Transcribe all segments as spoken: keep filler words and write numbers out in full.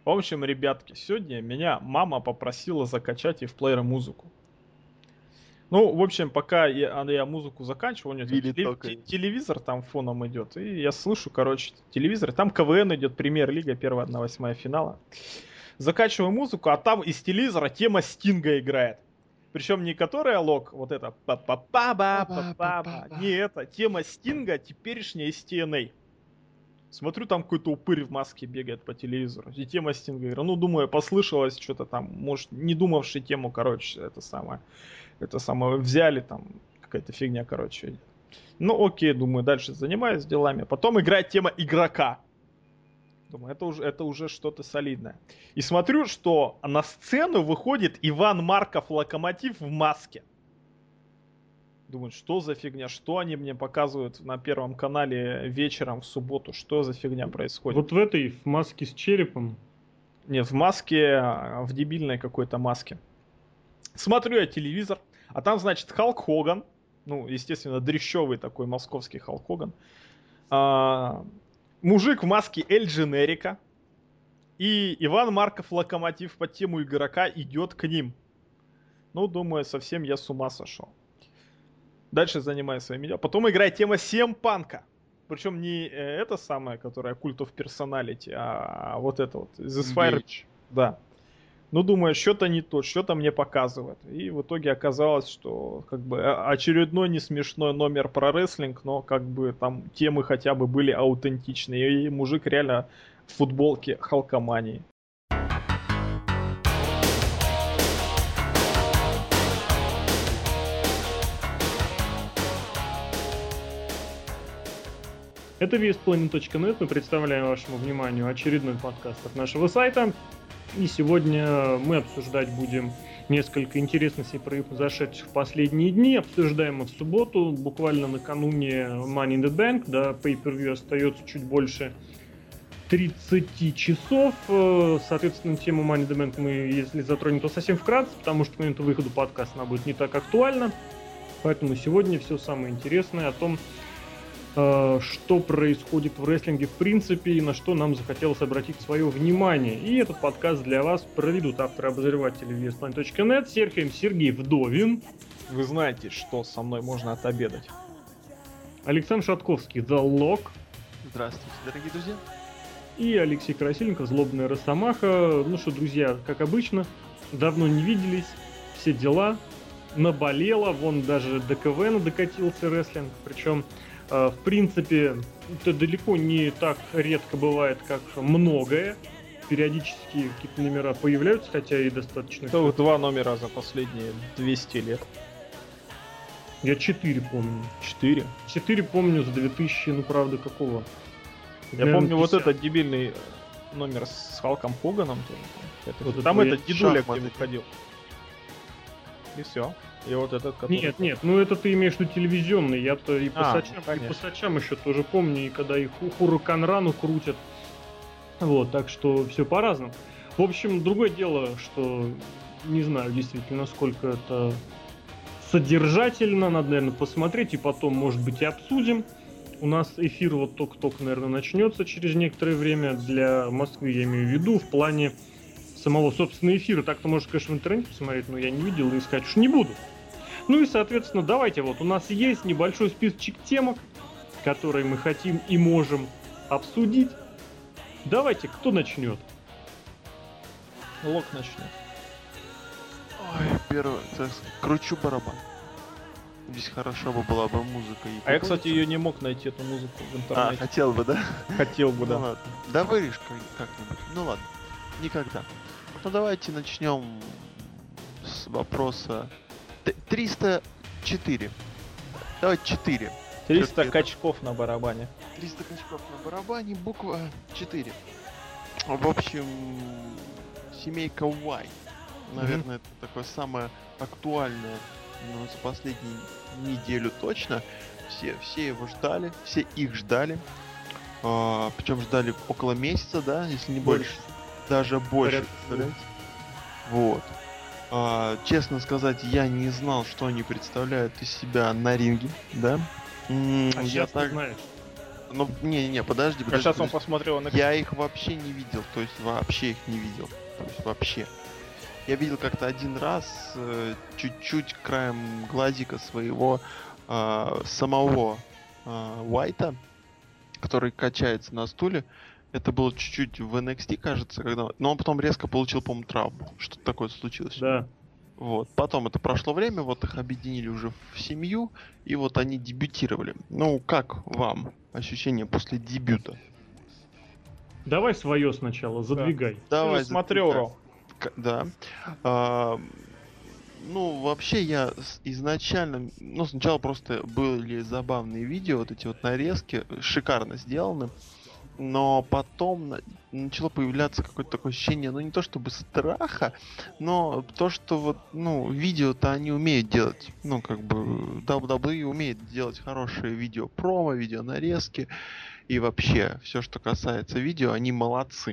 В общем, ребятки, сегодня меня мама попросила закачать ей в плеер музыку. Ну, в общем, пока я, я музыку заканчиваю, у нее Вилли теле- токает. те- телевизор там фоном идет, и я слышу, короче, телевизор, там КВН идет, премьер-лига, первая одна восьмая финала. Закачиваю музыку, а там из телевизора тема Стинга играет. Причем не которая лог, вот это па-па-па-ба, па-па-па, не это, тема Стинга, теперешняя из ти эн эй. Смотрю, там какой-то упырь в маске бегает по телевизору. И тема Стинга играет. Ну, думаю, послышалось что-то там, может, не думавший тему, короче, это самое. Это самое, взяли там, какая-то фигня, короче. Ну, окей, думаю, дальше занимаюсь делами. Потом играет тема игрока. Думаю, это уже, это уже что-то солидное. И смотрю, что на сцену выходит Иван Марков Локомотив в маске. Думаю, что за фигня, что они мне показывают на Первом канале вечером в субботу, что за фигня происходит. Вот в этой, в маске с черепом? Нет, в маске, в дебильной какой-то маске. Смотрю я телевизор, а там, значит, Халк Хоган, ну, естественно, дрещевый такой московский Халк Хоган, а, мужик в маске Эль Дженерика, и Иван Марков Локомотив под тему игрока идет к ним. Ну, думаю, совсем я с ума сошел. Дальше занимаюсь своими делами. Потом играет тема Сем Панка. Причем не э, это самое, которое Cult of Personality, а вот это вот. This Fire. Да. Ну, думаю, что-то не то, что-то мне показывает. И в итоге оказалось, что как бы очередной не смешной номер про рестлинг, но как бы там темы хотя бы были аутентичные. И мужик реально в футболке Халкомании. Это ви эс планет точка нет. Мы представляем вашему вниманию очередной подкаст от нашего сайта. И сегодня мы обсуждать будем несколько интересностей, произошедших в последние дни. Обсуждаем мы в субботу, буквально накануне Money in the Bank. Да, pay-per-view остается чуть больше тридцать часов. Соответственно, тему Money in the Bank мы, если затронем, то совсем вкратце, потому что к моменту выхода подкаста она будет не так актуальна. Поэтому сегодня все самое интересное о том, что происходит в рестлинге в принципе и на что нам захотелось обратить свое внимание. И этот подкаст для вас проведут авторы-обозреватели ви эс планет точка нет, Сергей Сергей Вдовин. Вы знаете, что со мной можно отобедать. Александр Шатковский, The Lock. Здравствуйте, дорогие друзья. И Алексей Красильников, Злобная Росомаха. Ну что, друзья, как обычно, давно не виделись, все дела, наболело, вон даже до КВН докатился рестлинг, причем в принципе, это далеко не так редко бывает, как многое. Периодически какие-то номера появляются, хотя и достаточно... Это два номера за последние двести лет. Я четыре помню. Четыре? Четыре помню за две тысячи, ну правда, какого? Я Наверное, помню пятьдесят. вот этот дебильный номер с Халком Хоганом. тоже. Это, Вот там это этот дедуля шахматы. где выходил. И все. И вот этот, который... Нет, нет, ну это ты имеешь в виду телевизионный, я-то и по, А, сачам, ну, и конечно. по сачам еще тоже помню, и когда их Хураканрану крутят. Вот, так что все по-разному. В общем, другое дело, что не знаю действительно, насколько это содержательно, надо, наверное, посмотреть, и потом, может быть, и обсудим. У нас эфир вот только-только, наверное, начнется через некоторое время. Для Москвы я имею в виду в плане самого собственного эфира. Так-то можешь, конечно, в интернете посмотреть, но я не видел и искать уж не буду. Ну и, соответственно, давайте, вот у нас есть небольшой списочек темок, которые мы хотим и можем обсудить. Давайте, кто начнет? Лок начнет. Ой, первое, так сказать, кручу барабан. Здесь хорошо бы была бы музыка. И А я, кстати, какой-то- ее не мог найти, эту музыку в А, интернете. хотел бы, да? Хотел бы, Ну да. ладно. Да вырежь как- как-нибудь. Ну ладно. Никогда. Ну давайте начнем с вопроса Т- триста четыре. Давайте четыре. триста всё-таки это- качков на барабане. триста качков на барабане, буква четыре. В общем, семейка Y. Наверное, это такое самое актуальное, ну, за последнюю неделю точно. Все, все его ждали, все их ждали. А, причем ждали около месяца, да, если не больше. Больше. Даже больше, Порядка представляете? Вот. А, честно сказать, я не знал, что они представляют из себя на ринге, да. М, А я сейчас ты так- знаешь. Ну, не-не-не, подожди, А подожди. сейчас он подожди. посмотрел на... Я их вообще не видел, то есть вообще их не видел. То есть вообще. Я видел как-то один раз, э, чуть-чуть краем глазика своего э, самого э, Уайта, который качается на стуле. Это было чуть-чуть в эн экс ти, кажется, когда... Но он потом резко получил, по-моему, травму. Что-то такое случилось. Да. Вот. Потом это прошло время, вот их объединили уже в семью, и вот они дебютировали. Ну, как вам ощущение после дебюта? Давай свое сначала, задвигай. Давай, Ты же смотрел, запускай. Ро. К- Да. А, ну, вообще я с- изначально... Ну, сначала просто были забавные видео, вот эти вот нарезки, шикарно сделаны. Но потом на- начало появляться какое-то такое ощущение, ну не то чтобы страха, но то, что вот, ну, видео-то они умеют делать. Ну, как бы, дабл ю дабл ю и умеет делать хорошие видео промо, видео нарезки. И вообще, все, что касается видео, они молодцы.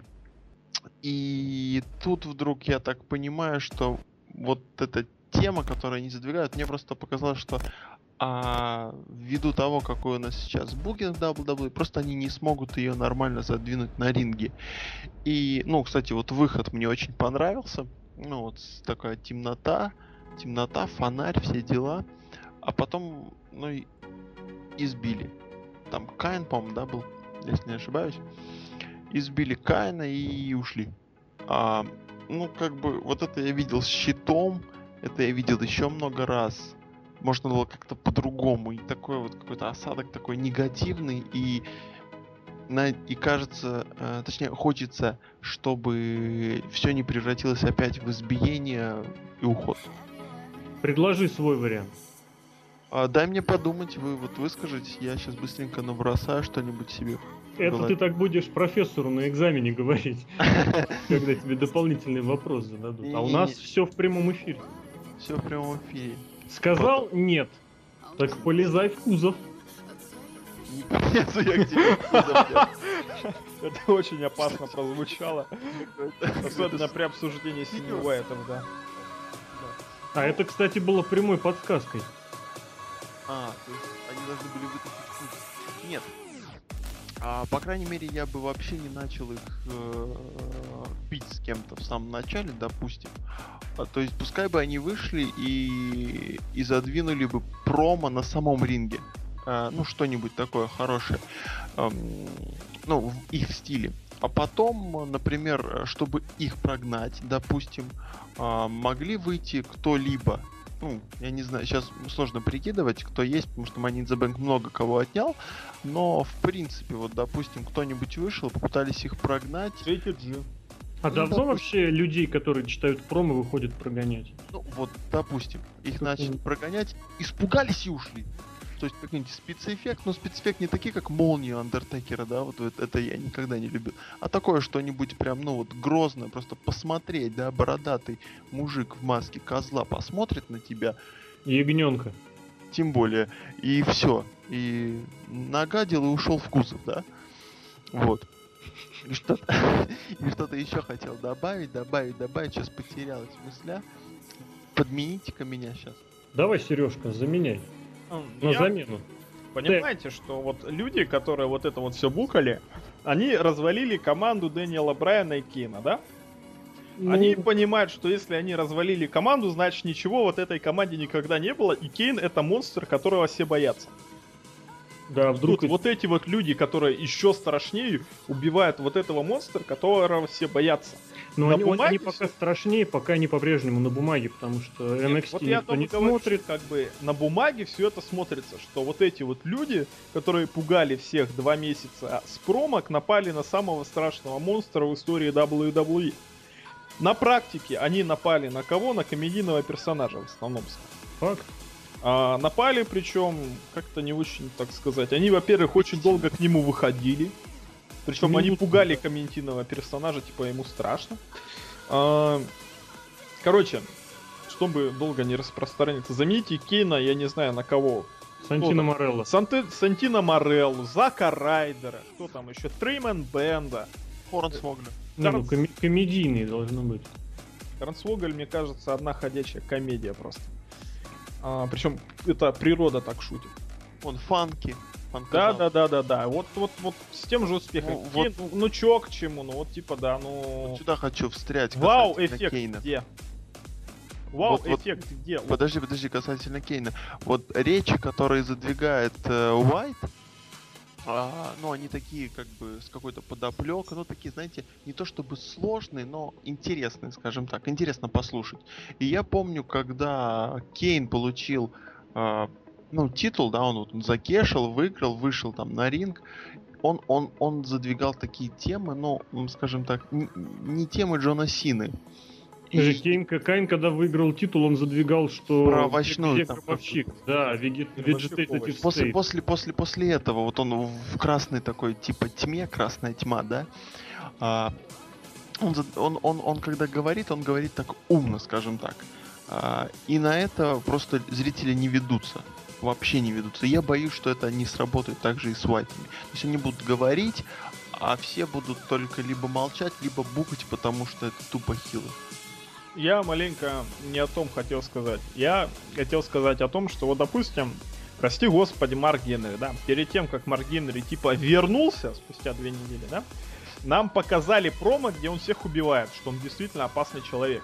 И тут вдруг я так понимаю, что вот эта тема, которую они задвигают, мне просто показалось, что а, ввиду того, какой у нас сейчас букинг в дабл ю дабл ю и, просто они не смогут ее нормально задвинуть на ринге. И, ну, кстати, вот выход мне очень понравился. Ну, вот с- такая темнота, темнота, фонарь, все дела. А потом, ну, и избили. Там Каин, по-моему, да, был, если не ошибаюсь. Избили Каина и ушли. А, ну, как бы, вот это я видел с щитом, это я видел еще много раз. Можно было как-то по-другому. И такой вот какой-то осадок такой негативный. И, на, и кажется, э, точнее, хочется, чтобы все не превратилось опять в избиение и уход. Предложи свой вариант. А, дай мне подумать, вы вот выскажитесь, я сейчас быстренько набросаю что-нибудь себе. в Это голове. ты так будешь профессору на экзамене говорить, когда тебе дополнительный вопрос зададут. А у Не-не-не. нас все в прямом эфире. Все в прямом эфире. Сказал нет, так полезай в кузов. Не полезу я к тебе в кузов, я- Это очень опасно прозвучало. это- Особенно это при обсуждении Сини Уайтов, да. А это, кстати, было прямой подсказкой. А, то есть они должны были вытащить путь. Нет. А, по крайней мере, я бы вообще не начал их э, бить с кем-то в самом начале, допустим. А, то есть пускай бы они вышли и, и задвинули бы промо на самом ринге. А, ну, что-нибудь такое хорошее. Ам, ну, в их стиле. А потом, например, чтобы их прогнать, допустим, а, могли выйти кто-либо. Ну, я не знаю, сейчас сложно прикидывать, кто есть, потому что Money in the Bank много кого отнял, но, в принципе, вот, допустим, кто-нибудь вышел, попытались их прогнать. Джейки Джи. А Ну, давно допустим. вообще людей, которые читают промо, выходят прогонять? Ну, вот, допустим, их Как начали они- прогонять, испугались и ушли. То есть какой-нибудь спецэффект, но спецэффект не такие, как молния Андертекера, да, вот это, это я никогда не любил. А такое что-нибудь прям, ну вот, грозное, просто посмотреть, да, бородатый мужик в маске козла посмотрит на тебя, Ягненка. тем более, и все. И нагадил и ушел в кузов, да? Вот. И что-то, и что-то еще хотел добавить, добавить, добавить, сейчас потерялась мысля. Подмените-ка меня сейчас. Давай, Сережка, заменяй. На Я- замену. Понимаете, что вот люди, которые вот это вот все букали, они развалили команду Дэниела Брайана и Кейна, да? Они Ну, понимают, что если они развалили команду, значит ничего вот этой команде никогда не было, и Кейн это монстр, которого все боятся. да, вдруг... Тут вот эти вот люди, которые еще страшнее, убивают вот этого монстра, которого все боятся. Но на они, он- они бумаге пока всё- страшнее, пока они по-прежнему на бумаге, потому что эн экс ти Вот я никто только не говорю, смотрит. что, как бы на бумаге все это смотрится, что вот эти вот люди, которые пугали всех два месяца с промок, напали на самого страшного монстра в истории дабл ю дабл ю и. На практике они напали на кого? На комедийного персонажа в основном. Факт. А, напали, причем как-то не очень, так сказать. Они, во-первых, очень долго к нему выходили. Причем они Минут- пугали комедийного персонажа, типа ему страшно. А, короче, чтобы долго не распространяться, замените Кейна, я не знаю на кого. Сантино там? Морелло. Санте, Сантино Морелло, Зака Райдера, кто там еще? Треймен Бенда. Хорнсвогля. Не, ну, коми- комедийные должны быть. Трансвоголь, мне кажется, одна ходячая комедия просто. А, причем это природа так шутит. Вон, Фанки. Да, да, да, да, да. Вот, вот, вот с тем же успехом. Ну, Кейн, вот- ну, ну чё к чему, ну вот типа да, ну. Вот сюда хочу встрять Вау, касательно эффект Кейна. где? Вау, Вот- вот- эффект где? Вот. Подожди, подожди, касательно Кейна. Вот речи, которые задвигает э, Уайт, а, ну, они такие, как бы, с какой-то подоплекой, ну, такие, знаете, не то чтобы сложные, но интересные, скажем так, интересно послушать. И я помню, когда Кейн получил, а, ну, титул, да, он вот он закешил, выиграл, вышел там на ринг, он, он, он задвигал такие темы, ну, м, скажем так, н- не темы Джона Сины. Даже Кейн, Кайн, когда выиграл титул, он задвигал, что... Про овощную где там гробовщик. Да, веге- vegetative После, state. после, после, после этого, вот он в красной такой, типа, тьме, красная тьма, да? А, он, за- он, он, он, когда говорит, он говорит так умно, скажем так. А, и на это просто зрители не ведутся. Вообще не ведутся. Я боюсь, что это не сработает так же и с Уайтами. То есть они будут говорить, а все будут только либо молчать, либо букать, потому что это тупо хило. Я маленько не о том хотел сказать. Я хотел сказать о том, что вот, допустим, прости господи, Марк Генри, да, перед тем, как Марк Генри типа вернулся спустя две недели, да, нам показали промо, где он всех убивает, что он действительно опасный человек.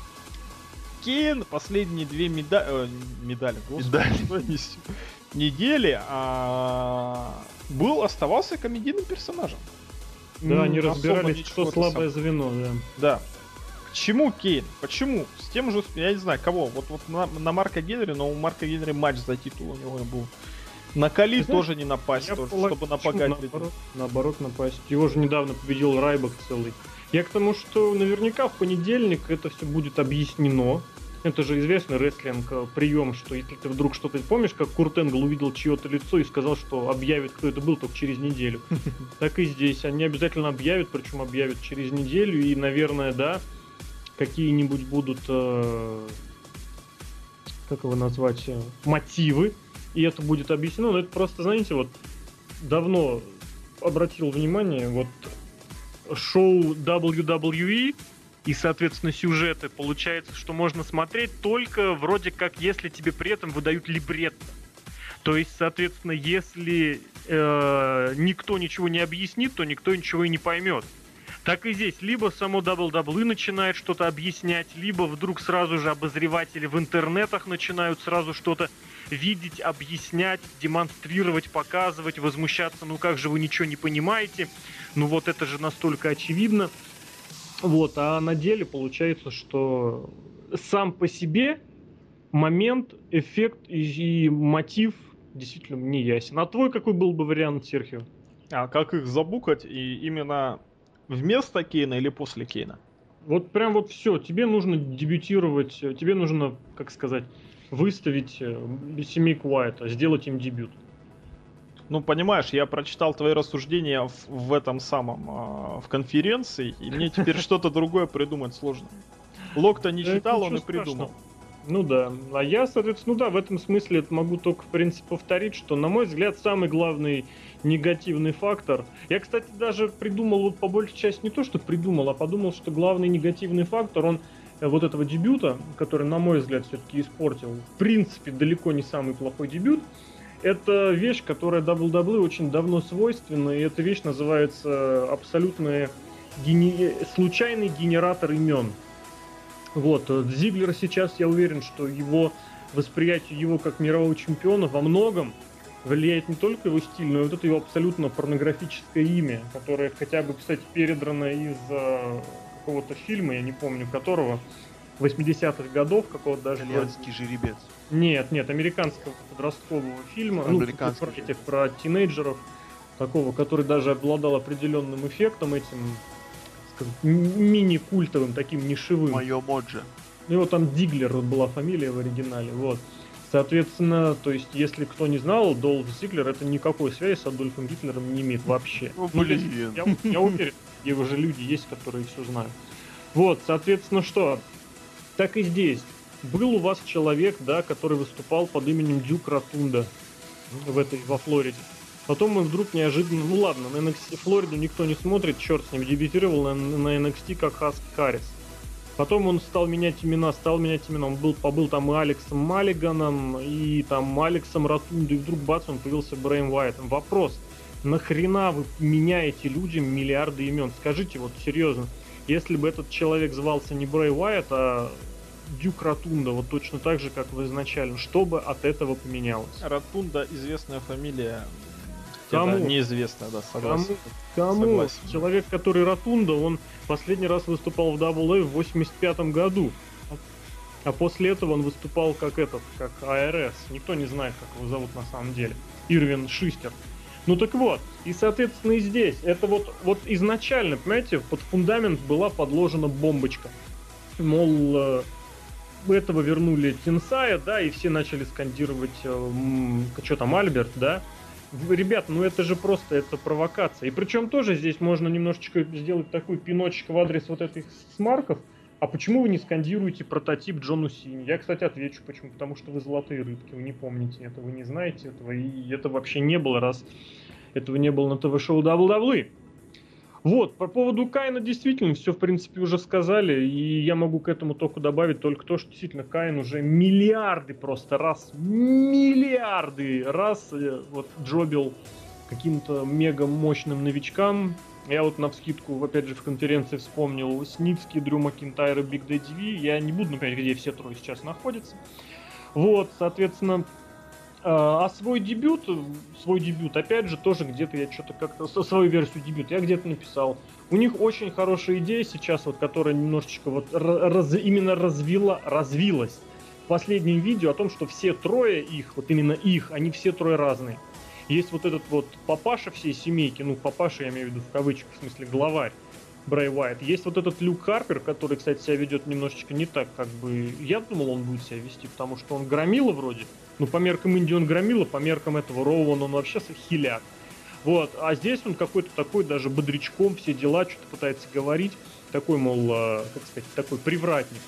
Кейн последние две меда... э, медали, господи, Медали. что я несу? недели а, был, оставался комедийным персонажем. Да, они М, особо разбирались, ничего что это сам- слабое звено, да. Да. К чему Кейн? Почему? С тем же, я не знаю, кого. Вот, вот на, на Марка Генри, но у Марка Генри матч за титул у него был. На Кали Ты знаешь, тоже не напасть, Я тоже, полагаю, чтобы почему напугать наоборот, людей. наоборот напасть. Его же недавно победил Райбок целый. Я к тому, что наверняка в понедельник это все будет объяснено. Это же известный рестлинг э, прием, что если ты вдруг что-то помнишь, как Курт Энгл увидел чье-то лицо и сказал, что объявит, кто это был, только через неделю. Так и здесь. Они обязательно объявят, причем объявят через неделю. И, наверное, да, какие-нибудь будут, э, как его назвать, э, мотивы. И это будет объяснено. Но это просто, знаете, вот давно обратил внимание, вот шоу дабл ю дабл ю и и, соответственно, сюжеты, получается, что можно смотреть только вроде как, если тебе при этом выдают либретто. То есть, соответственно, если э, никто ничего не объяснит, то никто ничего и не поймет. Так и здесь. Либо само дабл ю дабл ю и начинает что-то объяснять, либо вдруг сразу же обозреватели в интернетах начинают сразу что-то видеть, объяснять, демонстрировать, показывать, возмущаться. Ну как же вы ничего не понимаете? Ну вот это же настолько очевидно. Вот, а на деле получается, что сам по себе момент, эффект и, и мотив действительно не ясен. А твой какой был бы вариант, Серхио? А как их забукать и именно вместо Кейна или после Кейна? Вот прям вот все, тебе нужно дебютировать, э, тебе нужно, как сказать, выставить э, семейку Уайта, сделать им дебют. Ну, понимаешь, я прочитал твои рассуждения в, в этом самом, а, в конференции, и мне теперь что-то другое придумать сложно. Лок-то не Да, читал, он ничего и придумал. страшного. Ну да, а я, соответственно, ну да, в этом смысле это могу только, в принципе, повторить, что, на мой взгляд, самый главный негативный фактор. Я, кстати, даже придумал, вот по большей части не то, что придумал, а подумал, что главный негативный фактор, он э, вот этого дебюта, который, на мой взгляд, все-таки испортил, в принципе, далеко не самый плохой дебют. Это вещь, которая дабл ю дабл ю и очень давно свойственна, и эта вещь называется абсолютно гени... случайный генератор имен. Вот, Зиглер сейчас, я уверен, что его восприятие его как мирового чемпиона во многом влияет не только его стиль, но и вот это его абсолютно порнографическое имя, которое хотя бы, кстати, передрано из э, какого-то фильма, я не помню которого, восьмидесятых годов, какого-то даже... Итальянский жеребец. Нет, нет, американского подросткового фильма, ну, Американский про же. этих, про тинейджеров, такого, который даже обладал определенным эффектом этим, как сказать, м- мини-культовым, таким нишевым. Майо Моджи. У него там Диглер была фамилия в оригинале, вот. Соответственно, то есть, если кто не знал, Долф Зиглер это никакой связи с Адольфом Гитлером не имеет вообще. Ну, Ну, блин. если- я, я уверен, его же люди есть, которые все знают. Вот, соответственно, что? Так и здесь. Был у вас человек, да, который выступал под именем Дюк Ротунда в этой, во Флориде. Потом он вдруг неожиданно, ну ладно, на эн экс ти Флориду никто не смотрит, черт с ним, дебютировал на, на эн экс ти как Хаск Харрис. Потом он стал менять имена, стал менять имена. Он был, побыл там и Алексом Маллиганом, и там Алексом Ротундой, и вдруг бац, он появился Брэем Уайтом. Вопрос, нахрена вы меняете людям миллиарды имен? Скажите вот серьезно, если бы этот человек звался не Брэй Уайт, а Дюк Ротунда, вот точно так же, как в изначально, что бы от этого поменялось? Ротунда известная фамилия. Кому? Это неизвестная, да, согласен. Кому? Кому? Согласен. Человек, который Ротунда, он последний раз выступал в дабл ю дабл ю в восемьдесят пятом году. А после этого он выступал как этот, как эй ар эс. Никто не знает, как его зовут на самом деле. Ирвин Шистер. Ну так вот, и соответственно и здесь. Это вот, вот изначально, понимаете, под фундамент была подложена бомбочка. Мол, этого вернули Тинсая, да, и все начали скандировать, э, что там, Альберт, да. Ребят, ну это же просто, это провокация. И причем тоже здесь можно немножечко сделать такой пиночек в адрес вот этих смарков. А почему вы не скандируете прототип Джону Сине? Я, кстати, отвечу, почему. Потому что вы золотые рыбки, вы не помните этого, вы не знаете этого. И это вообще не было, раз этого не было на ТВ-шоу дабл ю дабл ю и. Вот, по поводу Каина действительно все, в принципе, уже сказали, и я могу к этому только добавить только то, что действительно Каин уже миллиарды просто раз, миллиарды раз э, вот джобил каким-то мега мощным новичкам. Я вот навскидку, опять же, в конференции вспомнил Сницкий, Дрю Макинтайр и Биг Дэдди Ви. Я не буду напоминать, где все трое сейчас находятся. Вот, соответственно, а свой дебют, свой дебют, опять же, тоже где-то я что-то как-то, свою версию дебюта я где-то написал. У них очень хорошая идея сейчас, вот, которая немножечко вот раз, именно развила, развилась в последнем видео о том, что все трое их, вот именно их, они все трое разные. Есть вот этот вот папаша всей семейки, ну папаша я имею в виду в кавычках, в смысле главарь, Брэй Уайт. Есть вот этот Люк Харпер, который, кстати, себя ведет немножечко не так, как бы я думал, он будет себя вести, потому что он громила вроде. Ну, по меркам Индии он громила, по меркам этого Роуана он вообще хиляк. Вот, а здесь он какой-то такой даже бодрячком, все дела, что-то пытается говорить. Такой, мол, как сказать, такой привратник.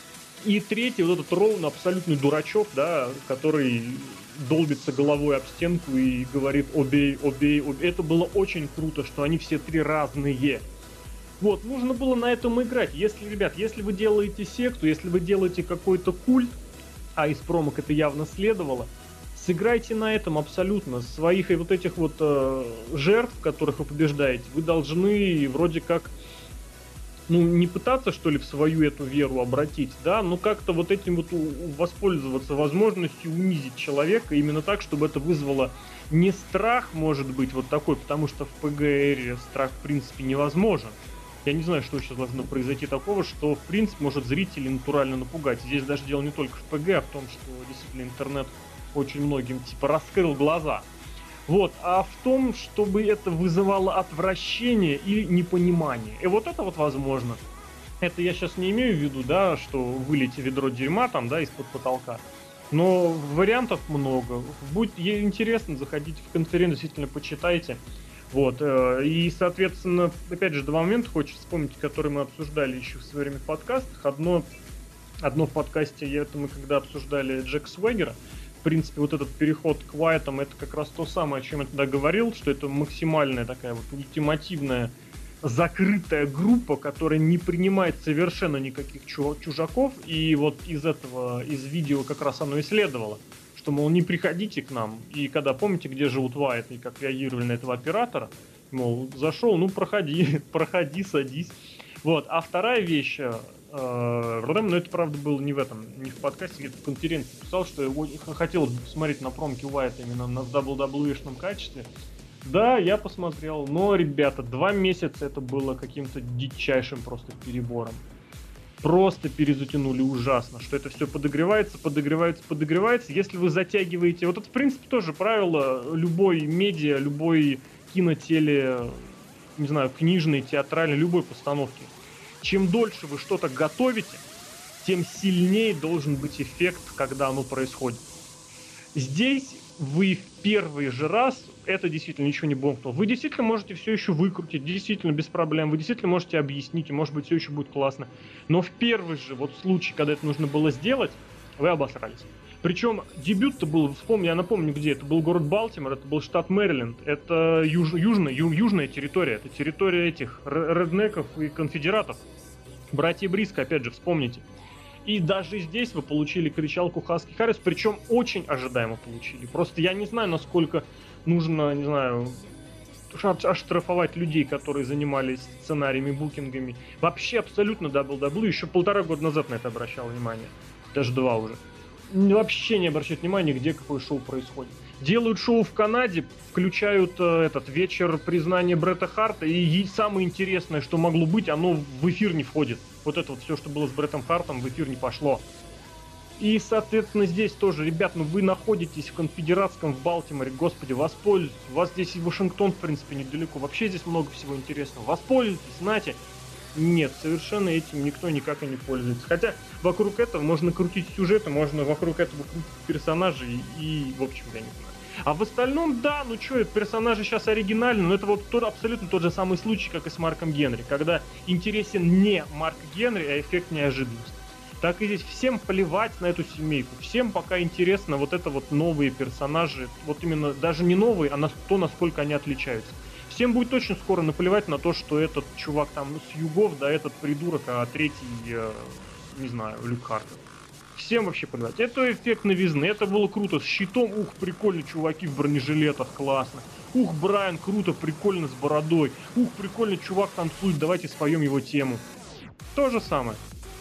И третий, вот этот Роуан, абсолютный дурачок, да, который долбится головой об стенку и говорит «обей, обей, обей». Это было очень круто, что они все три разные. Вот, нужно было на этом играть. Если, ребят, если вы делаете секту, если вы делаете какой-то культ, а из промок это явно следовало, сыграйте на этом абсолютно. Своих и вот этих вот э, жертв, которых вы побеждаете, вы должны вроде как, ну, не пытаться, что ли, в свою эту веру обратить, да, но как-то вот этим вот воспользоваться возможностью унизить человека именно так, чтобы это вызвало не страх, может быть, вот такой, потому что в пэ гэ эре страх, в принципе, невозможен. Я не знаю, что сейчас должно произойти такого, что, в принципе, может зрителей натурально напугать. Здесь даже дело не только в пэ гэ, а в том, что действительно интернет очень многим, типа, раскрыл глаза. Вот, а в том, чтобы это вызывало отвращение или непонимание. И вот это вот возможно. Это я сейчас не имею в виду, да, что вылейте ведро дерьма там, да, из-под потолка. Но вариантов много. Будет интересно, заходите в конференцию, действительно почитайте. Вот, и, соответственно, опять же, два момента хочется вспомнить, которые мы обсуждали еще в свое время в подкастах. Одно, одно в подкасте, это мы когда обсуждали Джека Свегера. В принципе, вот этот переход к Уайтам, это как раз то самое, о чем я тогда говорил, что это максимальная такая вот ультимативная закрытая группа, которая не принимает совершенно никаких чужаков. И вот из этого, из видео как раз оно и следовало. Что, мол, не приходите к нам. И когда, помните, где живут Уайт, и как реагировали на этого оператора, мол, зашел, ну, проходи, проходи, садись. Вот. А вторая вещь, э, но это, правда, было не в этом, не в подкасте, где-то в конференции писал, что хотелось бы посмотреть на промки Уайта именно на дабл ю дабл ю и-шном качестве. Да, я посмотрел, но, ребята, два месяца это было каким-то дичайшим просто перебором. Просто перезатянули ужасно, что это все подогревается, подогревается, подогревается. Если вы затягиваете... Вот это, в принципе, тоже правило любой медиа, любой кино, теле, не знаю, книжной, театральной, любой постановки. Чем дольше вы что-то готовите, тем сильнее должен быть эффект, когда оно происходит. Здесь вы в первый же раз, это действительно ничего не бомкнуло. Вы действительно можете все еще выкрутить, действительно без проблем. Вы действительно можете объяснить, и может быть все еще будет классно. Но в первый же вот случай, когда это нужно было сделать, вы обосрались. Причем дебют-то был, вспомню, я напомню где, это был город Балтимор, это был штат Мэриленд, это юж, южная, ю, южная территория, это территория этих реднеков и конфедератов. Братья Бриско, опять же, вспомните. И даже здесь вы получили кричалку Хаски Харрис, причем очень ожидаемо получили. Просто я не знаю, насколько нужно, не знаю, оштрафовать людей, которые занимались сценариями, букингами. Вообще абсолютно дабл ю дабл ю и еще полтора года назад на это обращал внимание. Даже два уже. Вообще не обращают внимания, где какое шоу происходит. Делают шоу в Канаде, включают э, этот вечер признания Бретта Харта, и, и самое интересное, что могло быть, оно в эфир не входит. Вот это вот все, что было с Бреттом Хартом, в эфир не пошло. И, соответственно, здесь тоже, ребят, ну вы находитесь в конфедератском в Балтиморе, господи, воспользуйтесь. У вас здесь и Вашингтон, в принципе, недалеко. Вообще здесь много всего интересного. Воспользуйтесь, знаете. Нет, совершенно этим никто никак и не пользуется. Хотя вокруг этого можно крутить сюжеты, можно вокруг этого крутить персонажей и, в общем, я не знаю. А в остальном, да, ну что, персонажи сейчас оригинальны, но это вот тот, абсолютно тот же самый случай, как и с Марком Генри, когда интересен не Марк Генри, а эффект неожиданности. Так и здесь всем плевать на эту семейку, всем пока интересно вот это вот новые персонажи, вот именно даже не новые, а на то, насколько они отличаются. Всем будет очень скоро наплевать на то, что этот чувак там ну, с югов, да, этот придурок, а третий, э, не знаю, Люк Хартер. Всем вообще плевать. Это эффект новизны, это было круто. С щитом, ух, прикольно, чуваки в бронежилетах, классно. Ух, Брайан, круто, прикольно с бородой. Ух, прикольно, чувак танцует, давайте споем его тему. То же самое.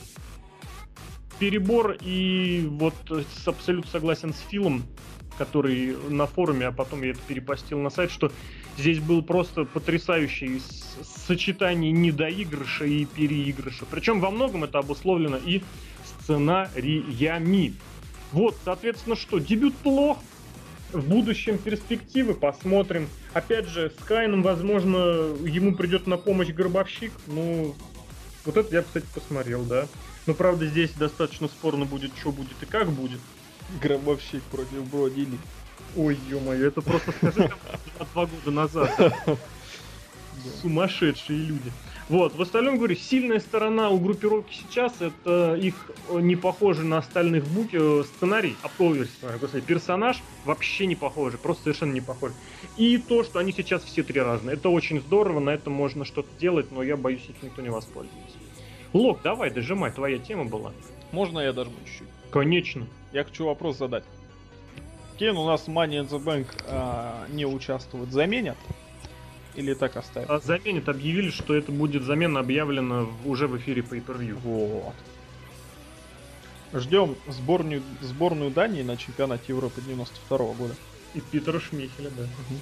Перебор, и вот абсолютно согласен с Филом, который на форуме, а потом я это перепостил на сайт, что здесь был просто потрясающее сочетание недоигрыша и переигрыша. Причем во многом это обусловлено и сценариями. Вот, соответственно, что? Дебют плох. В будущем перспективы посмотрим. Опять же, с Кайном, возможно, ему придет на помощь Гробовщик. Ну, вот это я, кстати, посмотрел, да. Но, правда, здесь достаточно спорно будет, что будет и как будет. Гробовщик против Броди Ли. Ой, ё-моё, это просто скажи два года назад. Сумасшедшие люди. Вот, в остальном, говорю, сильная сторона у группировки сейчас это их не похожий на остальных буки сценарий, а ой, сценарий, персонаж вообще не похожий, просто совершенно не похожий. И то, что они сейчас все три разные. Это очень здорово, на этом можно что-то делать, но я боюсь, этим никто не воспользуется. Лок, давай, дожимай, твоя тема была. Можно я дожму чуть-чуть? Конечно. Я хочу вопрос задать. Кен у нас Money in the Bank а, не участвует, заменят? Или так оставят? А заменят, объявили, что это будет замена объявлена в, уже в эфире Pay-Per-View. Вот. Ждем сборную, сборную Дании на чемпионате Европы девяносто второго года. И Питера Шмихеля, да. Угу.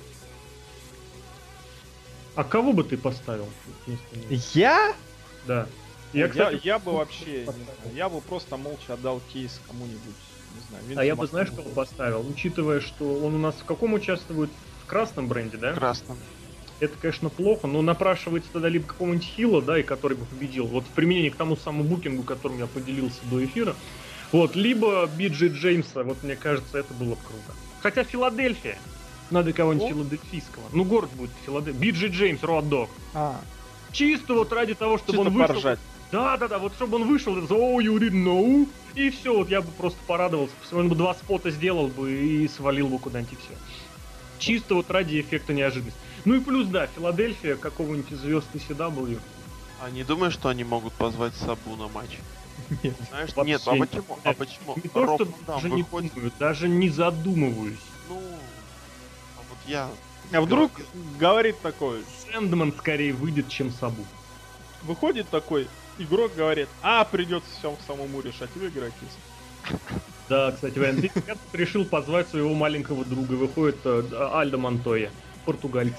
А кого бы ты поставил? Я? Да. Я, кстати, я, я бы вообще, не знаю, я бы просто молча отдал кейс кому-нибудь, не знаю. Винсу а я бы, знаешь, кого поставил? Учитывая, что он у нас в каком участвует? В красном бренде, да? В красном. Это, конечно, плохо, но напрашивается тогда либо какого-нибудь Хила, да, и который бы победил. Вот в применении к тому самому букингу, которым я поделился до эфира. Вот, либо Би Джей Джеймса, вот мне кажется, это было бы круто. Хотя Филадельфия. Надо кого-нибудь филадельфийского. Ну, город будет Филадельфия. Би Джей Джеймс, Роад Дог. А. Чисто вот ради того, чтобы Чисто он вышел. Поржать. Да-да-да, вот чтобы он вышел, это oh, you didn't know, и все, вот я бы просто порадовался, он бы два спота сделал бы и свалил бы куда-нибудь и все. Чисто вот ради эффекта неожиданности. Ну и плюс, да, Филадельфия, какого-нибудь из звезд и си дабл ю. А не думаешь, что они могут позвать Сабу на матч? Нет. Знаешь, Вообще нет, а почему? А почему? Не то, Роб что Ван Дам даже не выходит... думаю, даже не задумываюсь. Ну, а вот я... А вдруг говорит такой, Сэндман скорее выйдет, чем Сабу. выходит такой игрок, говорит, а придется всем самому решать, выиграть кейс. Да, кстати, вариант. Решил позвать своего маленького друга, выходит э, Альдо Монтойя, португалец.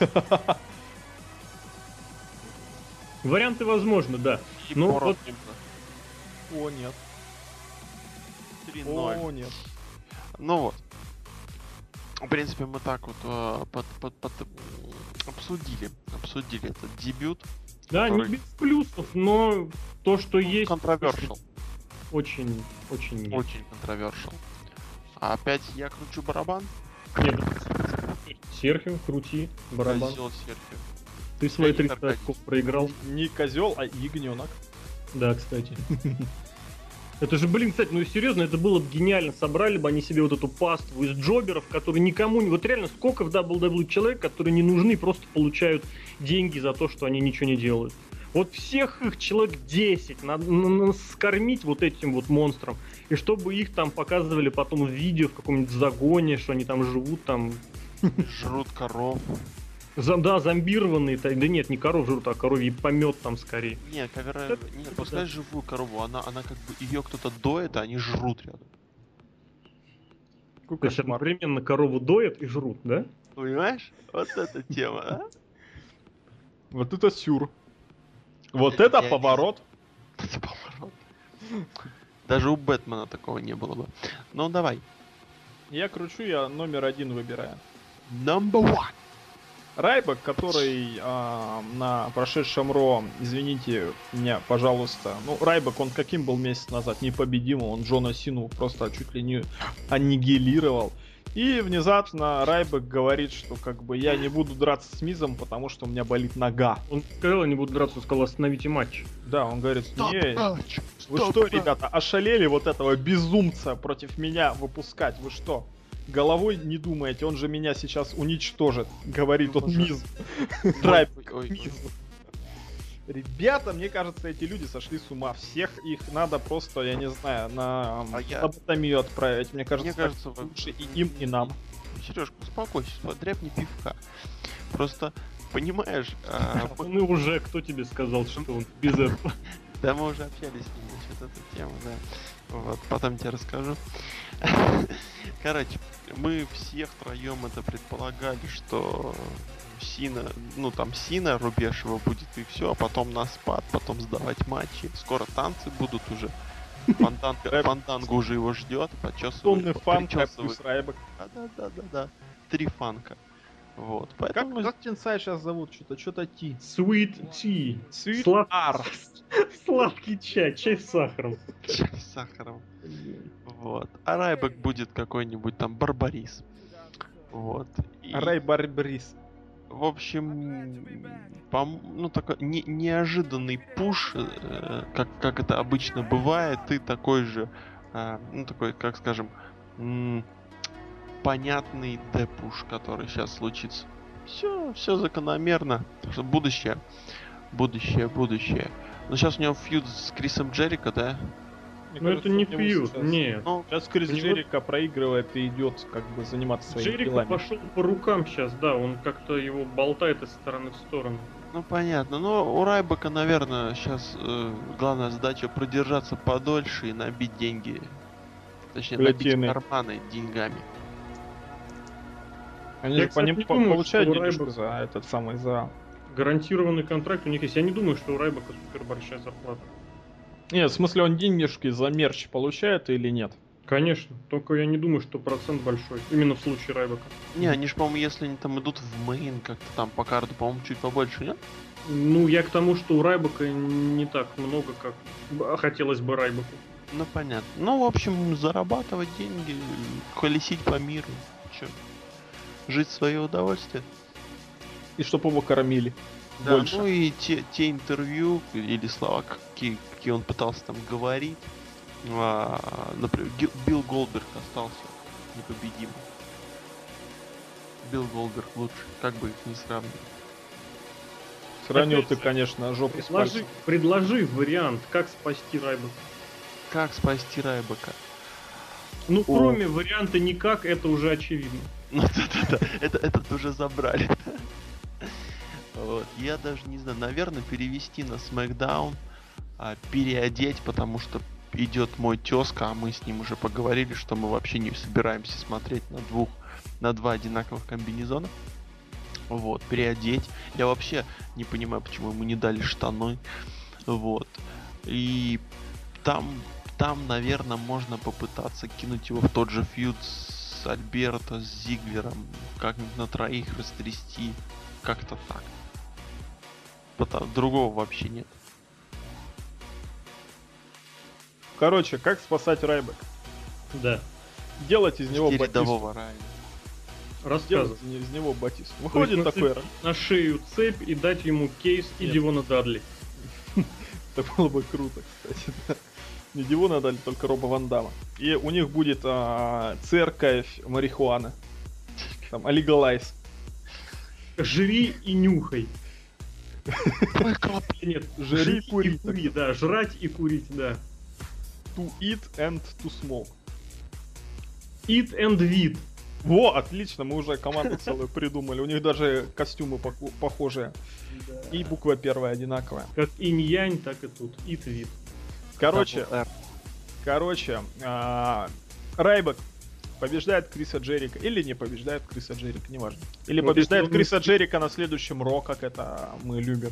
Варианты возможны, да. И Ну, Порох вот- немного. О, нет. три ноль. О, нет. Ну вот. В принципе, мы так вот э, под, под, под, м, обсудили. Обсудили этот дебют. Да, не который- без плюсов, но то, что есть, Controversial. очень, очень нет. Очень controversial. А опять я кручу барабан. Нет, Серхио, крути, барабан. Козёл Серхио. Ты свои Я не тридцать так очков проиграл. Не козел, а ягненок. Да, кстати. Это же, блин, кстати, ну серьезно, это было бы гениально. Собрали бы они себе вот эту паству из джоберов, которые никому не... Вот реально, сколько в дабл ю дабл ю и человек, которые не нужны, просто получают деньги за то, что они ничего не делают. Вот всех их человек десять надо, надо скормить вот этим вот монстрам. И чтобы их там показывали потом в видео в каком-нибудь загоне, что они там живут там. Жрут коров. Зам, да, зомбированные, да нет, не коров жрут, а коровий помет там скорее. Не, ковера... Это- Нет, пускай живую корову, она, она как бы, ее кто-то доет, а они жрут рядом. То есть одновременно корову доят и жрут, да? Понимаешь? Вот эта тема, а? Вот это сюр. Вот Это это я- поворот. Это поворот. Даже у Бэтмена такого не было бы. Ну давай. Я кручу, я номер один выбираю. Number one. Райбек, который а, на прошедшем Ро, извините меня, пожалуйста, ну, Райбек, он каким был месяц назад? Непобедимым, он Джона Сину просто чуть ли не аннигилировал. И внезапно Райбек говорит, что как бы я не буду драться с Мизом, потому что у меня болит нога. Он сказал, не буду драться, он сказал, остановите матч. Да, он говорит, Стоп, не, матч, вы стоп, что, матч. ребята, ошалели вот этого безумца против меня выпускать? Вы что? Головой не думаете, он же меня сейчас уничтожит, говорит он Уже. Миз. Ой, Райбек ой, ой. Мизу. Ребята, мне кажется, эти люди сошли с ума. Всех их надо просто, я не знаю, на А я- лоботомию отправить. Мне кажется, Мне так кажется, вы- лучше и им, и нам. Сережка, успокойся, подряпни пивка. Просто, понимаешь, а, мы- Он и уже, кто тебе сказал, что он без этого? да мы уже общались с ним насчет этой темы, да. Вот, потом тебе расскажу. Короче, мы все втроем это предполагали, что Сина, ну там Сина, рубеж его будет и все, а потом на спад, потом сдавать матчи. Скоро танцы будут уже. Фанданга, Фанданга уже его ждет, Тонны почесывает, фанка причесывает. плюс Райбек. Да, да, да, да, да. Три фанка. Вот, Как, поэтому... как Тенсай сейчас зовут? Что-то, что-то Ти. Sweet tea. Sweet Слад- Ар. Сладкий чай, чай с сахаром. Чай с сахаром. Вот. А Райбек будет какой-нибудь там Барбарис. Вот. И, Рай Барбрис. в общем, пом- ну такой не- неожиданный пуш, э, как, как это обычно бывает, ты такой же, э, ну такой, как скажем, м, понятный депуш, который сейчас случится. Все, все закономерно. Так что будущее, будущее, будущее. Но сейчас у него фьюд с Крисом Джерико, да? Мне Ну кажется, это не у него пьют, сейчас- нет. Ну, Сейчас Крис У него- Джерико, проигрывая, перейдет как бы заниматься своими Джерико делами. пошел по рукам сейчас, да, он как-то его болтает из стороны в сторону. Ну понятно, но у Райбека, наверное, сейчас главная задача продержаться подольше и набить деньги. Точнее, Плотины. набить карманы деньгами. Они Я, же по кстати, ним не по- думаю, получают что у денежку Райбека- за этот самый, за... Гарантированный контракт у них есть. Я не думаю, что у Райбака супер большая зарплата. Нет, в смысле, он денежки за мерч получает или нет? Конечно, только я не думаю, что процент большой. Именно в случае Райбака. Не, они же, по-моему, если они там идут в мейн как-то там по карду, по-моему, чуть побольше, нет? Ну, я к тому, что у Райбака не так много, как б- хотелось бы Райбаку. Ну понятно. Ну, в общем, зарабатывать деньги, колесить по миру. Чё? Жить в свое удовольствие. И чтобы его кормили. Да, Больше. ну и те, те интервью или слова, какие, какие он пытался там говорить. А, например, Гил- Билл Голдберг остался непобедимым. Билл Голдберг лучше, как бы их не сравнивать. Сравнил Опять ты, же, конечно, жопу с Предложи, пальцем. предложи вариант, как спасти Райбака. Как спасти Райбека? Ну, О. кроме варианта никак, это уже очевидно. Ну да-да-да, это, этот уже забрали. Вот. Я даже не знаю, наверное, перевести на SmackDown, а, переодеть, потому что идет мой тезка, а мы с ним уже поговорили, что мы вообще не собираемся смотреть на двух, на два одинаковых комбинезона. Вот, переодеть. Я вообще не понимаю, почему ему не дали штаны. Вот. И там, там, наверное, можно попытаться кинуть его в тот же фьюд с Альберто, с Зиглером, как-нибудь на троих растрясти. Как-то так. Потому, другого вообще нет. Короче, как спасать Райбек? Да. Делать из него Почти Батисту. рядового Райана. Рассказывай. Делать из него Батисту. То есть Выходит такой, нацепить на шею цепь и дать ему кейс и Нет. Дивона Дадли. это было бы круто, кстати. Да. Не Дивона дали, только Роба Ван Дамма. И у них будет а, церковь марихуаны. Там, Legalize. Жри и нюхай. Нет, Жри, жри и кури, кури, да, жрать и курить, да. To eat and to smoke. Eat and eat. Во, отлично, мы уже команду целую придумали. У них даже костюмы пох- похожие. Да. И буква первая одинаковая. Как инь-янь, так и тут. Eat and eat. Короче, Double R. короче, а, Райбек побеждает Криса Джерика. Или не побеждает Криса Джерика, неважно. Или Вот побеждает если он- Криса Джерика на следующем Ро, как это мы любим.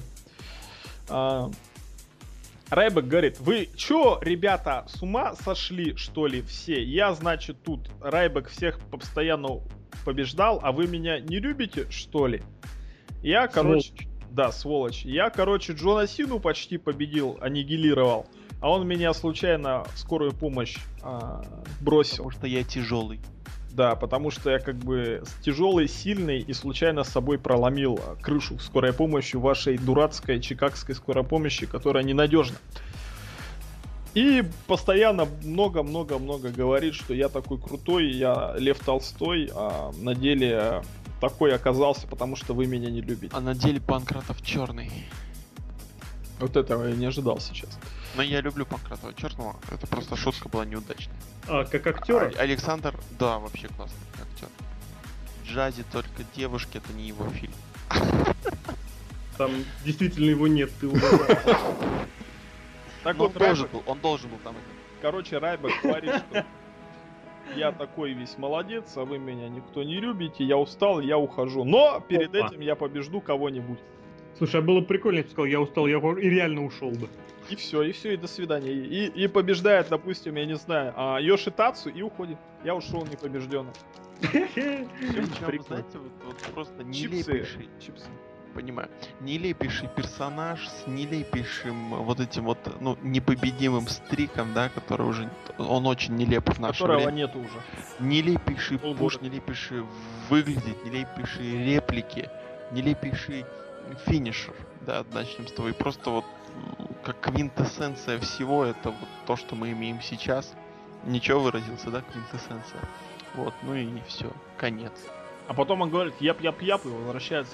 А, Райбек говорит: вы чё, ребята, с ума сошли, что ли, все? Я, значит, тут Райбек всех постоянно побеждал, а вы меня не любите, что ли? Я, короче... Сволочь. Да, сволочь. Я, короче, Джона Сину почти победил, аннигилировал, а он меня случайно в скорую помощь а, бросил. Потому что я тяжелый. Да, потому что я как бы тяжелый, сильный и случайно с собой проломил а, крышу скорой помощи вашей дурацкой чикагской скорой помощи, которая ненадежна. И постоянно много-много-много говорит, что я такой крутой, я Лев Толстой, а на деле такой оказался, потому что вы меня не любите. А на деле Панкратов черный. Вот этого я не ожидал сейчас. Но я люблю Панкратова черного. Это просто шутка была неудачная. А, как актера? А- Александр, да, вообще классный актер. В джазе только девушки, это не его фильм. Там действительно его нет, ты угадал. Так Но вот, он должен Райбек, был, он должен был там. короче, Райбек говорит, что я такой весь молодец, а вы меня никто не любите, я устал, я ухожу. Но перед Опа. этим я побежду кого-нибудь. Слушай, а было прикольно, если бы сказал, я устал, я ухожу, и реально ушел бы. И все, и все, и до свидания. И, и побеждает, допустим, я не знаю, а, Йоши Тацу и уходит. Я ушел непобежденным. Причем, Прикольно. знаете, вот, вот просто Чипсы. нелепейший, Чипсы. понимаю, нелепейший персонаж с нелепейшим вот этим вот, ну, непобедимым стриком, да, который уже, он очень нелеп в наше Которого время. нету уже. Нелепейший Полгода. пуш, нелепейший выглядит, нелепейшие реплики, нелепейший финишер, да, начнем с того. И просто вот м, как квинтэссенция всего, это вот то, что мы имеем сейчас. Ничего выразился, да, квинтэссенция. Вот, ну и все, конец. А потом он говорит яп-яп-яп и возвращается.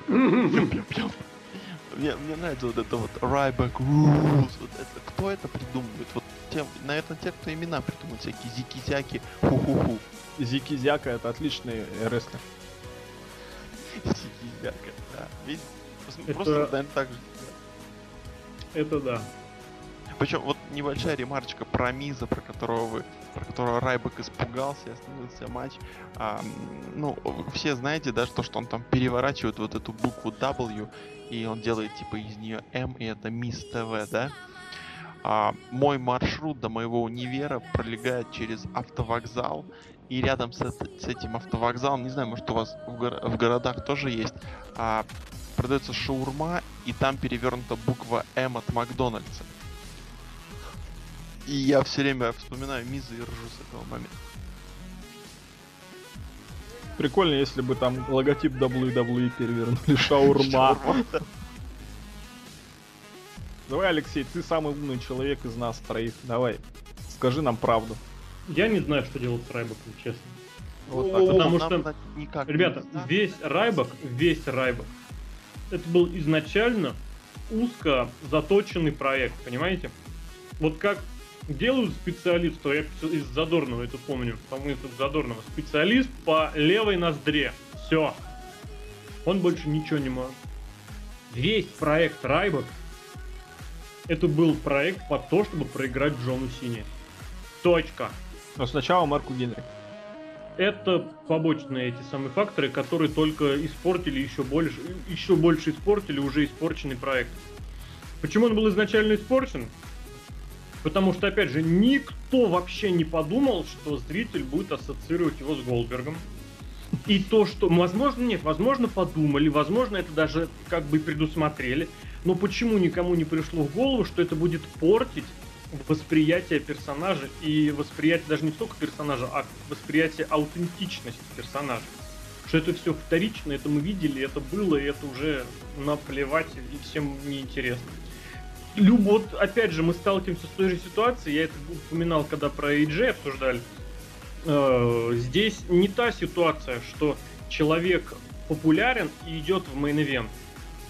Мне, мне нравится вот это вот Ryback Rules. Вот это, кто это придумывает? Вот те, наверное, те, кто имена придумывают, всякие зики-зяки, ху-ху-ху. Зики-зяка это отличный рестлер. Зики-зяка, да. Видите? Просто, Это- просто, наверное, так же. Это да. Причем вот небольшая ремарочка про Миза, про которого вы, про которого Райбек испугался и остановился матч. А, м, ну, все знаете, да, что, что он там переворачивает вот эту букву W, и он делает типа из нее М, и это Мисс ТВ, да? А, мой маршрут до моего универа пролегает через автовокзал, и рядом с, эт- с этим автовокзалом, не знаю, может у вас в, горо- в городах тоже есть, а, продается шаурма, и там перевернута буква М от Макдональдса. И я все время вспоминаю Миза и ржу с этого момента. Прикольно, если бы там логотип дабл ю дабл ю и перевернули. Шаурма. Давай, Алексей, ты самый умный человек из нас троих. Давай, скажи нам правду. Я не знаю, что делать с Райбаком, честно. Вот так. О, Потому нам что, на- никак не Ребята, знаю. весь Райбак, весь Райбак, это был изначально узко заточенный проект, понимаете? Вот как делают специалиста, я из Задорнова это помню, по-моему, это Задорнова, специалист по левой ноздре. Все. Он больше ничего не может. Весь проект Райбак это был проект по то, чтобы проиграть Джону Сине. Точка. Но сначала Марку Генри. Это побочные эти самые факторы, которые только испортили еще больше, еще больше испортили уже испорченный проект. Почему он был изначально испорчен? Потому что, опять же, никто вообще не подумал, что зритель будет ассоциировать его с Голдбергом. И то, что, возможно, нет, возможно, подумали, возможно, это даже как бы предусмотрели. Но почему никому не пришло в голову, что это будет портить восприятие персонажа и восприятие даже не столько персонажа, а восприятие аутентичности персонажа. Что это все вторично, это мы видели, это было, и это уже наплевать и всем неинтересно. Люб, вот опять же мы сталкиваемся с той же ситуацией, я это упоминал, когда про эй джей обсуждали. Э, здесь не та ситуация, что человек популярен и идет в мейн-ивент.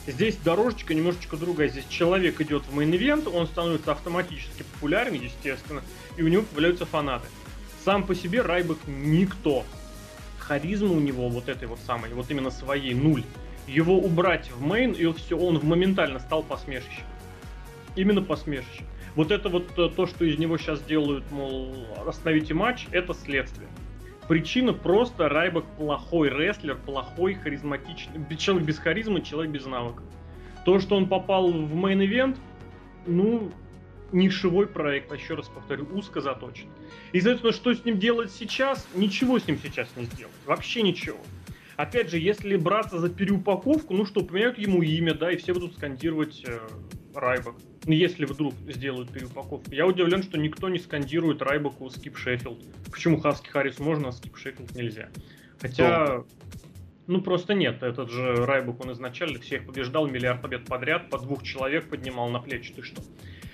Здесь дорожечка немножечко другая. Здесь человек идет в мейн-ивент, он становится автоматически популярен, естественно, и у него появляются фанаты. Сам по себе Райбек никто. Харизма у него вот этой вот самой, вот именно своей, нуль. Его убрать в мейн, и все, он моментально стал посмешищем. Именно посмешищем. Вот это вот то, что из него сейчас делают, мол, остановите матч, это следствие. Причина просто: Райбек плохой рестлер, плохой, харизматичный, человек без харизмы, человек без навыков. То, что он попал в мейн-ивент, ну, нишевой проект, еще раз повторю, узко заточен. И, соответственно, что с ним делать сейчас? Ничего с ним сейчас не сделать. Вообще ничего. Опять же, если браться за переупаковку, ну что, поменяют ему имя, да, и все будут скандировать э, Райбек. Ну, если вдруг сделают переупаковку. Я удивлен, что никто не скандирует Райбеку Скип Шеффилд. Почему Хаски Харрис можно, а Скип Шеффилд нельзя? Хотя, Долго. ну просто нет. Этот же Райбек, он изначально всех побеждал, миллиард побед подряд, по двух человек поднимал на плечи. Ты что?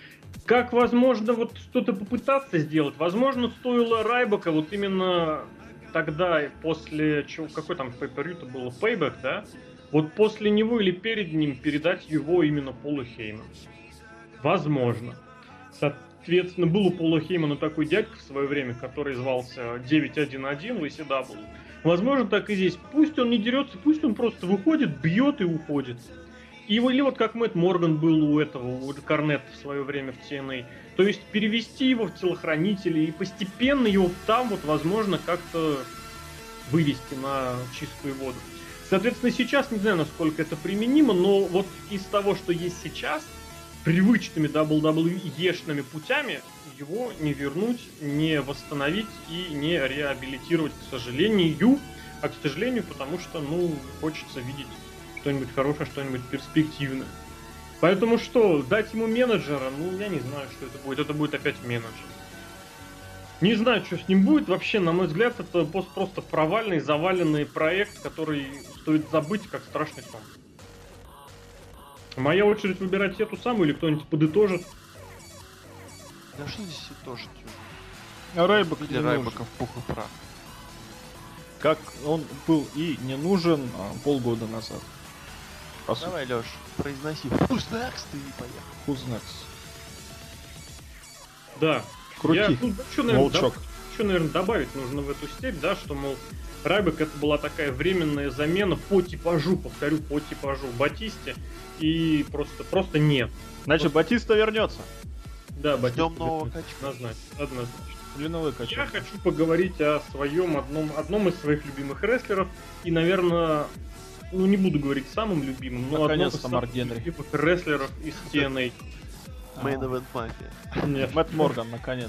Как возможно вот что-то попытаться сделать? Возможно, стоило Райбека вот именно тогда, после чего, какой там pay-per-view-то было, Payback, да? Вот после него или перед ним передать его именно Полу Хейману. Возможно. Соответственно, был у Пола Хеймана такой дядька в свое время, который звался девять один один в эй си дабл ю. Возможно, так и здесь. Пусть он не дерется, пусть он просто выходит, бьет и уходит. И, или вот как Мэтт Морган был у этого, у Корнетта в свое время в ти эн эй. То есть перевести его в телохранители и постепенно его там вот возможно как-то вывести на чистую воду. Соответственно, сейчас не знаю, насколько это применимо, но вот из того, что есть сейчас, привычными дабл ю дабл ю и-шными путями его не вернуть, не восстановить и не реабилитировать, к сожалению. А к сожалению, потому что, ну, хочется видеть что-нибудь хорошее, что-нибудь перспективное. Поэтому что, дать ему менеджера, ну, я не знаю, что это будет. Это будет опять менеджер. Не знаю, что с ним будет. Вообще, на мой взгляд, это просто провальный, заваленный проект, который стоит забыть, как страшный сон. Моя очередь выбирать эту самую, или кто-нибудь подытожит? Да что здесь тоже? Райбек Или Райбека в пух и прах. Как он был и не нужен а, полгода назад. По Давай, Лёш, произноси Who's next и поехали. Who's next? Да. Крути. Я, ну, что, наверное, Молчок. Да, что, наверное, добавить нужно в эту степь, да, что, мол, Райбек это была такая временная замена по типажу, повторю, по типажу Батисте, и просто, просто нет. Значит, просто... Батиста вернется. Да, Батиста Ждем нового вернется. качка. Однозначно, однозначно. Длинновый качок. Я хочу поговорить о своем одном, одном из своих любимых рестлеров, и, наверное, ну не буду говорить самым любимым, но одном из самых любимых рестлеров из ти эн эй. Main Event Mafia. Нет. Мэтт Морган, наконец.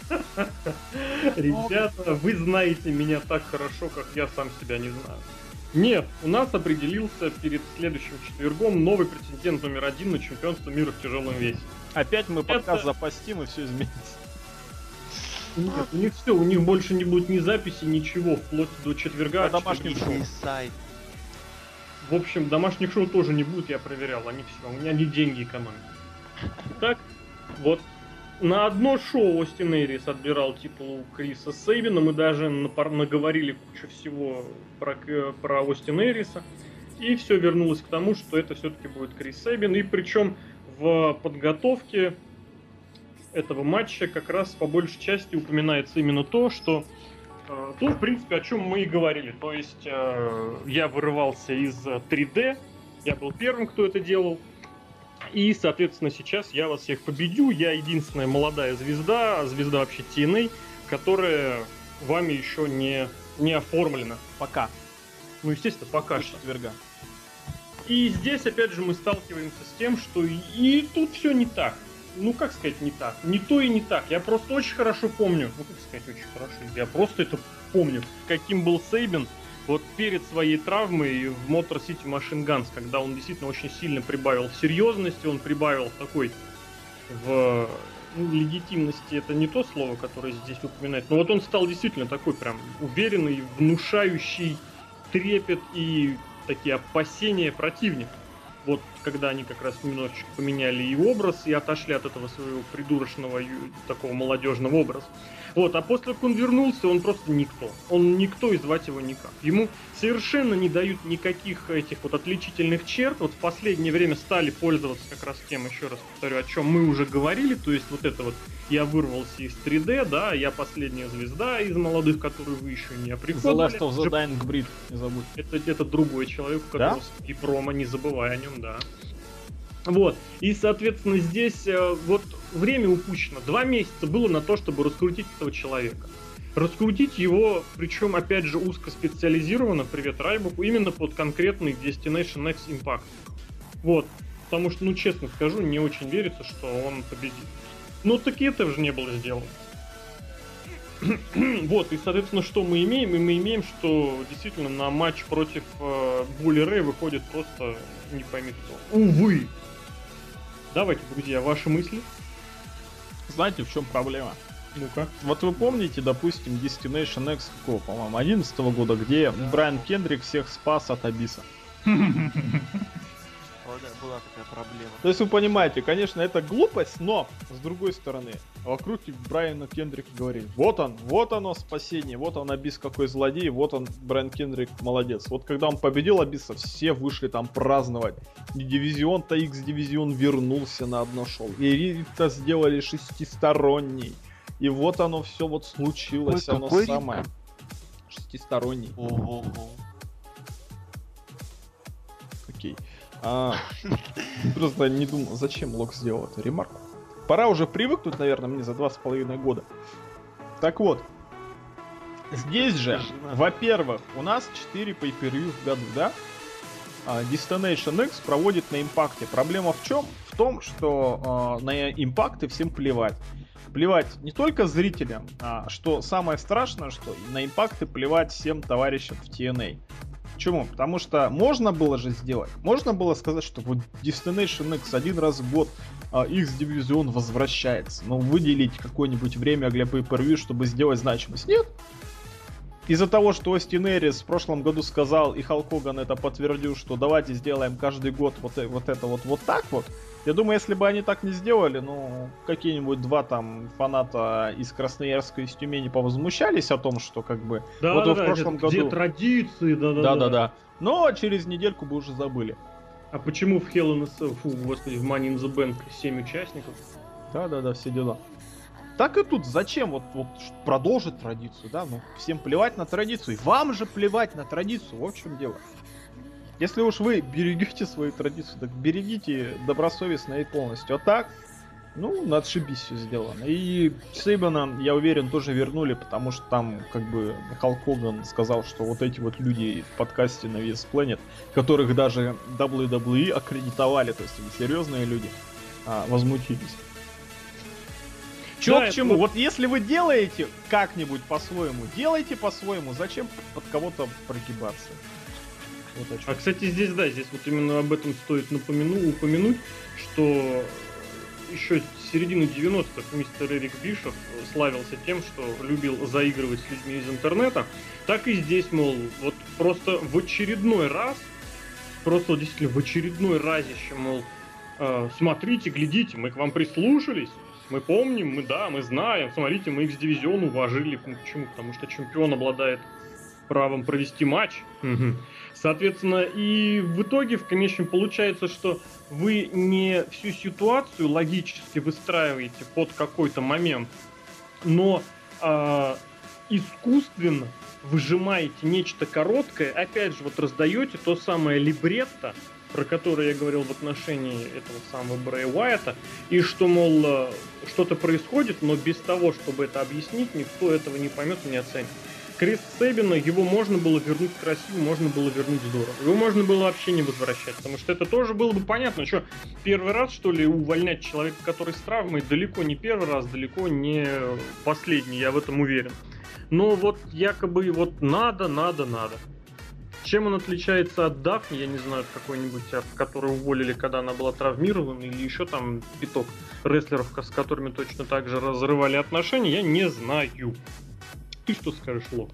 Ребята, вы знаете меня так хорошо, как я сам себя не знаю. Нет, у нас определился перед следующим четвергом новый претендент номер один на чемпионство мира в тяжелом весе. Опять мы подкаст Это... запостим, и все изменится. Нет, у них все, у них больше не будет ни записи, ничего, вплоть до четверга. А домашних шоу. Сайт. В общем, домашних шоу тоже не будет, я проверял, они все, у меня они деньги экономят. Так, вот, на одно шоу Остин Эрис отбирал титул у Криса Сейбина, мы даже наговорили кучу всего про, про Остина Эриса, и все вернулось к тому, что это все-таки будет Крис Сейбин, и причем в подготовке этого матча как раз по большей части упоминается именно то, что э, то, в принципе, о чем мы и говорили, то есть э, я вырывался из три дэ, я был первым, кто это делал. И, соответственно, сейчас я вас всех победю. Я единственная молодая звезда, звезда вообще ти эн эй, которая вами еще не, не оформлена. Пока. Ну, естественно, пока До что. четверга. И здесь, опять же, мы сталкиваемся с тем, что и, и тут все не так. Ну, как сказать, не так. Не то и не так. Я просто очень хорошо помню. Ну, как сказать, очень хорошо. Я просто это помню. Каким был Сейбин вот перед своей травмой в Motor City Machine Guns, когда он действительно очень сильно прибавил в серьезности, он прибавил в такой, в ну, легитимности, это не то слово, которое здесь упоминает, но вот он стал действительно такой прям уверенный, внушающий трепет и такие опасения противника. Вот когда они как раз немножечко поменяли и образ, и отошли от этого своего придурочного, такого молодежного образа. Вот, а после как он вернулся, он просто никто. Он никто, и звать его никак. Ему совершенно не дают никаких этих вот отличительных черт. Вот в последнее время стали пользоваться как раз тем, еще раз повторю, о чем мы уже говорили. То есть вот это вот я вырвался из три дэ, да, я последняя звезда из молодых, которые вы еще не оприходовали. The Last of the Dying Breed, не забудь. Это, это другой человек, у которого да? И промо, не забывай о нем, да. Вот, и, соответственно, здесь э, вот время упущено. Два месяца было на то, чтобы раскрутить этого человека. Раскрутить его, причем, опять же, узкоспециализированно, привет Райбуку, именно под конкретный Destination X Impact. Вот, потому что, ну, честно скажу, не очень верится, что он победит. Ну, так и это же не было сделано. Вот, и, соответственно, что мы имеем? И мы имеем, что действительно на матч против э, Булли Рэй выходит просто не пойми кто. Увы! Давайте, друзья, ваши мысли. Знаете, в чем проблема? Ну-ка. Вот вы помните, допустим, Destination X, какого, по-моему, одиннадцатого года, где да. Брайан Кендрик всех спас от Абиса. Была такая проблема. То есть вы понимаете, конечно, это глупость, но, с другой стороны, вокруг Брайана Кендрика говорили, вот он, вот оно спасение, вот он Абис какой злодей, вот он, Брайан Кендрик молодец. Вот когда он победил Абиса, все вышли там праздновать. И дивизион-то X-дивизион вернулся на одно шоу. И это сделали шестисторонний. И вот оно все вот случилось, Ой, оно какой самое. Шестисторонний. Ого-го. Окей. А, просто не думал, зачем Лок сделал эту ремарку. Пора уже привыкнуть, наверное, мне за два с половиной года. Так вот, здесь же, во-первых, у нас четыре pay-per-view в году, да? А, Destination X проводит на импакте. Проблема в чем? В том, что а, на импакты всем плевать. Плевать не только зрителям, а что самое страшное, что на импакты плевать всем товарищам в ти эн эй. Почему? Потому что можно было же сделать. Можно было сказать, что вот Destination X один раз в год а, X-дивизион возвращается. Но выделить какое-нибудь время для pay-per-view, чтобы сделать значимость. Нет. Из-за того, что Остин Эрис в прошлом году сказал, и Халк Хоган это подтвердил, что давайте сделаем каждый год вот, вот это вот вот так вот. Я думаю, если бы они так не сделали, ну, какие-нибудь два там фаната из Красноярска и из Тюмени повозмущались о том, что как бы... Да, вот да, в прошлом где, году... где традиции, да-да-да. Да-да-да. Но через недельку бы уже забыли. А почему в Hell in a Cell, фу, господи, в Money in the Bank семь участников? Да-да-да, все дела. Так и тут, зачем вот, вот продолжить традицию, да? Ну, всем плевать на традицию. И вам же плевать на традицию, вот в чем дело. Если уж вы берегете свою традицию, так берегите добросовестно и полностью. А так, ну, на отшибись все сделано. И Сейбана, я уверен, тоже вернули, потому что там, как бы, Халк Хоган сказал, что вот эти вот люди в подкасте на вес Planet, которых даже дабл ю дабл ю и аккредитовали, то есть они серьезные люди, а, возмутились. Чё да, к чему? Это... Вот если вы делаете как-нибудь по-своему, делайте по-своему, зачем под кого-то прогибаться? Вот а, кстати, здесь, да, здесь вот именно об этом стоит напомяну, упомянуть, что еще с середины девяностых мистер Эрик Бишоф славился тем, что любил заигрывать с людьми из интернета. Так и здесь, мол, вот просто в очередной раз, просто вот действительно в очередной разище, мол, э, смотрите, глядите, мы к вам прислушались, мы помним, мы да, мы знаем, смотрите, мы X-дивизион уважили. Ну, почему? Потому что чемпион обладает правом провести матч. Угу. Соответственно, и в итоге, в конечном, получается, что вы не всю ситуацию логически выстраиваете под какой-то момент, но э, искусственно выжимаете нечто короткое, опять же, вот раздаете то самое либретто, про которое я говорил в отношении этого самого Брэя Уайта, и что, мол, что-то происходит, но без того, чтобы это объяснить, никто этого не поймет и не оценит. Крис Сэбина, его можно было вернуть красиво, можно было вернуть здорово. Его можно было вообще не возвращать, потому что это тоже было бы понятно. Что, первый раз, что ли, увольнять человека, который с травмой, далеко не первый раз, далеко не последний, я в этом уверен. Но вот якобы вот надо, надо, надо. Чем он отличается от Дафни, я не знаю, какой-нибудь, которую уволили, когда она была травмирована, или еще там пяток рестлеров, с которыми точно так же разрывали отношения, я не знаю. Ты что скажешь, Лок?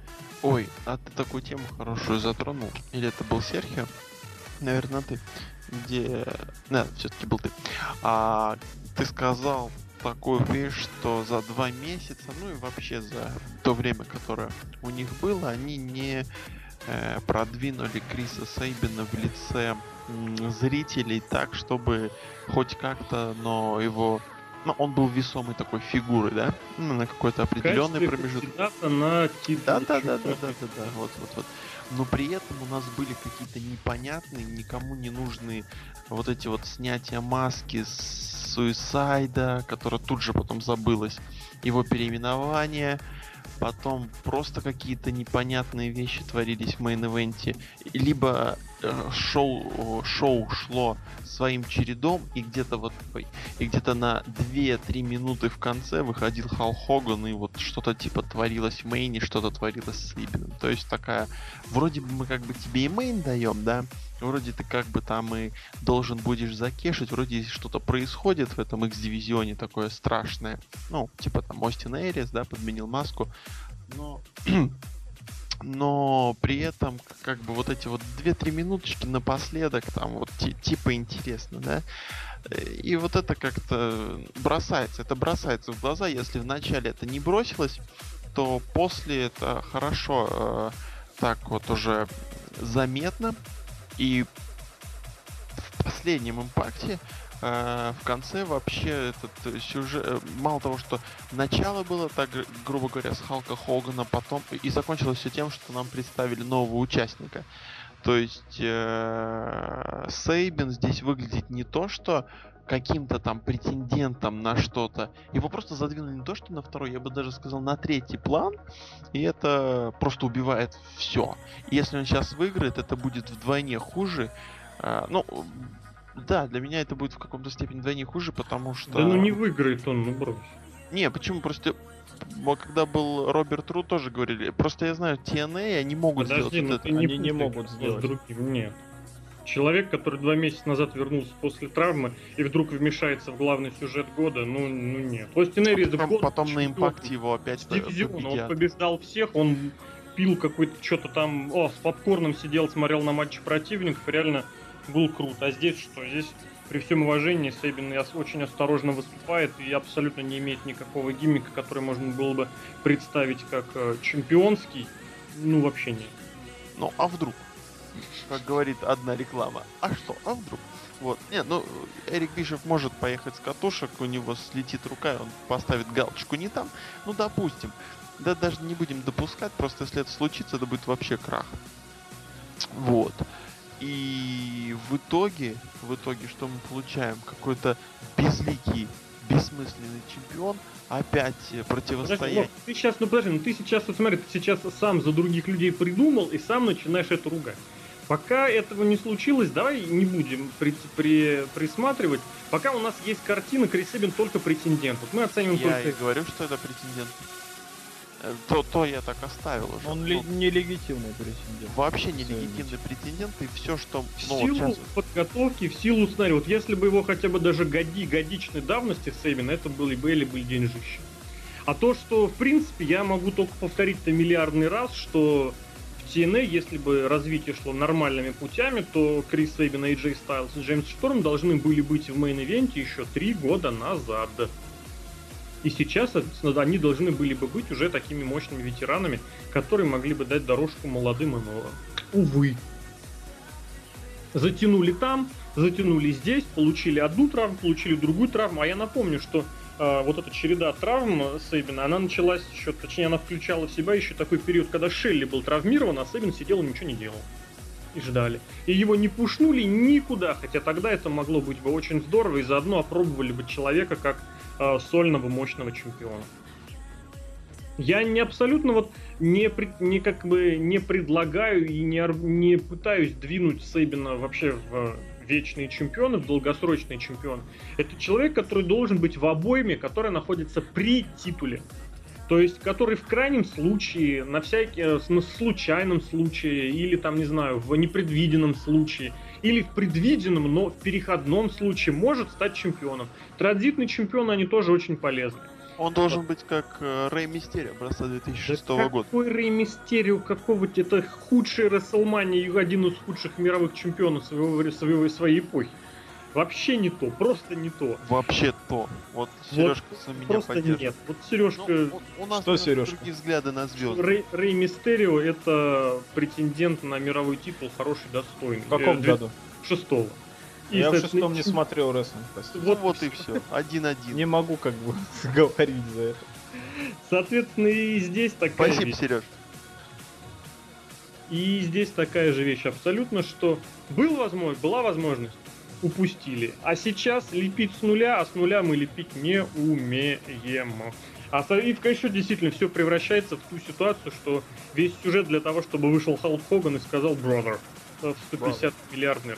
Ой, а ты такую тему хорошую затронул. Или это был Серхио? Наверное, ты. где... Да, все-таки был ты. А, ты сказал такую вещь, что за два месяца, ну и вообще за то время, которое у них было, они не э, продвинули Криса Сейбина в лице м, зрителей так, чтобы хоть как-то, но его... Ну, он был весомой такой фигурой, да? Ну, на какой-то определенный промежуток. На титул Да, да, да, да, чемпиона. да, да, да, вот, вот, вот. Но при этом у нас были какие-то непонятные, никому не нужные вот эти вот снятия маски с Суисайда, которая тут же потом забылась, его переименование, потом просто какие-то непонятные вещи творились в мейн-ивенте, либо э, шоу, шоу шло своим чередом, и где-то вот ой, и где-то на две-три минуты в конце выходил Халк Хоган, и вот что-то типа творилось в мейне, что-то творилось с Сейбином. То есть такая, вроде бы мы как бы тебе и мейн даем, да, вроде ты как бы там и должен будешь закешить, вроде что-то происходит в этом X-дивизионе такое страшное. Ну, типа там Остин Эрис, да, подменил маску, но... но при этом как бы вот эти вот две-три минуточки напоследок там вот ти- типа интересно, да, и вот это как-то бросается, это бросается в глаза, если вначале это не бросилось, то после это хорошо э, так вот уже заметно, и в последнем импакте э, в конце вообще этот сюжет, мало того, что начало было так, грубо говоря, с Халка Хогана, потом и закончилось все тем, что нам представили нового участника. То есть э, Сейбин здесь выглядит не то, что каким-то там претендентом на что-то. Его просто задвинули не то, что на второй, я бы даже сказал, на третий план. И это просто убивает все. Если он сейчас выиграет, это будет вдвойне хуже. А, ну, да, для меня это будет в каком-то степени вдвойне хуже, потому что... Да ну не выиграет он, ну брось. Не, почему? Просто вот когда был Роберт Ру, тоже говорили. Просто я знаю, ти эн эй, они могут Подожди, сделать ну вот ты это. не Они не путай могут с сделать. другим, нет. Человек, который два месяца назад вернулся после травмы и вдруг вмешается в главный сюжет года, ну, ну нет. Остин Эрис Потом, год потом на чемпион импакте его опять с по- дивизиона, он победят. побеждал всех, он пил какой-то что-то там, о, с попкорном сидел, смотрел на матчи противников, реально был круто. А здесь что? Здесь при всем уважении Сейбин очень осторожно выступает и абсолютно не имеет никакого гиммика, который можно было бы представить как э, чемпионский. Ну, вообще нет. Ну, а вдруг? Как говорит одна реклама. А что, а вдруг? Вот. Не, ну, Эрик Бишоф может поехать с катушек, у него слетит рука, и он поставит галочку не там. Ну, допустим. Да даже не будем допускать, просто если это случится, это будет вообще крах. Вот. И в итоге, в итоге, что мы получаем? Какой-то безликий, бессмысленный чемпион, опять противостоять. Подожди, Вов, ты сейчас, ну подожди, ну ты сейчас, вот смотри, ты сейчас сам за других людей придумал и сам начинаешь это ругать. Пока этого не случилось, давай не будем при, при, присматривать. Пока у нас есть картина, Крис Сейбин только претендент. Вот мы оцениваем Я только... и говорю, что это претендент. Э, То, то я так оставил уже. Он Ну, ли, нелегитимный претендент. вообще Сейбин. нелегитимный претендент, и все, что... В Ну, вот силу сейчас... подготовки, в силу сценария. Вот если бы его хотя бы даже годи, годичной давности Сейбина, это были бы или были деньжище. А то, что, в принципе, я могу только повторить-то миллиардный раз, что в ти эн эй, если бы развитие шло нормальными путями, то Крис Сейбин, эй джей Стайлз и Джеймс Шторм должны были быть в мейн-ивенте еще три года назад. И сейчас, соответственно, они должны были бы быть уже такими мощными ветеранами, которые могли бы дать дорожку молодым и новым. Увы. Затянули там, затянули здесь, получили одну травму, получили другую травму. А я напомню, что э, вот эта череда травм Сейбина, она началась еще, точнее, она включала в себя еще такой период, когда Шелли был травмирован, а Сейбин сидел и ничего не делал. И ждали. И его не пушнули никуда, хотя тогда это могло быть бы очень здорово, и заодно опробовали бы человека как э, сольного мощного чемпиона. Я не абсолютно вот не, не как бы не предлагаю и не, не пытаюсь двинуть Сейбина вообще в вечные чемпионы, в долгосрочные чемпионы. Это человек, который должен быть в обойме, которая находится при титуле. То есть, который в крайнем случае, на всякий, на случайном случае, или там, не знаю, в непредвиденном случае, или в предвиденном, но в переходном случае может стать чемпионом. Транзитные чемпионы, они тоже очень полезны. Он должен быть как э, Рэй Мистерио образца две тысячи шестого Да года. какой Рэй Мистерио, какого это худший Расселмания и один из худших мировых чемпионов своего, вре- своего, своей эпохи. Вообще не то, просто не то. Вообще то. Вот Сережка за меня Просто поддержит. нет. Вот Сережка, Ну, у у нас Что, просто Сережка? другие взгляды на звезды. Рэй, Рэй Мистерио это претендент на мировой титул, хороший, достойный. В каком Э, году? Шестого. И, Я в соответственно, шестом не смотрел рестлинг, простите. Вот, вот и все. Один-один. Не могу как бы говорить за это. Соответственно, и здесь такая Спасибо, вещь. Сереж. И здесь такая же вещь абсолютно, что был возможно, была возможность, упустили. А сейчас лепить с нуля, а с нуля мы лепить не умеем. А со- и еще действительно все превращается в ту ситуацию, что весь сюжет для того, чтобы вышел Халк Хоган и сказал «Brother» в сто пятьдесят миллиардный.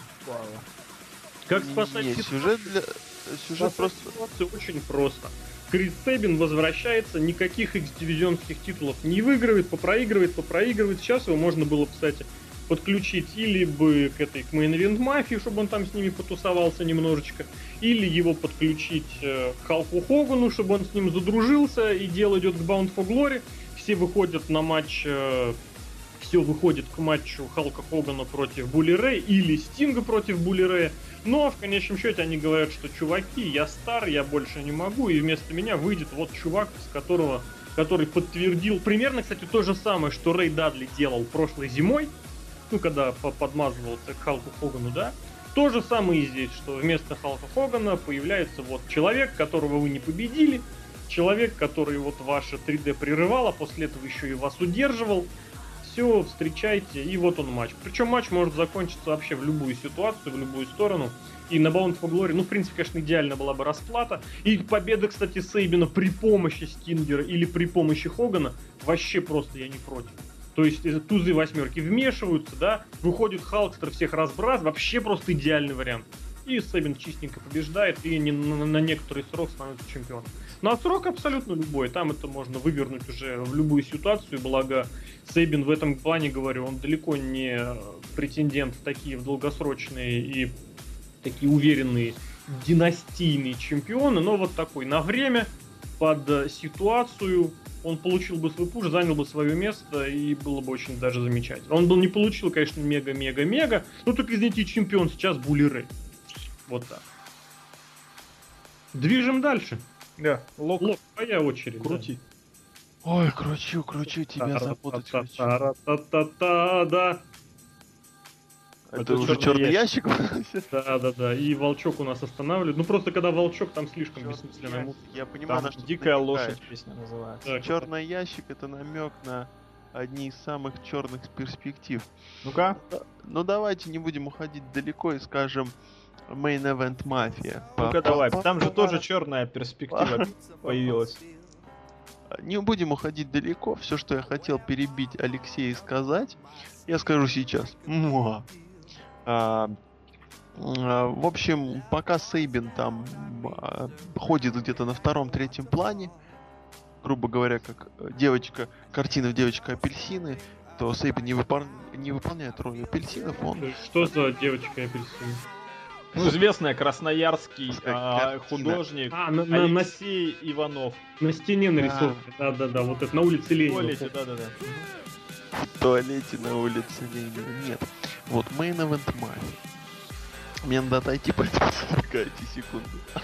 Как спасать Не, ситуацию? сюжет для... Сюжет Спасать просто... ситуацию очень просто. Крис Сэбин возвращается, никаких X-дивизионских титулов не выигрывает, попроигрывает, попроигрывает. Сейчас его можно было, кстати, подключить или бы к этой к Main Event Мафии, чтобы он там с ними потусовался немножечко, или его подключить э, к Халку Хогану, чтобы он с ним задружился, и дело идет к Bound for Glory. Все выходят на матч, э, все выходит к матчу Халка Хогана против Булли Рэя или Стинга против Булли Рэя. Но в конечном счете они говорят, что чуваки, я стар, я больше не могу, и вместо меня выйдет вот чувак, с которого, который подтвердил примерно, кстати, то же самое, что Рэй Дадли делал прошлой зимой, ну, когда по- подмазывался к Халку Хогану, да. То же самое и здесь, что вместо Халка Хогана появляется вот человек, которого вы не победили, человек, который вот ваше три дэ прерывал, а после этого еще и вас удерживал. Все, встречайте, и вот он матч. Причем матч может закончиться вообще в любую ситуацию, в любую сторону. И на Bound for Glory, ну, в принципе, конечно, идеально была бы расплата. И победа, кстати, Сейбина при помощи Стингера или при помощи Хогана, вообще просто я не против. То есть э, тузы восьмерки вмешиваются, да, выходит Халкстер, всех разбрас, вообще просто идеальный вариант. И Сэбин чистенько побеждает и не, на, на некоторый срок становится чемпионом. Ну а срок абсолютно любой, там это можно вывернуть уже в любую ситуацию, благо Сэбин в этом плане, говорю, он далеко не претендент в такие в долгосрочные и такие уверенные династийные чемпионы, но вот такой на время, под ситуацию, он получил бы свой пуш, занял бы свое место, и было бы очень даже замечательно. Он бы не получил, конечно, мега-мега-мега, но только, извините, чемпион сейчас Булли Рэй. Вот так. Движем дальше. Да, лок, Лок, твоя очередь. крути. Ой, кручу, кручу, тебя запутать хочу. Та-та-та-та-та, да. Это Это уже чёрный черный ящик? Да, да, да. И волчок у нас останавливает. Ну просто когда волчок, там слишком Чёрный бессмысленная ящик. музыка. Я понимаю, Там на что ты дикая намекаешь. лошадь песня называется. Так. Черный ящик — это намек на одни из самых черных перспектив. Ну-ка. Ну давайте не будем уходить далеко и скажем Main Event Mafia. Ну-ка давай. Там же тоже черная перспектива появилась. Не будем уходить далеко. Все, что я хотел перебить Алексея и сказать, я скажу сейчас. Муа. А, а, в общем, пока Сейбин там а, ходит где-то на втором-третьем плане, грубо говоря, как девочка, картина в девочка апельсины, то Сейбин не, выпор... не выполняет роль апельсинов, он... Что за девочка апельсин? Ну, известный красноярский Пускай а, картина. художник А, на, на, на, Алексей Иванов. на стене нарисовка. Да, да, да. Вот это на улице В Ленина. туалете, да-да-да. В туалете на улице Ленина. Нет. Вот, Main Event Mafia. Мне надо отойти, поэтому запускайте секунду.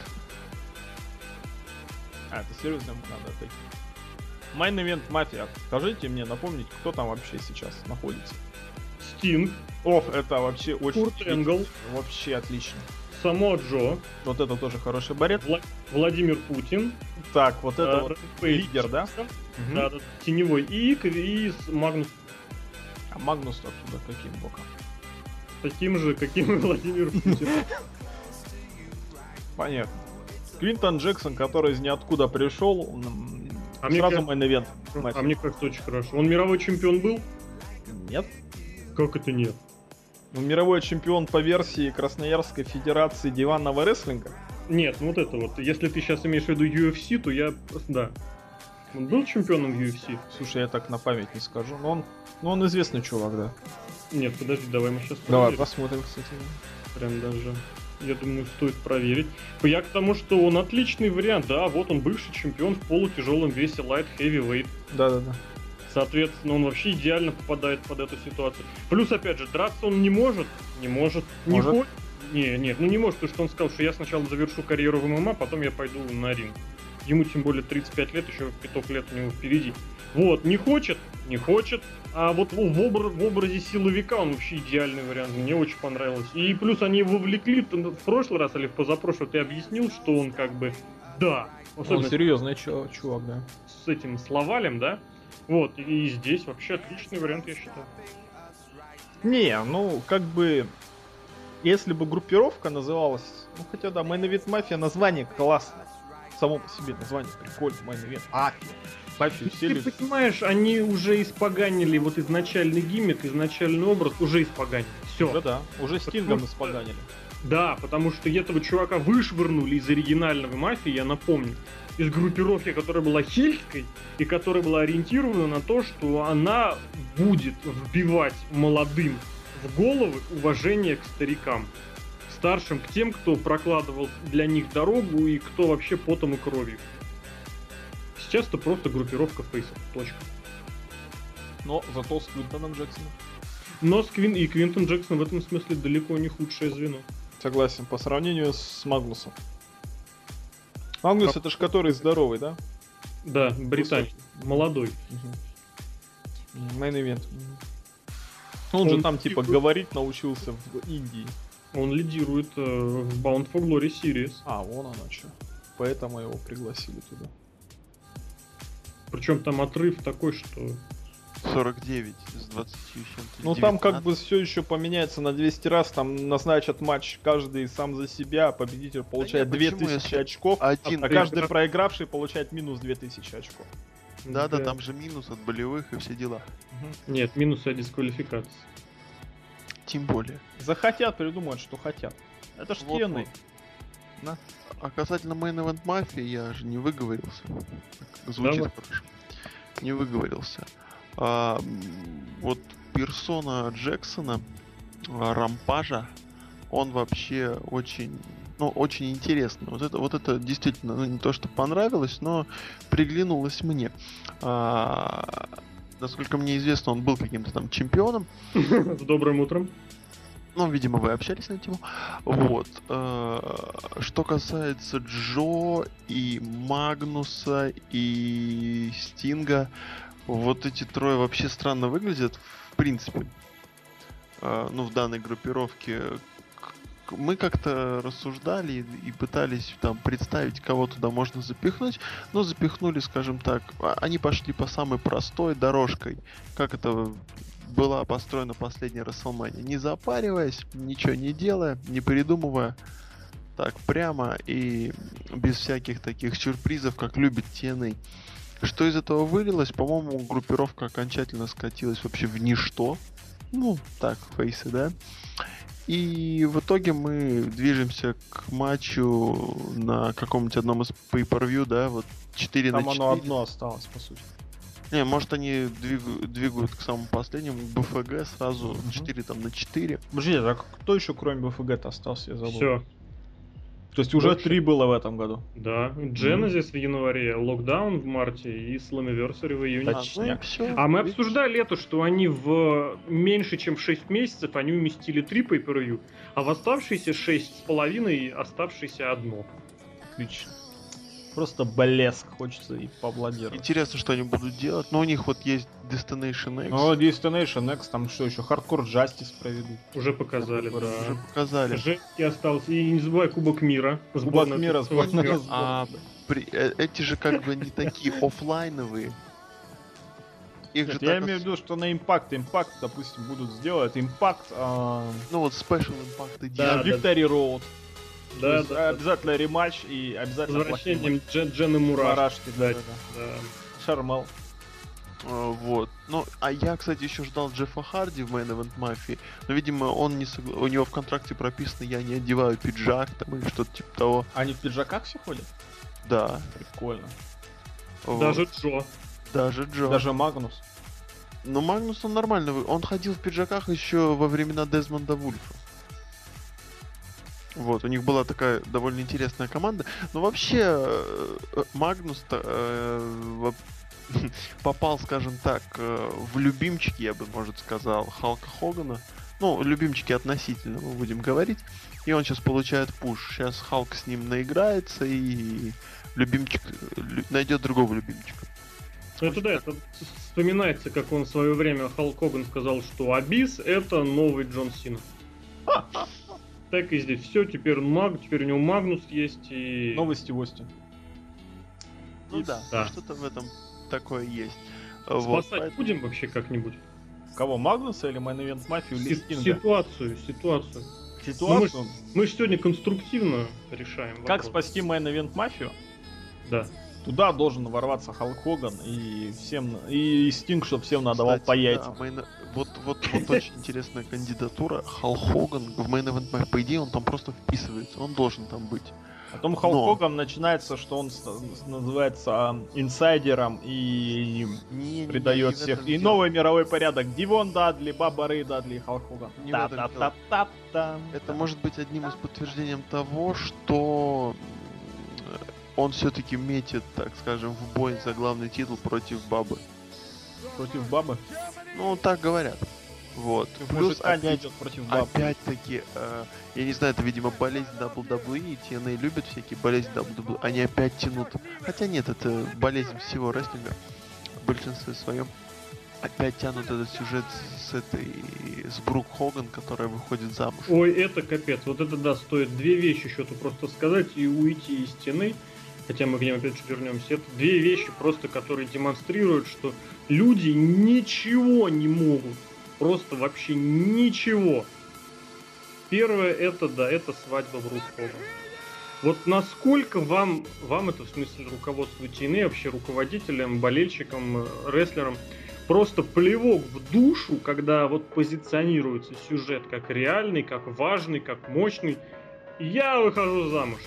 А, это серьезно надо отойти. Main Event Mafia. Скажите мне, напомните, кто там вообще сейчас находится? Стинг, Ох, это вообще очень... Курт Энгл, Вообще отлично. Самоа Джо, Вот это тоже хороший борец. Вла- Владимир Путин, Так, вот это э, вот Рэйф лидер, да? Джексон, да, да, Теневой Ик и с Магнус А Магнус оттуда каким боком? таким же, каким и Владимир Путин. Понятно. Квинтон Джексон, который из ниоткуда пришел, м, А мне сразу кажется- Main Event. А Mafia. мне кажется, очень хорошо. Он мировой чемпион был? Нет. Как это нет? Ну, мировой чемпион по версии Красноярской Федерации диванного рестлинга. Нет, ну вот это вот. Если ты сейчас имеешь в виду ю эф си, то я... Да. Он был чемпионом ю эф си? Слушай, я так на память не скажу, но он, но он известный чувак, да. Нет, подожди, давай мы сейчас Давай проверим. посмотрим, кстати. Прям даже. Я думаю, стоит проверить. Я к тому, что он отличный вариант. Да, вот он бывший чемпион в полутяжелом весе light heavyweight. Да-да-да. Соответственно, он вообще идеально попадает под эту ситуацию. Плюс, опять же, драться он не может. Не может. Не Может. хочет. Не, нет, ну не может, потому что он сказал, что я сначала завершу карьеру в ММА, потом я пойду на ринг. Ему тем более тридцать пять лет, еще пяток лет у него впереди. Вот, не хочет, не хочет. А вот в, обр- в образе силовика он вообще идеальный вариант. Мне очень понравилось. И плюс они его вовлекли в прошлый раз или в позапрошлый, ты объяснил, что он как бы, да. Он серьезный чувак, чувак, да. С этим словалем, да? Вот, и здесь вообще отличный вариант, я считаю. Не, ну, как бы, если бы группировка называлась, ну, хотя, да, Main Event Mafia, название классное. Само по себе название прикольное, Main Event Mafia. Mafia все Ты любят. понимаешь, они уже испоганили вот изначальный гиммик, изначальный образ, уже испоганили. Все. Уже да, уже Стингом Потому что- испоганили. Да, потому что этого чувака вышвырнули из оригинального мафии, я напомню, из группировки, которая была хильской и которая была ориентирована на то, что она будет вбивать молодым в головы уважение к старикам, к старшим, к тем, кто прокладывал для них дорогу и кто вообще потом и кровью. Сейчас это просто группировка фейсов. Точка. Но зато с Квинтоном Джексоном. Но с Квин и Квинтон Джексон в этом смысле далеко не худшее звено. Согласен, по сравнению с Магнусом. Магнус Как- это ж который здоровый, да? Да, британец. Молодой. Main Event. Он, же Он там типа типа- говорить научился в Индии. Он лидирует э, в Bound for Glory Series. А, вон оно что. Поэтому его пригласили туда. Причем там отрыв такой, что... сорок девять из двадцати чем-то. Ну там как девятнадцать. бы все еще поменяется на двести раз, там назначат матч каждый сам за себя, победитель получает не, почему, две тысячи если очков, один а каждый проиграв- проигравший получает минус две тысячи очков. Да, да, там же минус от болевых и все дела. Нет, минусы от дисквалификации. Тем более. Захотят, придумают, что хотят. Это ж Вот, тены. вот. А касательно Main Event Mafia, я же не выговорился. Так звучит Давай. хорошо. Не выговорился. А, м, вот персона Джексона, а, Рампажа, он вообще очень, ну, очень интересный. Вот это, вот это действительно, ну, не то, что понравилось, но приглянулось мне. А, насколько мне известно, он был каким-то там чемпионом. С добрым утром. Ну, видимо, вы общались на эту тему. Вот. э, Что касается Джо и Магнуса и Стинга, вот эти трое вообще странно выглядят, в принципе. Э, Ну, в данной группировке. К- Мы как-то рассуждали и- и пытались там представить, кого туда можно запихнуть, но запихнули, скажем так, а- они пошли по самой простой дорожкой, как это была построена последняя WrestleMania. Не запариваясь, ничего не делая, не придумывая, так прямо и без всяких таких сюрпризов, как любит ти эн эй. Что из этого вылилось? По-моему, группировка окончательно скатилась вообще в ничто. Ну, так, фейсы, да? И в итоге мы движемся к матчу на каком-нибудь одном из pay-per-view, да, вот четыре на Там четыре. оно одно осталось, по сути. Не, может они двигают, двигают к самому последнему, к БФГ сразу Мгм. четыре там на четыре. Подожди, а кто еще кроме БФГ-то остался, я забыл. Все. То есть уже Больше. три было в этом году. Да. Genesis в январе, Локдаун в марте и Slammiversary в июне. Да. А, ну и Точняк. все. А мы обсуждали это, что они в меньше чем в шесть месяцев они уместили три pay-per-view, а в оставшиеся шесть с половиной оставшиеся одно. Отлично. Просто блеск, хочется и поаплодировать. Интересно, что они будут делать. Но у них вот есть Destination X. Ну, Destination X, там что еще, Hardcore Justice проведут. Уже показали, Уже Уже да. показали. Женский остался. И не забывай Кубок мира. Кубок Сборная мира, Кубок сборная мира. А при- э, эти же как бы не такие оффлайновые. Их же Нет, я так имею в ос- виду, что на Impact, Impact, допустим, будут сделать Impact, а, Ну вот Special Impact и Да, делают. Victory Road. То Да, есть да. обязательно рематч и С обязательно возвращением плохие Джен, Джены матчи. Мурашки. Мурашки, да, Да, да, да. да. Шармал. А, Вот. Ну, а я, кстати, еще ждал Джеффа Харди в Main Event Mafia, но, видимо, он не согла- у него в контракте прописано, я не одеваю пиджак там или что-то типа того. Они в пиджаках все ходят? Да. Прикольно. Вот. Даже Джо. Даже Джо. Даже Магнус. Но Магнус он нормально, вы- он ходил в пиджаках еще во времена Дезмонда Вульфа. Вот, у них была такая довольно интересная команда. Но вообще, э, Магнус э, попал, скажем так, э, в любимчики, я бы, может, сказал, Халка Хогана. Ну, любимчики относительно, мы будем говорить. И он сейчас получает пуш. Сейчас Халк с ним наиграется и любимчик лю- найдет другого любимчика. Это да, это вспоминается, как он в свое время, Халк Хоган, сказал, что Абис это новый Джон Сина. Так и здесь все, теперь он маг, теперь у него Магнус есть и... Новости Ости. Ну И- да, да. что-то в этом такое есть. Спасать Вот, поэтому- будем вообще как-нибудь? Кого, Магнуса или Main Event Мафию или Си- Стинга? Ситуацию, ситуацию. Ситуацию? Мы же сегодня конструктивно решаем Как вопрос. спасти Main Event Мафию? Да. Туда должен ворваться Халк Хоган и всем и Стинг, чтобы всем надавал Кстати, по да, яйцам. мейн- Вот, вот, вот очень интересная кандидатура. Халк Хоган в Main Event Match, по идее, он там просто вписывается, он должен там быть. Потом Халк Но- Хоган начинается, что он с- с- называется а, инсайдером и Не, придает всех. И новый мировой порядок. Дивон Дадли, Баба Рэй Дадли и Халк Хоган. Не в этом дело. Та-та-та-та-та. Это может быть одним из подтверждений того, что м, он все-таки метит, так скажем, в бой за главный титул против Бабы. Против Бабы. Ну, так говорят. Вот. Плюс Мужика не опять- идет против Бабы. Опять-таки, э, я не знаю, это, видимо, болезнь дабл ю дабл ю и, ти эн эй любят всякие болезни дабл ю дабл ю и, они опять тянут. Хотя нет, это болезнь всего рестлинга, в большинстве своем. Опять тянут этот сюжет с этой, с Брук Хоган, которая выходит замуж. Ой, это капец. Вот это да, стоит две вещи еще-то просто сказать и уйти из стены. Хотя мы к ним опять же вернемся. Это две вещи просто, которые демонстрируют, что люди ничего не могут. Просто вообще ничего. Первое это, да, это свадьба Брук Хоган. Вот насколько вам, вам это в смысле руководству ти эн эй, вообще руководителям, болельщикам, э, рестлерам, просто плевок в душу, когда вот позиционируется сюжет как реальный, как важный, как мощный. Я выхожу замуж.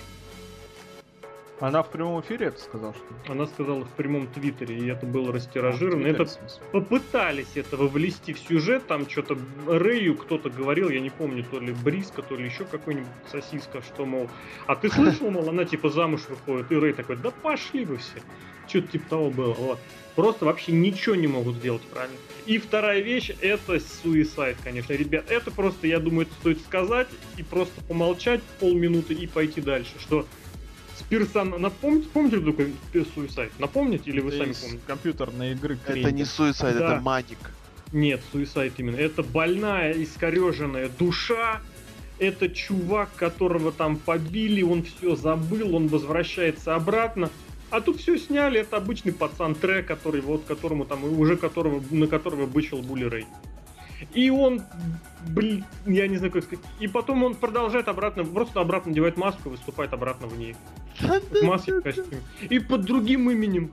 Она в прямом эфире это сказала, что ли? Она сказала в прямом твиттере, и это было растиражировано. А, в Это Твиттере, в смысле. попытались этого влезти в сюжет, там что-то Рэю кто-то говорил, я не помню, то ли Бриска, то ли еще какой-нибудь сосиска, что, мол, а ты слышал, мол, она типа замуж выходит, и Рэй такой, да пошли вы все. Что-то типа того было, вот. Просто вообще ничего не могут сделать правильно. И вторая вещь, это Suicide, конечно, ребят, это просто, я думаю, это стоит сказать, и просто помолчать полминуты и пойти дальше, что с персон... Напомните, помните, что такое Suicide? Напомните, или вы Это сами из помните? компьютерной игры Это не Крейн. Suicide, Да. это Маник. Нет, Suicide именно. Это больная, искореженная душа. Это чувак, которого там побили, он все забыл, он возвращается обратно. А тут все сняли, это обычный пацан Трэ, который вот которому там уже которого на которого бычил Булли Рэй. И он, блин, я не знаю как сказать. И потом он продолжает обратно, просто обратно надевает маску и выступает обратно в ней. В маске, в костюме. И под другим именем.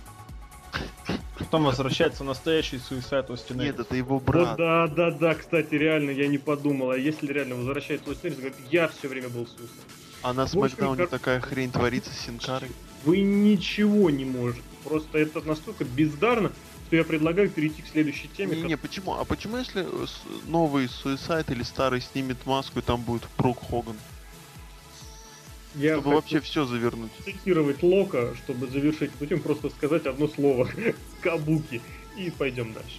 Потом возвращается настоящий Suicide Остин Нет, Эрис. это его Вот брат. да, да, да, кстати, реально, я не подумал. А если реально возвращается Остин Эрис, говорит, я все время был Суицид. А на В общем, Смакдауне кор- такая хрень творится с Синкарой. Вы ничего не можете. Просто это настолько бездарно, что я предлагаю перейти к следующей теме. Не, не, почему? А почему если э, с- новый Suicide или старый снимет маску и там будет Брук Хоган? Я Чтобы хочу вообще все завернуть. цитировать Лока, чтобы завершить эту тему, просто сказать одно слово. Кабуки. И пойдем дальше.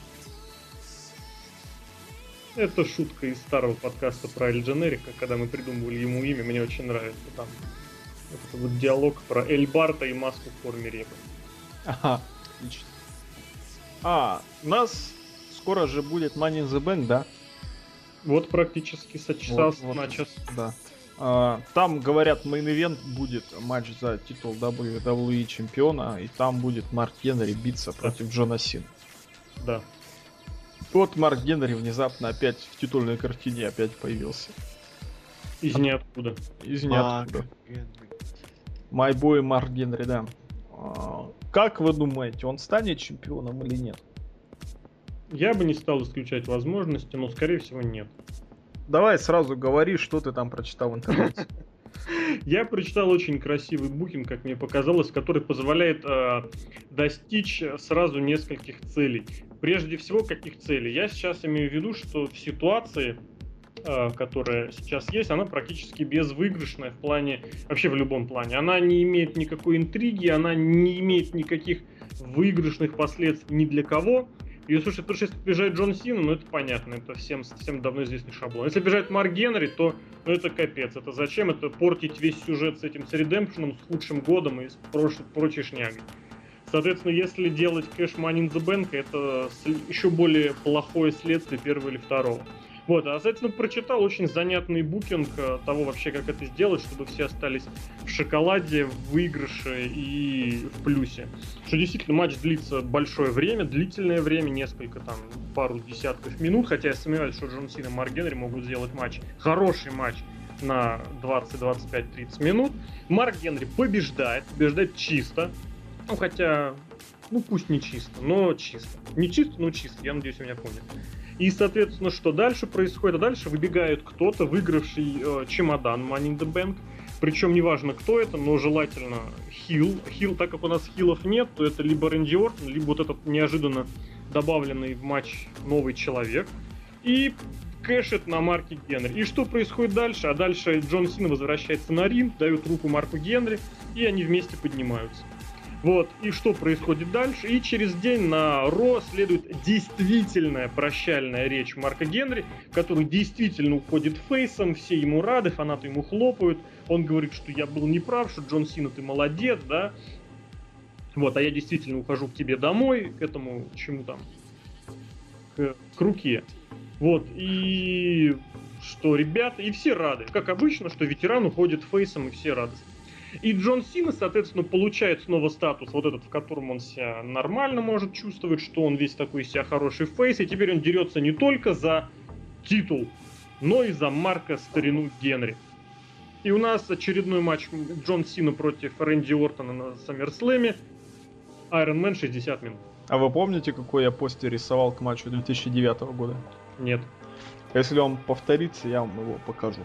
Это шутка из старого подкаста про Эль Дженерика, когда мы придумывали ему имя, мне очень нравится. Там вот этот вот диалог про Эль Барта и маску в форме репы. Ага, отлично. А, у нас скоро же будет Money in the Bank, да? Вот практически со часа Вот, вот, на час. Да. А, там, говорят, мейн-ивент будет матч за титул дабл ю дабл ю и чемпиона, и там будет Марк Генри биться против Джона Сина. Да. Вот Марк Генри внезапно опять в титульной картине опять появился. Из ниоткуда. Из Мак ниоткуда. Генри. Майбой Марк Генри, да. А, как вы думаете, он станет чемпионом или нет? Я бы не стал исключать возможности, но скорее всего нет. Давай сразу говори, что ты там прочитал в интернете. Я прочитал очень красивый букинг, как мне показалось, который позволяет э, достичь сразу нескольких целей. Прежде всего, каких целей? Я сейчас имею в виду, что в ситуации, которая сейчас есть, она практически безвыигрышная в плане, вообще в любом плане. Она не имеет никакой интриги, она не имеет никаких выигрышных последствий ни для кого. И слушай, потому что если побежает Джон Сина, ну это понятно, это всем, всем давно известный шаблон. Если побежает Марк Генри, то ну, это капец. Это зачем? Это портить весь сюжет с этим, с Редемпшеном, с худшим годом и с прош... прочей шнягой. Соответственно, если делать кэш Money in the Bank, это еще более плохое следствие первого или второго. Вот, а, соответственно, прочитал очень занятный букинг того вообще, как это сделать, чтобы все остались в шоколаде, в выигрыше и в плюсе. Что действительно матч длится большое время, длительное время, несколько там, пару десятков минут, хотя я сомневаюсь, что Джон Сина и Марк Генри могут сделать матч, хороший матч на двадцать, двадцать пять, тридцать минут. Марк Генри побеждает, побеждает чисто, ну хотя, ну пусть не чисто, но чисто. Не чисто, но чисто, я надеюсь, вы меня поняли. И, соответственно, что дальше происходит? А дальше выбегает кто-то, выигравший э, чемодан Money in the Bank. Причем неважно, кто это, но желательно хил. Хил, так как у нас хилов нет, то это либо Рэнди Ортон, либо вот этот неожиданно добавленный в матч новый человек. И кэшит на Марке Генри. И что происходит дальше? А дальше Джон Сина возвращается на ринг, дает руку Марку Генри, и они вместе поднимаются. Вот, и что происходит дальше? И через день на Ро следует действительная прощальная речь Марка Генри, который действительно уходит фейсом, все ему рады, фанаты ему хлопают. Он говорит, что я был неправ, что Джон Сина, ты молодец, да? Вот, а я действительно ухожу к тебе домой, к этому, к чему там, к, к руке. Вот, и что, ребята, и все рады. Как обычно, что ветеран уходит фейсом, и все радостны. И Джон Сина, соответственно, получает снова статус, вот этот, в котором он себя нормально может чувствовать, что он весь такой из себя хороший фейс, и теперь он дерется не только за титул, но и за Марка старину Генри. И у нас очередной матч Джон Сина против Рэнди Ортона на SummerSlam. Iron Man шестьдесят минут. А вы помните, какой я постер рисовал к матчу две тысячи девятого года? Нет. Если он повторится, я вам его покажу.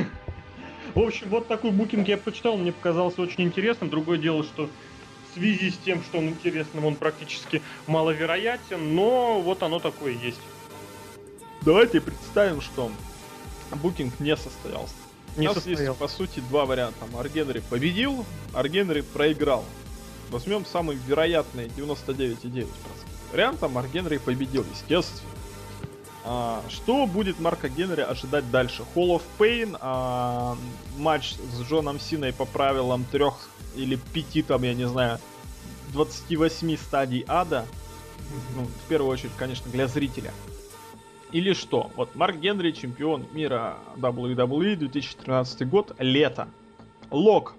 В общем, вот такой букинг я прочитал, мне показался очень интересным. Другое дело, что в связи с тем, что он интересным, он практически маловероятен, но вот оно такое есть. Давайте представим, что букинг не состоялся. Не У нас состоялся. есть, по сути, два варианта. Марк Генри победил, Марк Генри проиграл. Возьмем самый вероятный девяносто девять целых девять десятых процента. Варианта Марк Генри победил, естественно. А, что будет Марка Генри ожидать дальше? Hall of Pain, а, матч с Джоном Синой по правилам трех или пяти, там, я не знаю, двадцати восьми стадий ада. Ну, в первую очередь, конечно, для зрителя. Или что? Вот Марк Генри, чемпион мира дабл ю дабл ю и, две тысячи тринадцатый год, лето. Лок.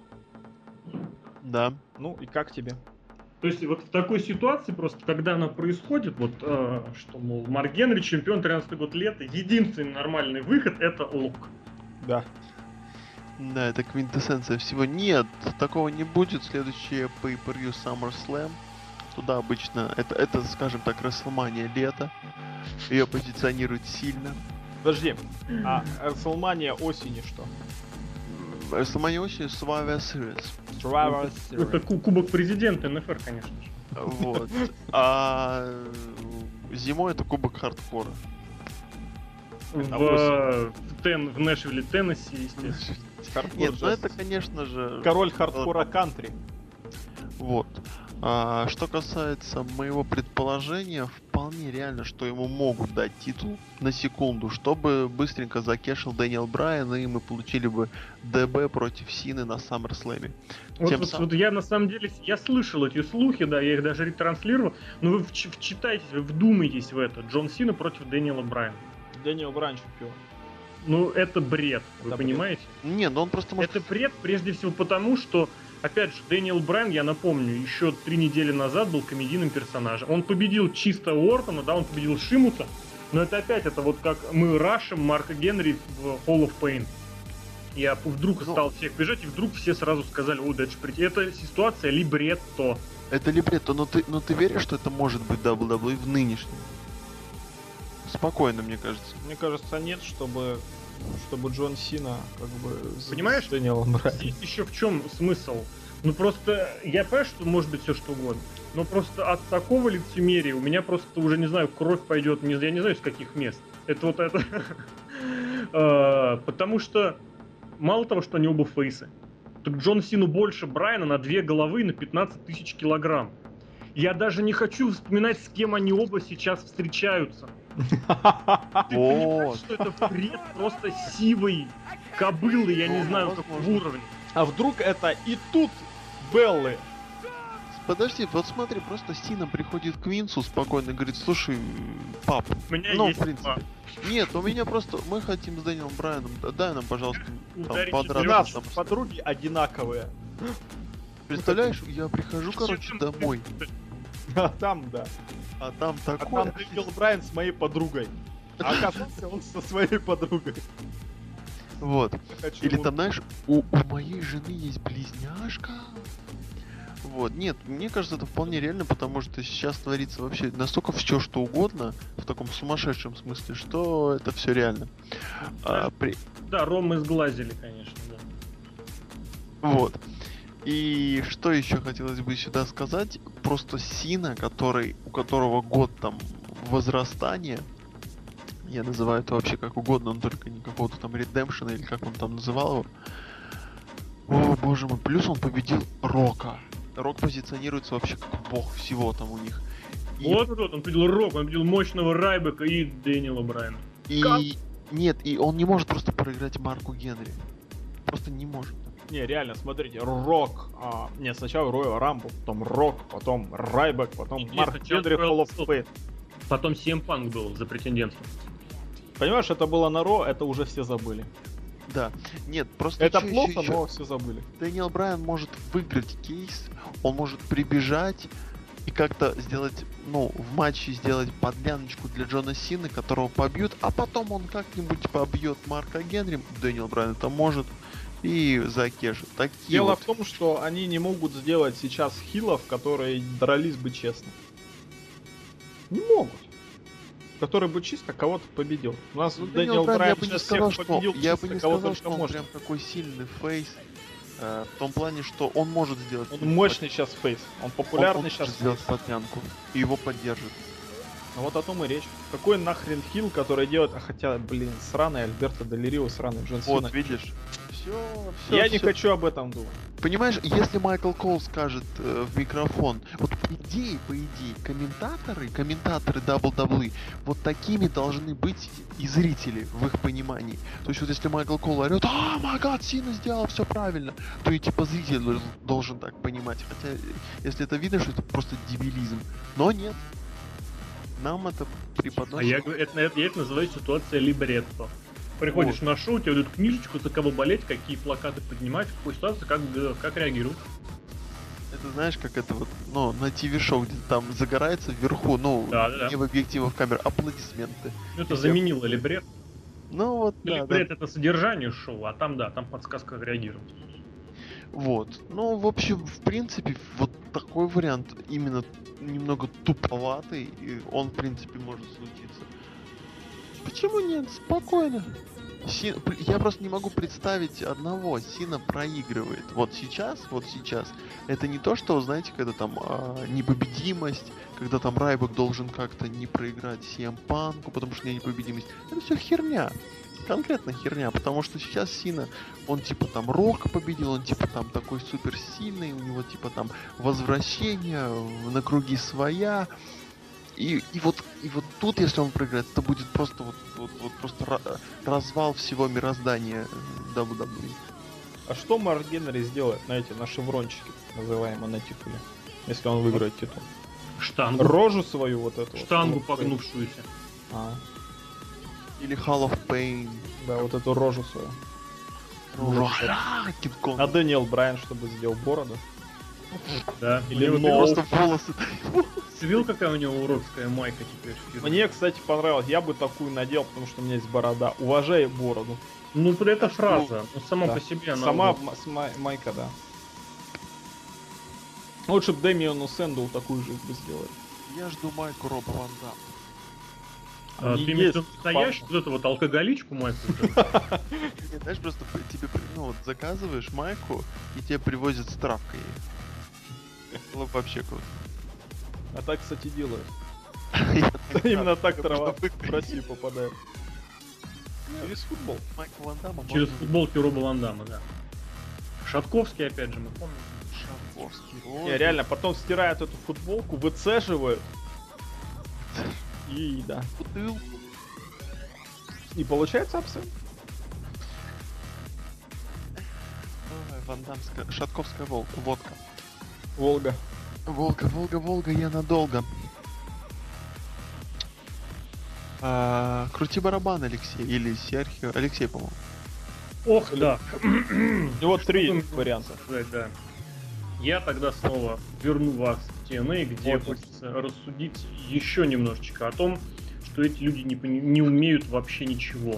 Да. Ну и как тебе? То есть вот в такой ситуации просто, когда она происходит, вот э, что, мол, Марк Генри, чемпион, тринадцатый год лета, единственный нормальный выход — это лок. Да. Да, это квинтэссенция всего. Нет, такого не будет. Следующее Pay-Per-View SummerSlam. Туда обычно, это, это, скажем так, WrestleMania лето. Ее позиционируют сильно. Подожди, а WrestleMania осени что? WrestleMania осенью Survivor Series. Survivor Это Series. ку- кубок президента эн эф эр, конечно же. Вот. А зимой это Кубок Хардкора. В, осень. в, Тен, в Нэшвилле, Теннесси, естественно. Хардкор Нет, ну Джаз. это, конечно же... Король хардкора кантри. Вот. А, что касается моего предположения, вполне реально, что ему могут дать титул на секунду, чтобы быстренько закешил Дэниел Брайан, и мы получили бы ДБ против Сины на SummerSlam. Вот, Тем вот, сам- вот я на самом деле, я слышал эти слухи, да, я их даже ретранслировал, но вы вч- вчитайтесь, вы вдумайтесь в это. Джон Сина против Дэниела Брайана. Дэниел Брайан чемпион. Ну, это бред, вы Это бред. понимаете? Не, ну он просто может... Это бред прежде всего потому, что, опять же, Дэниел Брайан, я напомню, еще три недели назад был комедийным персонажем. Он победил чисто Уортона, да, он победил Шимуса, но это опять, это вот как мы рашим Марка Генри в Hall of Pain. Я вдруг Ну. стал всех бежать, и вдруг все сразу сказали: о, да это ж прийти. Это ситуация либретто. Это либретто, но ты, но ты веришь, что это может быть дабл ю дабл ю и в нынешнем? Спокойно, мне кажется. Мне кажется, нет, чтобы чтобы Джон Сина как бы с- Понимаешь? с Дэниелом Брайаном. Здесь еще в чем смысл? Ну просто, я понимаю, что может быть все что угодно, но просто от такого лицемерия у меня просто уже, не знаю, кровь пойдет, не, я не знаю, с каких мест. Это вот это... Э, Потому что мало того, что они оба фейсы, так Джон Сину больше Брайана на две головы и на пятнадцать тысяч килограмм. Я даже не хочу вспоминать, с кем они оба сейчас встречаются. Ты понимаешь, Вот. что это бред просто сивой кобылы, я не Ну, знаю, возможно. какого уровня. А вдруг это и тут Беллы? Подожди, вот смотри, просто Сина приходит к Винсу спокойно и говорит, слушай, пап, У меня ну, есть в принципе. пап. Нет, у меня просто, мы хотим с Дэниелом Брайаном, дай нам, пожалуйста, там, Ударить У подраться. нас четырёх. там. подруги одинаковые. Представляешь, я прихожу, короче, Всё, домой, А там, да. а там А такое. там Дэниел Брайан с моей подругой. А оказался он со своей подругой. Вот. Хочу Или ему- там, знаешь, у, у моей жены есть близняшка. Вот, нет, мне кажется, это вполне реально, потому что сейчас творится вообще настолько все что угодно, в таком сумасшедшем смысле, что это все реально. А, при- Да, Рома изглазили, конечно, да. Вот. И что еще хотелось бы сюда сказать? Просто Сина, который, у которого год там возрастания, я называю это вообще как угодно, но только не какого-то там редемпшена или как он там называл его. О, боже мой, плюс он победил Рока. Рок позиционируется вообще как бог всего там у них. И, Вот, вот, вот, он победил Рок, он победил мощного Райбека и Дэниела Брайана. и нет, и он не может просто проиграть Марку Генри. Просто не может. Не, реально, смотрите, Рок. А, не, сначала Роyal Рамбл, потом Рок, потом Райбек, потом Не, Марк сначала Генри Royal Hall of Rumble. Fame. Потом си эм Punk был за претендентство. Понимаешь, это было на Ро, это уже все забыли. Да. Нет, просто Это чё ещё- плохо, ещё? но все забыли. Дэниел Брайан может выиграть кейс, он может прибежать и как-то сделать, ну, в матче сделать подляночку для Джона Сины, которого побьют, а потом он как-нибудь побьет Марка Генри, Дэниел Брайан это может, и закешит. Такие Дело вот. в том, что они не могут сделать сейчас хилов, которые дрались бы честно. Не могут. Который бы чисто кого-то победил. У нас Ну, Дэниел Брайан, Брайан я бы не сейчас сказал, всех что, победил я чисто, бы не кого сказал, только что он можно. прям такой сильный фейс, э, в том плане, что он может сделать. Он мощный сейчас фейс. Он Он популярный может сейчас сделать фейс. подлянку, и его поддержит. Ну вот о том и речь. Какой нахрен хил, который делает... А хотя, блин, сраный Альберто Дель Рио, сраный Джон Сина. Вот, видишь? Все, все. Я не хочу об этом думать. Понимаешь, если Майкл Кол скажет э, в микрофон, вот по идее, по идее, комментаторы, комментаторы дабл ю дабл ю и, вот такими должны быть и зрители в их понимании. То есть вот если Майкл Кол орет, а, май гад, Сина сделал все правильно, то и типа зритель дол- должен так понимать. Хотя, э, если это видно, что это просто дебилизм. Но нет. Нам это преподносит. А я, говорю, это, это, я это называю ситуация либретто. Приходишь на шоу, тебе дают книжечку, за кого болеть, какие плакаты поднимать, в какой ситуации, как, э, как реагируют. Это знаешь, как это вот, ну, на ТВ-шоу, где там загорается вверху, ну, Да, да, да. не в объективах камер, аплодисменты. Ну, это Если- заменило либрет. Ну вот, да, да. Либрет это содержание шоу, а там, да, там подсказка как реагировать. Вот. Ну, в общем, в принципе, вот такой вариант именно немного туповатый, и он, в принципе, может случиться. Почему нет? Спокойно. Си- пр- Я просто не могу представить одного. Сина проигрывает. Вот сейчас, вот сейчас. Это не то, что, знаете, когда там а, непобедимость, когда там Райбек должен как-то не проиграть си эм Панку, потому что у него непобедимость. Это все херня. Конкретно херня, потому что сейчас Сина, он типа там Рока победил, он типа там такой супер сильный, у него типа там возвращение в- на круги своя. И, и вот и вот тут, если он проиграет, это будет просто вот, вот, вот просто ра- развал всего мироздания э, дабл ю дабл ю и. А что Марк Генри сделает на эти, на шеврончики, называемые на титуле, если он выиграет титул? Штангу, Рожу свою вот эту. вот, штангу вот, погнувшуюся. А, Или Hall of Pain. да, вот эту рожу свою. Ра, Кинг-Конг. А Дэниел Брайан, чтобы сделал бороду. Да. Или Мне вот нос. Просто волосы. Ты видел, какая у него уродская майка теперь? Мне, кстати, понравилось. Я бы такую надел, потому что у меня есть борода. Уважай бороду. Ну, вот эта фраза, ну, сама Да. по себе она... Сама уже- м- с май- майка, да. Лучше бы Дэмиону Сэндл такую же бы сделали. Я жду майку Роба Ван Дам. А, Они ты имеешь в есть, виду настоящую, вот эту вот алкоголичку майку? Нет, знаешь, просто п- тебе, при- ну вот, заказываешь майку, и тебе привозят с травкой. Было бы вообще круто. А так, кстати, делают. Я Именно так Потому трава что выглядит. в Россию попадает. Через футбол. Майкла Ван Дамма Через можно- футболки Роба Ван Дамма, да. Шатковский, опять же, мы помним. Шатковский. Не, реально, потом стирают эту футболку, выцеживают. И да. Бутылку. И получается абсент. Ой, Вандамская, Шатковская вол- водка. Волга. Волга, Волга, Волга, я надолго. А, крути барабан, Алексей. Или Серхио. Алексей, по-моему. Ох, да. И вот три Что-то мне варианта. сказать, да. Я тогда снова верну вас в ти эн эй, где Вот. хочется рассудить еще немножечко о том, что эти люди не, пони- не умеют вообще ничего.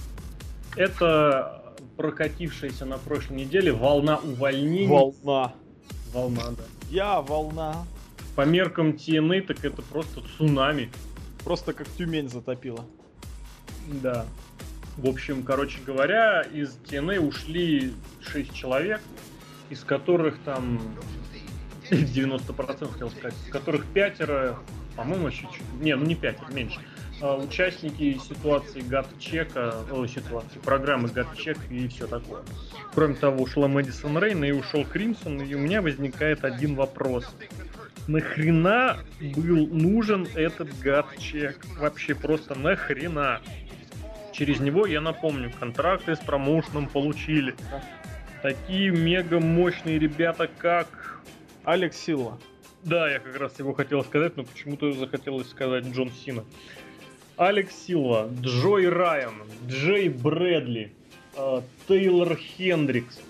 Это прокатившаяся на прошлой неделе волна увольнений. Волна. Волна, да. Я волна. По меркам ти эн эй, так это просто цунами. Просто как Тюмень затопила. Да. В общем, короче говоря, из ти эн эй ушли шесть человек, из которых там девяносто процентов, хотел сказать, из которых пятеро, по-моему, вообще чуть... Не, ну не пятеро, меньше. А, участники ситуации гат-чека, о, ситуации, программы гат-чек и все такое. Кроме того, ушла Мэдисон Рейн и ушел Кримсон, и у меня возникает один вопрос. Нахрена был нужен этот гат-чек? Вообще просто нахрена? Через него, я напомню, контракты с промоушеном получили. Такие мега мощные ребята, как... Алекс Силва. Да, я как раз его хотел сказать, но почему-то захотелось сказать Джон Сина. Алекс Силва, Джой Райан, Джей Брэдли, э, Тейлор Хендрикс,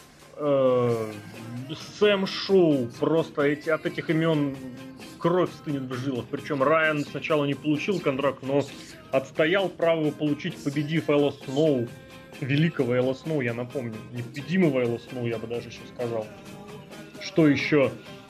э, Сэм Шоу. Просто эти, от этих имен кровь стынет в жилах. Причем Райан сначала не получил контракт, но отстоял право получить, победив Элла Сноу. Великого Элла Сноу, я напомню. Непобедимого Элла Сноу, я бы даже еще сказал. Что еще?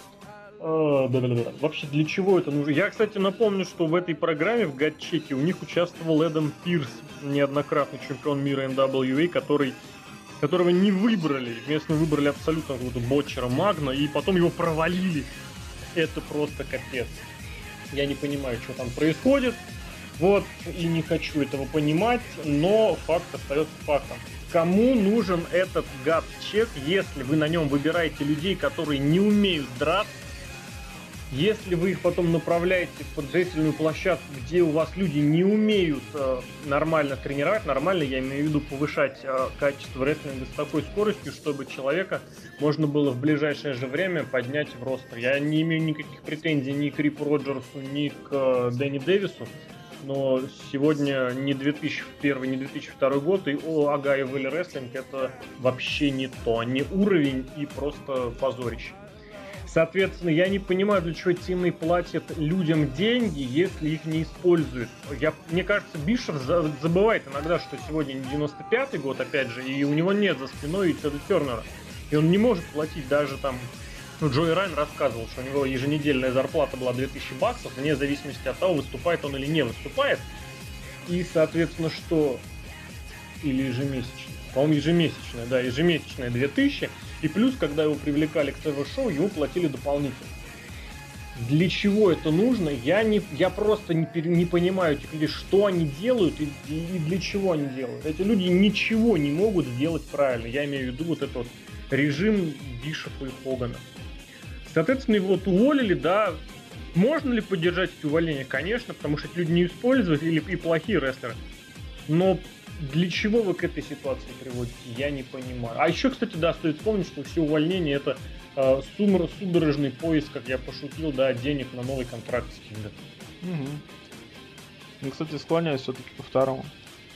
А, да-да-да. Вообще, для чего это нужно? Я, кстати, напомню, что в этой программе, в гатчеке, у них участвовал Эдам Пирс, неоднократный чемпион мира эн дабл ю эй, который, которого не выбрали. Вместо него выбрали абсолютно какого-то ботчера Магна, и потом его провалили. Это просто капец. Я не понимаю, что там происходит. Вот, и не хочу этого понимать, но факт остается фактом. Кому нужен этот гат-чек, если вы на нем выбираете людей, которые не умеют драться, если вы их потом направляете в подготовительную площадку, где у вас люди не умеют э, нормально тренировать, нормально, я имею в виду повышать э, качество рестлинга с такой скоростью, чтобы человека можно было в ближайшее же время поднять в ростер. Я не имею никаких претензий ни к Рипу Роджерсу, ни к э, Дэнни Дэвису, но сегодня не две тысячи первый, не две тысячи второй год, и о Агайо Вэлли Рестлинг это вообще не то, не уровень и просто позорище. Соответственно, я не понимаю, для чего ти эн эй платит людям деньги, если их не используют. Я, мне кажется, Бишев за, забывает иногда, что сегодня не девяносто пятый год, опять же, и у него нет за спиной и Теда Тернера. И он не может платить даже там... Ну, Джой Райан рассказывал, что у него еженедельная зарплата была две тысячи баксов, вне зависимости от того, выступает он или не выступает. И, соответственно, что... Или ежемесячная. По-моему, ежемесячная, да, ежемесячная две тысячи. И плюс, когда его привлекали к ТВ-шоу, ему платили дополнительно. Для чего это нужно? Я, не, я просто не, не понимаю этих людей, что они делают и, и для чего они делают. Эти люди ничего не могут сделать правильно. Я имею в виду вот этот вот режим Бишопа и Хогана. Соответственно, его вот уволили, да. Можно ли поддержать эти увольнения? Конечно, потому что эти люди не используют или и плохие рестлеры. Но для чего вы к этой ситуации приводите, я не понимаю. А еще, кстати, да, стоит вспомнить, что все увольнения это э, сумр, судорожный поиск, как я пошутил, да, денег на новый контракт с Кинга. Угу. Ну, кстати, склоняюсь все-таки ко второму.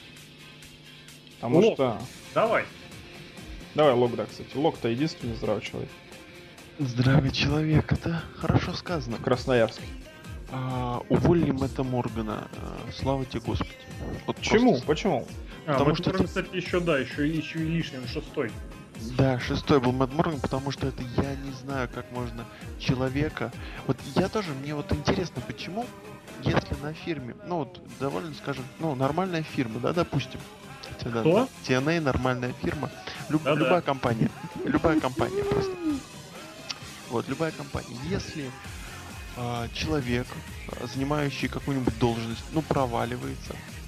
Потому Лок. что... Давай. Давай, Лок, да, кстати. Лок-то единственный здравый человек. Здравый человек, это хорошо сказано. Красноярск. А, уволили Мэтта Моргана. А, слава тебе, Господи. Вот Почему? просто- Почему? А, Потому Мэтт что Морган, это- кстати, еще, да, еще, еще и лишний, он шестой. Да, шестой был Мэтт Морган, потому что это я не знаю, как можно человека... Вот я тоже, мне вот интересно, почему, если на фирме, ну вот, довольно, скажем, ну, нормальная фирма, да, допустим. Хотя, да, Кто? ти эн эй нормальная фирма. Люб- Да-да. любая компания. Любая компания просто. Вот, любая компания. Если а, человек, а, занимающий какую-нибудь должность, ну, проваливается,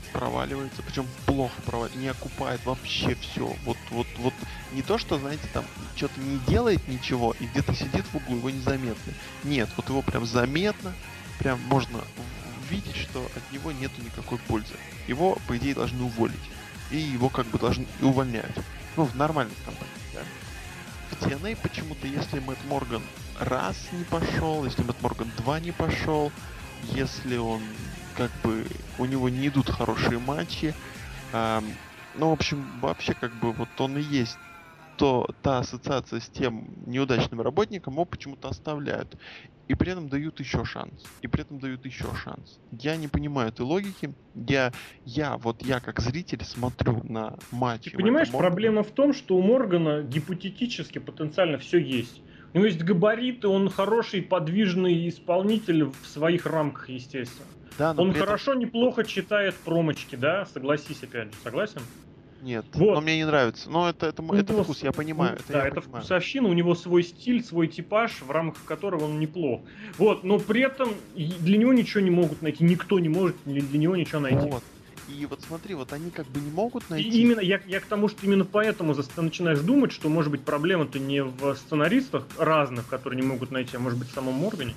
проваливается, причем плохо проваливается, не окупает вообще все. Вот, вот, вот не то, что, знаете, там что-то не делает ничего и где-то сидит в углу, его незаметно. Нет, вот его прям заметно, прям можно видеть, что от него нету никакой пользы. Его, по идее, должны уволить. И его как бы должны и увольняют. Ну, в нормальных компаниях, да. В ти эн эй почему-то, если Мэтт Морган раз не пошел, если Мэтт Морган два не пошел, если он как бы у него не идут хорошие матчи, э, ну, в общем, вообще как бы вот он и есть то та ассоциация с тем неудачным работником, его почему-то оставляют. И при этом дают еще шанс. И при этом дают еще шанс. Я не понимаю этой логики. Я, я вот я как зритель смотрю на матчи. Ты понимаешь, Моргана. проблема в том, что у Моргана гипотетически потенциально все есть. У него есть габариты, он хороший подвижный исполнитель в своих рамках, естественно. Да, но Он при этом- хорошо, неплохо читает промочки, да? Согласись, опять же, согласен? Нет, Вот. но мне не нравится. Но это, это, У это него вкус, с- я понимаю. ну, это да, я это понимаю. вкусовщина, у него свой стиль, свой типаж, в рамках которого он неплох. Вот, но при этом и для него ничего не могут найти, никто не может для для него ничего найти. Вот. И вот смотри, вот они как бы не могут И найти. именно я, я к тому, что именно поэтому зас- ты начинаешь думать, что может быть проблема-то не в сценаристах разных, которые не могут найти, а может быть в самом Моргане.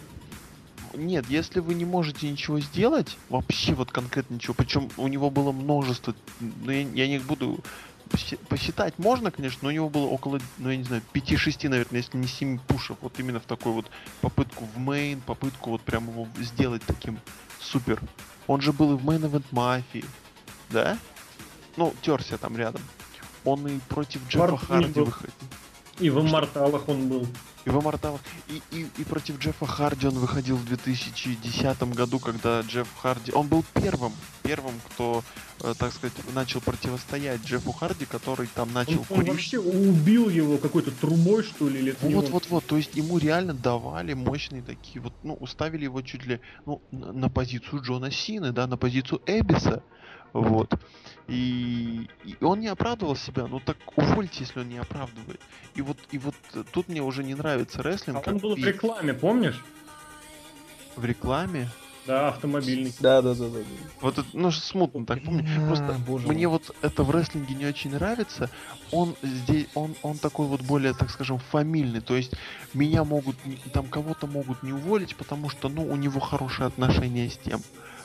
Нет, если вы не можете ничего сделать, вообще вот конкретно ничего, причем у него было множество, ну я, я не буду посчи- посчитать, можно, конечно, но у него было около, ну я не знаю, пяти-шести, наверное, если не семи пушев, вот именно в такой вот попытку в мейн, попытку вот прям его сделать таким супер. Он же был и в Main Event Mafia, да? Ну, терся там рядом. Он и против Джеффа Марк не Харди был. выходил. И в «Имморталах» он был. И в Immortal'ах. И, и, и против Джеффа Харди он выходил в две тысячи десятом году, когда Джефф Харди... Он был первым, первым, кто, э, так сказать, начал противостоять Джеффу Харди, который там начал Он, он курить. вообще убил его какой-то трубой, что ли, или это не Вот, он? вот, вот, то есть ему реально давали мощные такие вот, ну, уставили его чуть ли, ну, на, на позицию Джона Сины, да, на позицию Эбиса, вот. И, и он не оправдывал себя, ну так увольте, если он не оправдывает. И вот, и вот э, тут мне уже не нравится рестлинг, А как он был в пи- рекламе, помнишь? в рекламе. Да, автомобильный. Да, да, да, да. Вот это, ну, смутно так помню. А, Просто боже мне мой. вот это в рестлинге не очень нравится. Он здесь, он, он такой вот более, так скажем, фамильный. То есть меня могут, не- там кого-то могут не уволить, потому что, ну, у него хорошие отношения с тем.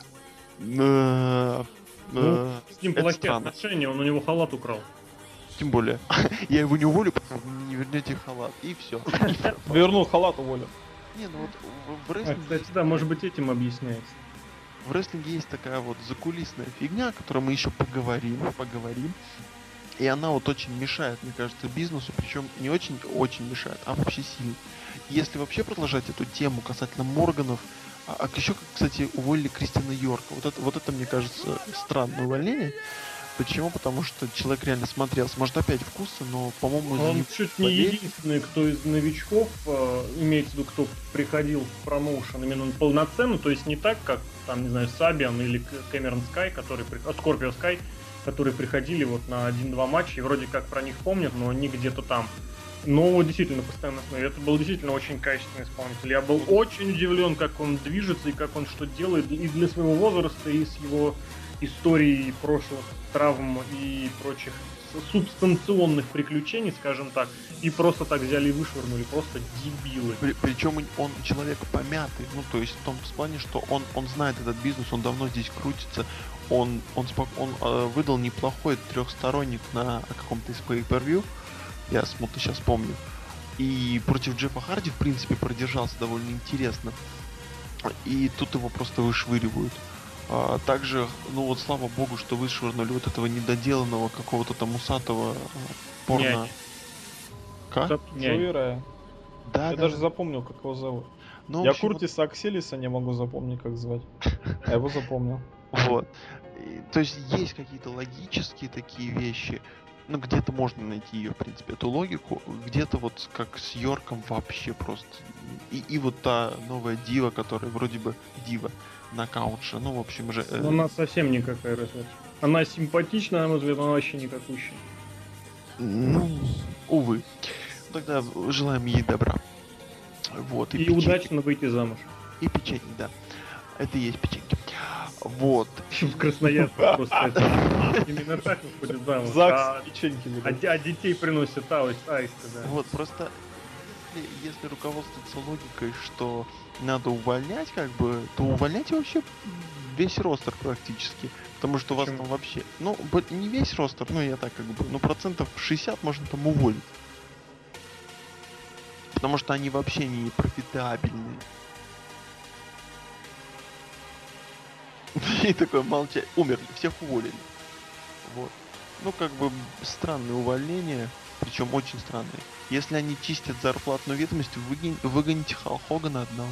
Э, Ну, э, С ним это плохие странно. отношения, он у него халат украл. Тем более, я его не уволю, пока вы мне не вернете халат. И все. Вернул халат, уволил. Не, ну вот в- в А, рестлинге кстати, есть да, такая- может быть, этим объясняется. в рестлинге есть такая вот закулисная фигня, о которой мы еще поговорим, поговорим. И она вот очень мешает, мне кажется, бизнесу, причем не очень-очень мешает, а вообще сильно. Если вообще продолжать эту тему касательно Морганов, а, а еще, кстати, уволили Кристина Йорка. Вот это, вот это, мне кажется, странное увольнение. Почему? Потому что человек реально смотрелся. Может, опять вкусы, но, по-моему, за Он него чуть не болеть. единственный, кто из новичков, э, имеется в виду, кто приходил в промоушен именно полноценно, то есть не так, как, там, не знаю, Сабиан или К- Кэмерон Скай, который, при- а, Скорпио Скай, которые приходили вот на один-два матча, и вроде как про них помнят, но они где-то там. Но действительно постоянно основе. Это был действительно очень качественный исполнитель. Я был очень удивлен, как он движется и как он что делает и для своего возраста, и с его историей прошлых травм и прочих с- субстанционных приключений, скажем так, и просто так взяли и вышвырнули, просто дебилы. При- причем он- он человек помятый, ну то есть в том плане, что он, он знает этот бизнес, он давно здесь крутится, он, он, спок- он э, выдал неплохой трехсторонник на каком-то из pay-per-view, я смутно сейчас помню, и против Джеффа Харди в принципе продержался довольно интересно, и тут его просто вышвыривают. А, также, ну вот слава богу, что вышвырнули вот этого недоделанного какого-то там усатого э, порно. Нянь. Как? Стоп, нянь. Джои Рая. Да, Я да, даже да. запомнил, как его зовут. Ну, в Я общем, вот- Куртиса Акселиса не могу запомнить, как звать. А его запомнил. Вот. И, то есть есть какие-то логические такие вещи. Ну, где-то можно найти ее, в принципе, эту логику. Где-то вот как с Йорком вообще просто. И, и вот та новая дива, которая вроде бы дива, нокаутша. Ну, в общем же... э, Но она совсем никакая рестлерша. Она симпатична, на мой взгляд, но она вообще никакущая. ну, увы. Тогда желаем ей добра. Вот. И печеньки. удачно выйти замуж. И печеньки, да. Это и есть печеньки. Вот. В Красноярске просто это именно так выходит замуж. ЗАГС А, печеньки а, выдают. де- а детей приносят аист, аисты, да. Вот, просто если, если руководствоваться логикой, что надо увольнять, как бы, то увольняйте вообще весь ростер практически. Потому что у вас Почему? там вообще. Ну, б- не весь ростер, ну я так как бы, ну процентов шестьдесят можно там уволить. Потому что они вообще не профитабельные. И такое молчать. Умерли, всех уволили. Вот. Ну, как бы странные увольнения, причем очень странные. Если они чистят зарплатную ведомость, выгон- выгоните Халк Хогана одного.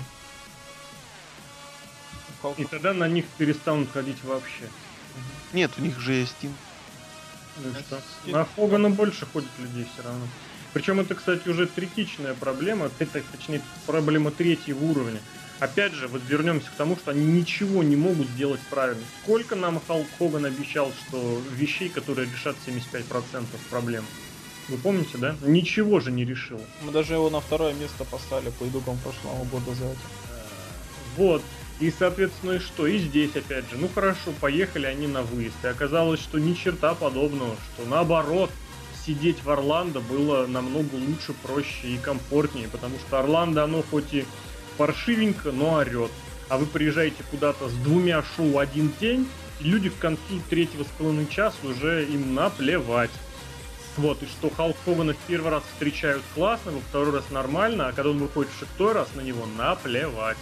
И тогда на них перестанут ходить вообще. Нет, у них же есть Стинг. Ну и что? И- На Хогана больше ходит людей все равно. Причем это, кстати, уже критичная проблема, т- т- точнее, проблема третьего уровня. Опять же, вот вернемся к тому, что они ничего не могут сделать правильно. Сколько нам Халк Хоган обещал, что вещей, которые решат семьдесят пять процентов проблем? Вы помните, да? Ничего же не решил. Мы даже его на второе место поставили по итогам прошлого года за это. Вот. И, соответственно, и что? И здесь, опять же, ну хорошо, поехали они на выезд. И оказалось, что ни черта подобного, что наоборот, сидеть в Орландо было намного лучше, проще и комфортнее, потому что Орландо, оно хоть и паршивенько, но орет. А вы приезжаете куда-то с двумя шоу один день, и люди к концу третьего с половиной часа уже им наплевать. Вот, и что Халк Хогана в первый раз встречают классно, во второй раз нормально, а когда он выходит в шестой раз, на него наплевать.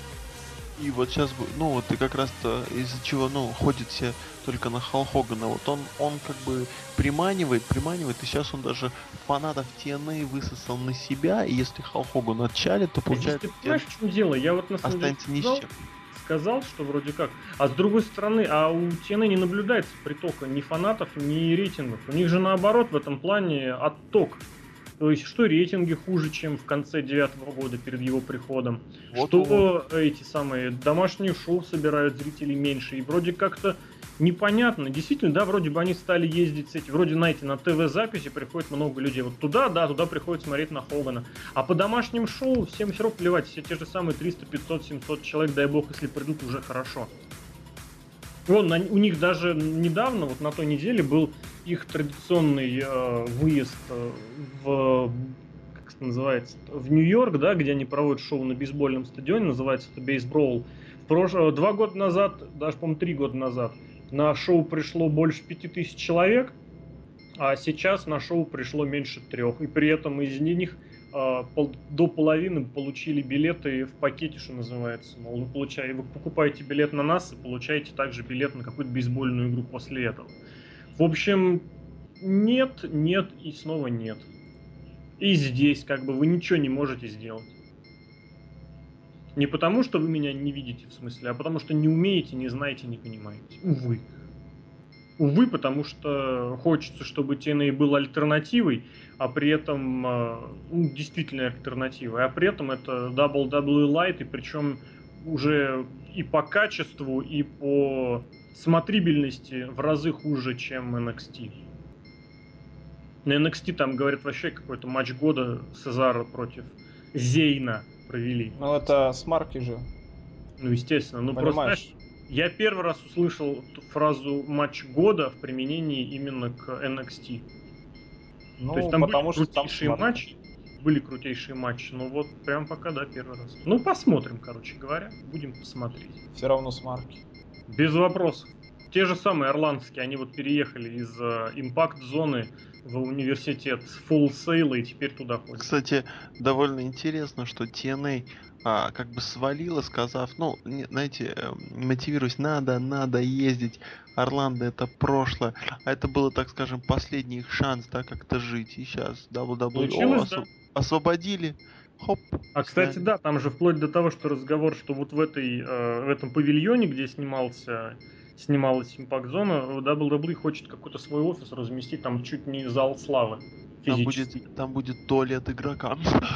И вот сейчас, ну вот и как раз-то из-за чего, ну, ходит все только на Халк Хогана. Вот он, он как бы приманивает, приманивает, и сейчас он даже фанатов ти эн эй высосал на себя, и если Халк Хоган отчалит, то Здесь получается ты понимаешь, в чем дело? Я вот на самом деле останется ни с сказал, чем. сказал, что вроде как. А с другой стороны, а у ти эн эй не наблюдается притока ни фанатов, ни рейтингов. У них же наоборот в этом плане отток. То есть, что рейтинги хуже, чем в конце девятого года перед его приходом. Вот что вот. эти самые домашние шоу собирают зрителей меньше. И вроде как-то непонятно. Действительно, да, вроде бы они стали ездить с этим. Вроде, знаете, на ТВ-записи приходит много людей. Вот туда, да, туда приходят смотреть на Хогана. А по домашним шоу всем все равно плевать. Все те же самые триста, пятьсот, семьсот человек, дай бог, если придут, уже хорошо. Вон, на, у них даже недавно, вот на той неделе, был их традиционный э, выезд э, в, как это называется, в Нью-Йорк, да, где они проводят шоу на бейсбольном стадионе, называется это бейсбол. В прош... Два года назад, даже, по-моему, три года назад, на шоу пришло больше пяти тысяч человек, а сейчас на шоу пришло меньше трех. И при этом из них э, пол... до половины получили билеты в пакете, что называется. Мол, вы, получаете, вы покупаете билет на нас и получаете также билет на какую-то бейсбольную игру после этого. В общем, нет, нет и снова нет. И здесь как бы вы ничего не можете сделать. Не потому, что вы меня не видите, в смысле, а потому, что не умеете, не знаете, не понимаете. Увы. Увы, потому что хочется, чтобы ти эн эй был альтернативой, а при этом, ну, действительно альтернативой, а при этом это дабл ю дабл ю и Lite, и причем уже и по качеству, и по смотрибельности в разы хуже, чем эн экс ти. На эн экс ти там, говорят, вообще какой-то матч года Сезара против Зейна провели. Ну это с марки же. Ну, естественно. Ну, просто, Понимаешь? знаешь, я первый раз услышал ту фразу «матч года» в применении именно к эн экс ти. Ну, То есть там потому были что там крутейшие смарки. матчи, были крутейшие матчи, но вот прям пока, да, первый раз. Ну, посмотрим, короче говоря, будем посмотреть. Все равно с марки. Без вопросов. Те же самые ирландские, они вот переехали из импакт-зоны в университет Full Sail и теперь туда ходят. Кстати, довольно интересно, что ти эн эй а, как бы свалила, сказав, ну, не, знаете, э, мотивируясь, надо, надо ездить, Орландо это прошлое, а это было, так скажем, последний их шанс, да, как-то жить, и сейчас дабл ю дабл ю и Получилось, осво- да. освободили, хоп. А, кстати, сняли. да, там же вплоть до того, что разговор, что вот в этой, э, в этом павильоне, где снимался, снималась импакт-зона, дабл ю дабл ю и хочет какой-то свой офис разместить, там чуть не зал славы. Там Физически. будет, там будет туалет игрока.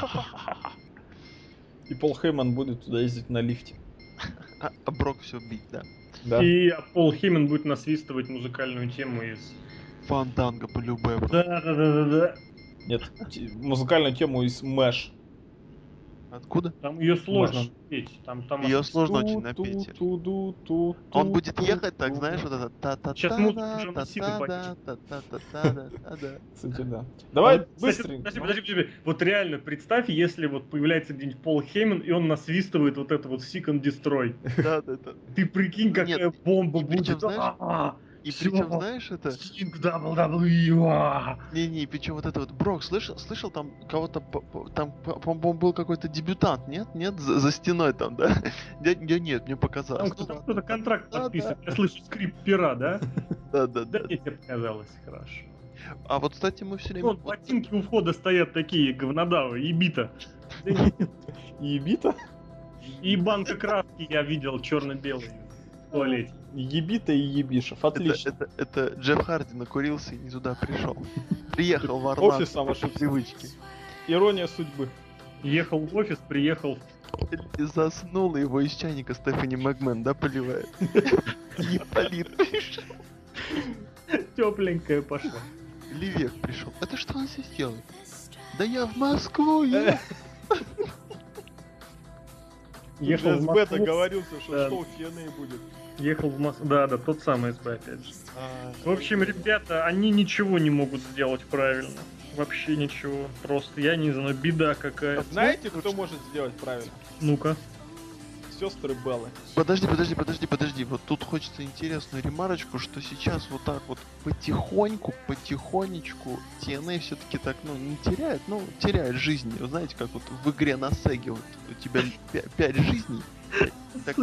И Пол Хейман будет туда ездить на лифте. А, а Брок все бить, да. Да. И Пол Хейман будет насвистывать музыкальную тему из... Фанданга по любэ. Да-да-да-да-да. Нет, те- музыкальную тему из Мэш. Откуда? Там ее сложно Маш. петь. Там, там Ее аж- сложно очень напеть. Он будет ехать так, знаешь, вот это та та Сейчас та музыку та Джона та Сины та попишет. та та та та та та та. Кстати, да. А Давай вот, кстати, быстренько. Подожди, ну. подожди, подожди. Вот реально, представь, если вот появляется где-нибудь Пол Хейман, и он насвистывает вот это вот Seek and Destroy. Да, да, да. Ты прикинь, какая Нет, бомба и причем, будет. знаешь, А-а-а, И всё. причем, знаешь, это... Sting дабл ю дабл ю и. а. Не-не, причем вот это вот... Брок, слышал, слышал там кого-то... по- по- Там, по- по-моему, был какой-то дебютант, нет? Нет? За, за стеной там, да? Я, я нет, мне показалось. Там Ну кто-то, ладно. кто-то контракт Да, подписывает. да. Я слышу скрип пера, да? Да, да, Да да. мне тебе показалось, хорошо. А вот, кстати, мы все время... Вот ботинки у входа стоят такие говнодавы, и бита. Ебита? И банка краски я видел черно-белый в туалете. Ебита и ебишев. Это, Отлично. это, это Джефф Харди накурился и не туда пришел. Приехал в Орландо Офисом по ошибся. привычке. Ирония судьбы. Ехал в офис, приехал. И заснул, и его из чайника Стефани Макмен, да, поливает? И Полит пришел. Тепленькая пошла. Ливек пришел. Это что он здесь делает? Да я в Москву еду. Ехал в СБ Москву. договорился, что Да. шоу Q and A будет. Ехал в Москву. Да, да, тот самый СБ, опять же. А, В общем, ребята, они ничего не могут сделать правильно. Вообще ничего. Просто, я не знаю, беда какая. Знаете, кто может сделать правильно? Ну-ка. Сестры Беллы. Подожди, подожди, подожди, подожди. Вот тут хочется интересную ремарочку, что сейчас вот так вот потихоньку, потихонечку ти эн эй все-таки так, ну, не теряет, ну, теряет жизни. Вы знаете, как вот в игре на Сеге вот у тебя пять жизней. Так,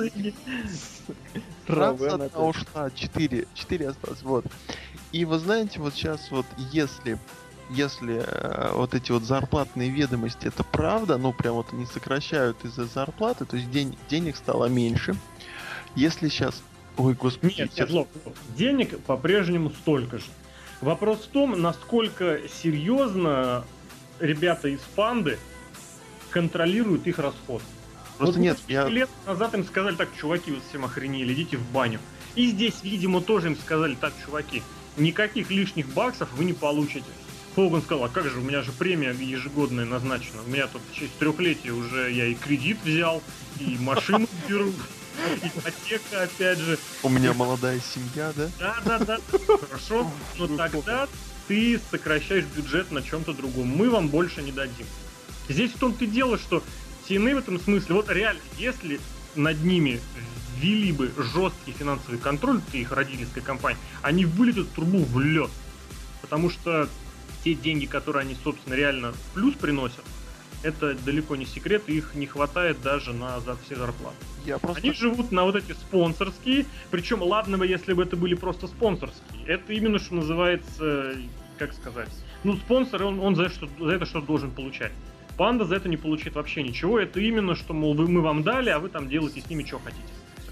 раз одна ушла, четыре, четыре осталось, вот. И вы знаете, вот сейчас вот если, если э, вот эти вот зарплатные ведомости, это правда, ну прям вот они сокращают из-за зарплаты, то есть день, денег стало меньше. Если сейчас, ой, господи, Нет, сейчас- нет, Лок, денег по-прежнему столько же. Вопрос в том, насколько серьезно ребята из Панды контролируют их расход. просто Вот нет, несколько я, лет назад им сказали: так, чуваки, вы всем охренели, идите в баню. И здесь, видимо, тоже им сказали: так, чуваки, никаких лишних баксов вы не получите. Хоган сказал: а как же, у меня же премия ежегодная назначена. У меня тут в честь трехлетия уже я и кредит взял, и машину беру, ипотека, опять же. у меня молодая семья, да? Да, да, да, хорошо, но тогда ты сокращаешь бюджет на чем-то другом. Мы вам больше не дадим. Здесь в том-то и дело, что ти эн эй в этом смысле, вот реально, если над ними ввели бы жесткий финансовый контроль, их родительской компании, они вылетят трубу в лед. Потому что те деньги, которые они, собственно, реально в плюс приносят, это далеко не секрет, и их не хватает даже на за все зарплаты. Я просто... Они живут на вот эти спонсорские, причем ладно бы, если бы это были просто спонсорские. Это именно что называется, как сказать, ну спонсор, он, он за, что, за это что-то должен получать. Панда за это не получит вообще ничего, это именно что, мол, вы, мы вам дали, а вы там делаете с ними что хотите. Всё.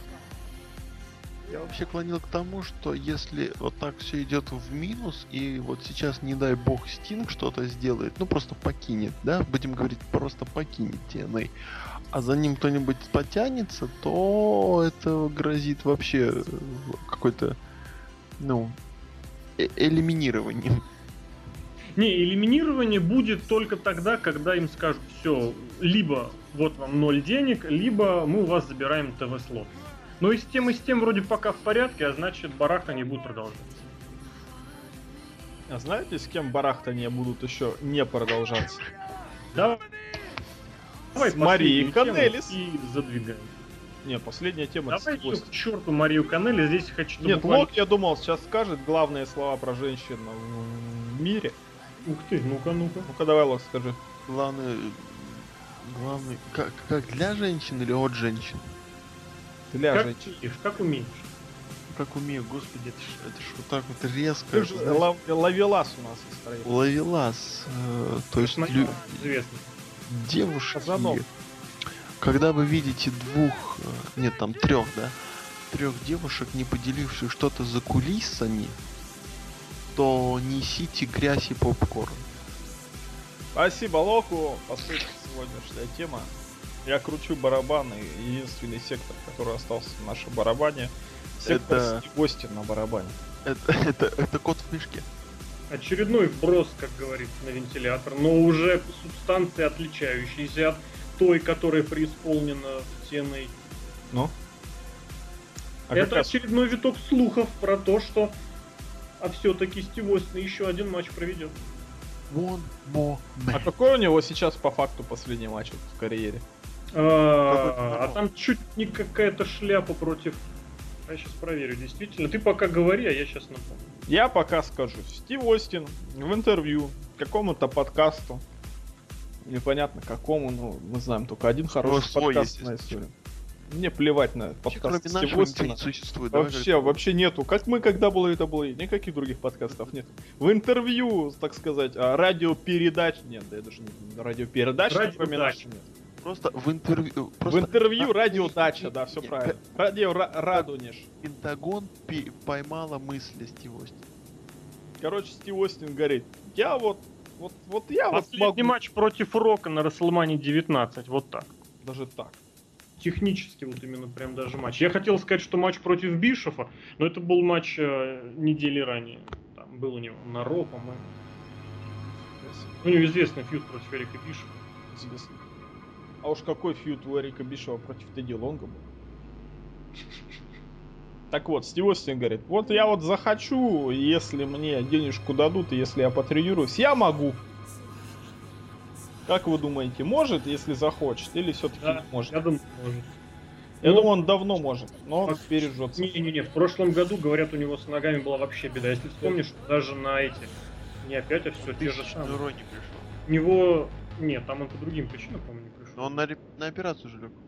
Я вообще клонил к тому, что если вот так все идет в минус, и вот сейчас, не дай бог, Стинг что-то сделает, ну просто покинет, да, будем говорить, просто покинет ти эн эй, а за ним кто-нибудь потянется, то это грозит вообще э, какой-то, ну, э- элиминированием. Не, элиминирование будет только тогда, когда им скажут: все, либо вот вам ноль денег, либо мы у вас забираем ТВ-слот. Но и с тем, и с тем вроде пока в порядке, а значит барахта не будет продолжаться. А знаете, с кем барахтания будут еще не продолжаться? Давай, давай С Марией последнюю тему Канелис. и задвигаем. Не, последняя тема. Давай с Костей. к черту Марию Канелли, здесь хочу... чтобы Нет, буквально- Лок, я думал, сейчас скажет главные слова про женщин в мире. Ух ты, ну-ка, ну-ка. Ну-ка, давай, Лок, скажи. Главное, главное, как, как для женщин или от женщин? Для Как женщин. умеешь, как умеешь. Как умею, господи, это ж, это ж вот так вот резко. Ты же знаешь, лав- ловелас у нас из строения. Ловелас, э, то есть Смотри, лю- известно. девушки, Казанов. когда вы видите двух, э, нет, там трех, да, трех девушек, не поделивших что-то за кулисами, то несите грязь и попкорн. Спасибо, Локу. По сути, сегодняшняя тема. Я кручу барабаны. Единственный сектор, который остался в нашем барабане. Сектор Это- с гостем на барабане. Это, это, это кот в мешке. Очередной вброс, как говорится, на вентилятор, но уже субстанции, отличающиеся от той, которая преисполнена сценой. Ну? А Это раз... очередной виток слухов про то, что а все-таки Стив Остин еще один матч проведет. One more А какой у него сейчас по факту последний матч в карьере? А, а там чуть не какая-то шляпа против... Я сейчас проверю, действительно. Ты пока говори, а я сейчас напомню. Я пока скажу. Стив Остин в интервью какому-то подкасту, непонятно какому, но мы знаем только один хороший Свой, подкаст на историю. Мне плевать на подкаст Кроме Стива нашего Остина. не существует. Вообще, вообще нету. Как мы, когда было это было, никаких других подкастов нет. В интервью, так сказать, радиопередач... Нет, да я даже не радиопередач, Радиодача. нет. Просто в интервью... В интервью радиодача, да, все правильно. Радио Радонеж. Пентагон пи- поймала мысли Стив Остин. Короче, Стив Остин говорит, я вот, вот, вот я вот Последний могу... матч против Рока на Расселмане девятнадцать, вот так. Даже так. Технически вот именно прям даже матч. Я хотел сказать, что матч против Бишофа, но это был матч э, недели ранее. Там был у него на Ро, по-моему. У него известный фьюд против Эрика Бишофа. Известно. А уж какой фьюд у Эрика Бишова против Тедди Лонга был. Так вот, Стив Остин говорит, вот я вот захочу, если мне денежку дадут, и если я потренируюсь, я могу. Как вы думаете, может, если захочет, или все-таки Да, не может? я думаю, может. Я Ну, думаю, он давно может, но он а- пережжется. Не-не-не, в прошлом году, говорят, у него с ногами была вообще беда. Если вспомнишь, даже на эти... Не опять, а все те же самые. Джеро не пришел. У него... Нет, там он по другим причинам, по-моему, не пришел. Но он на, ре- на операцию же лег.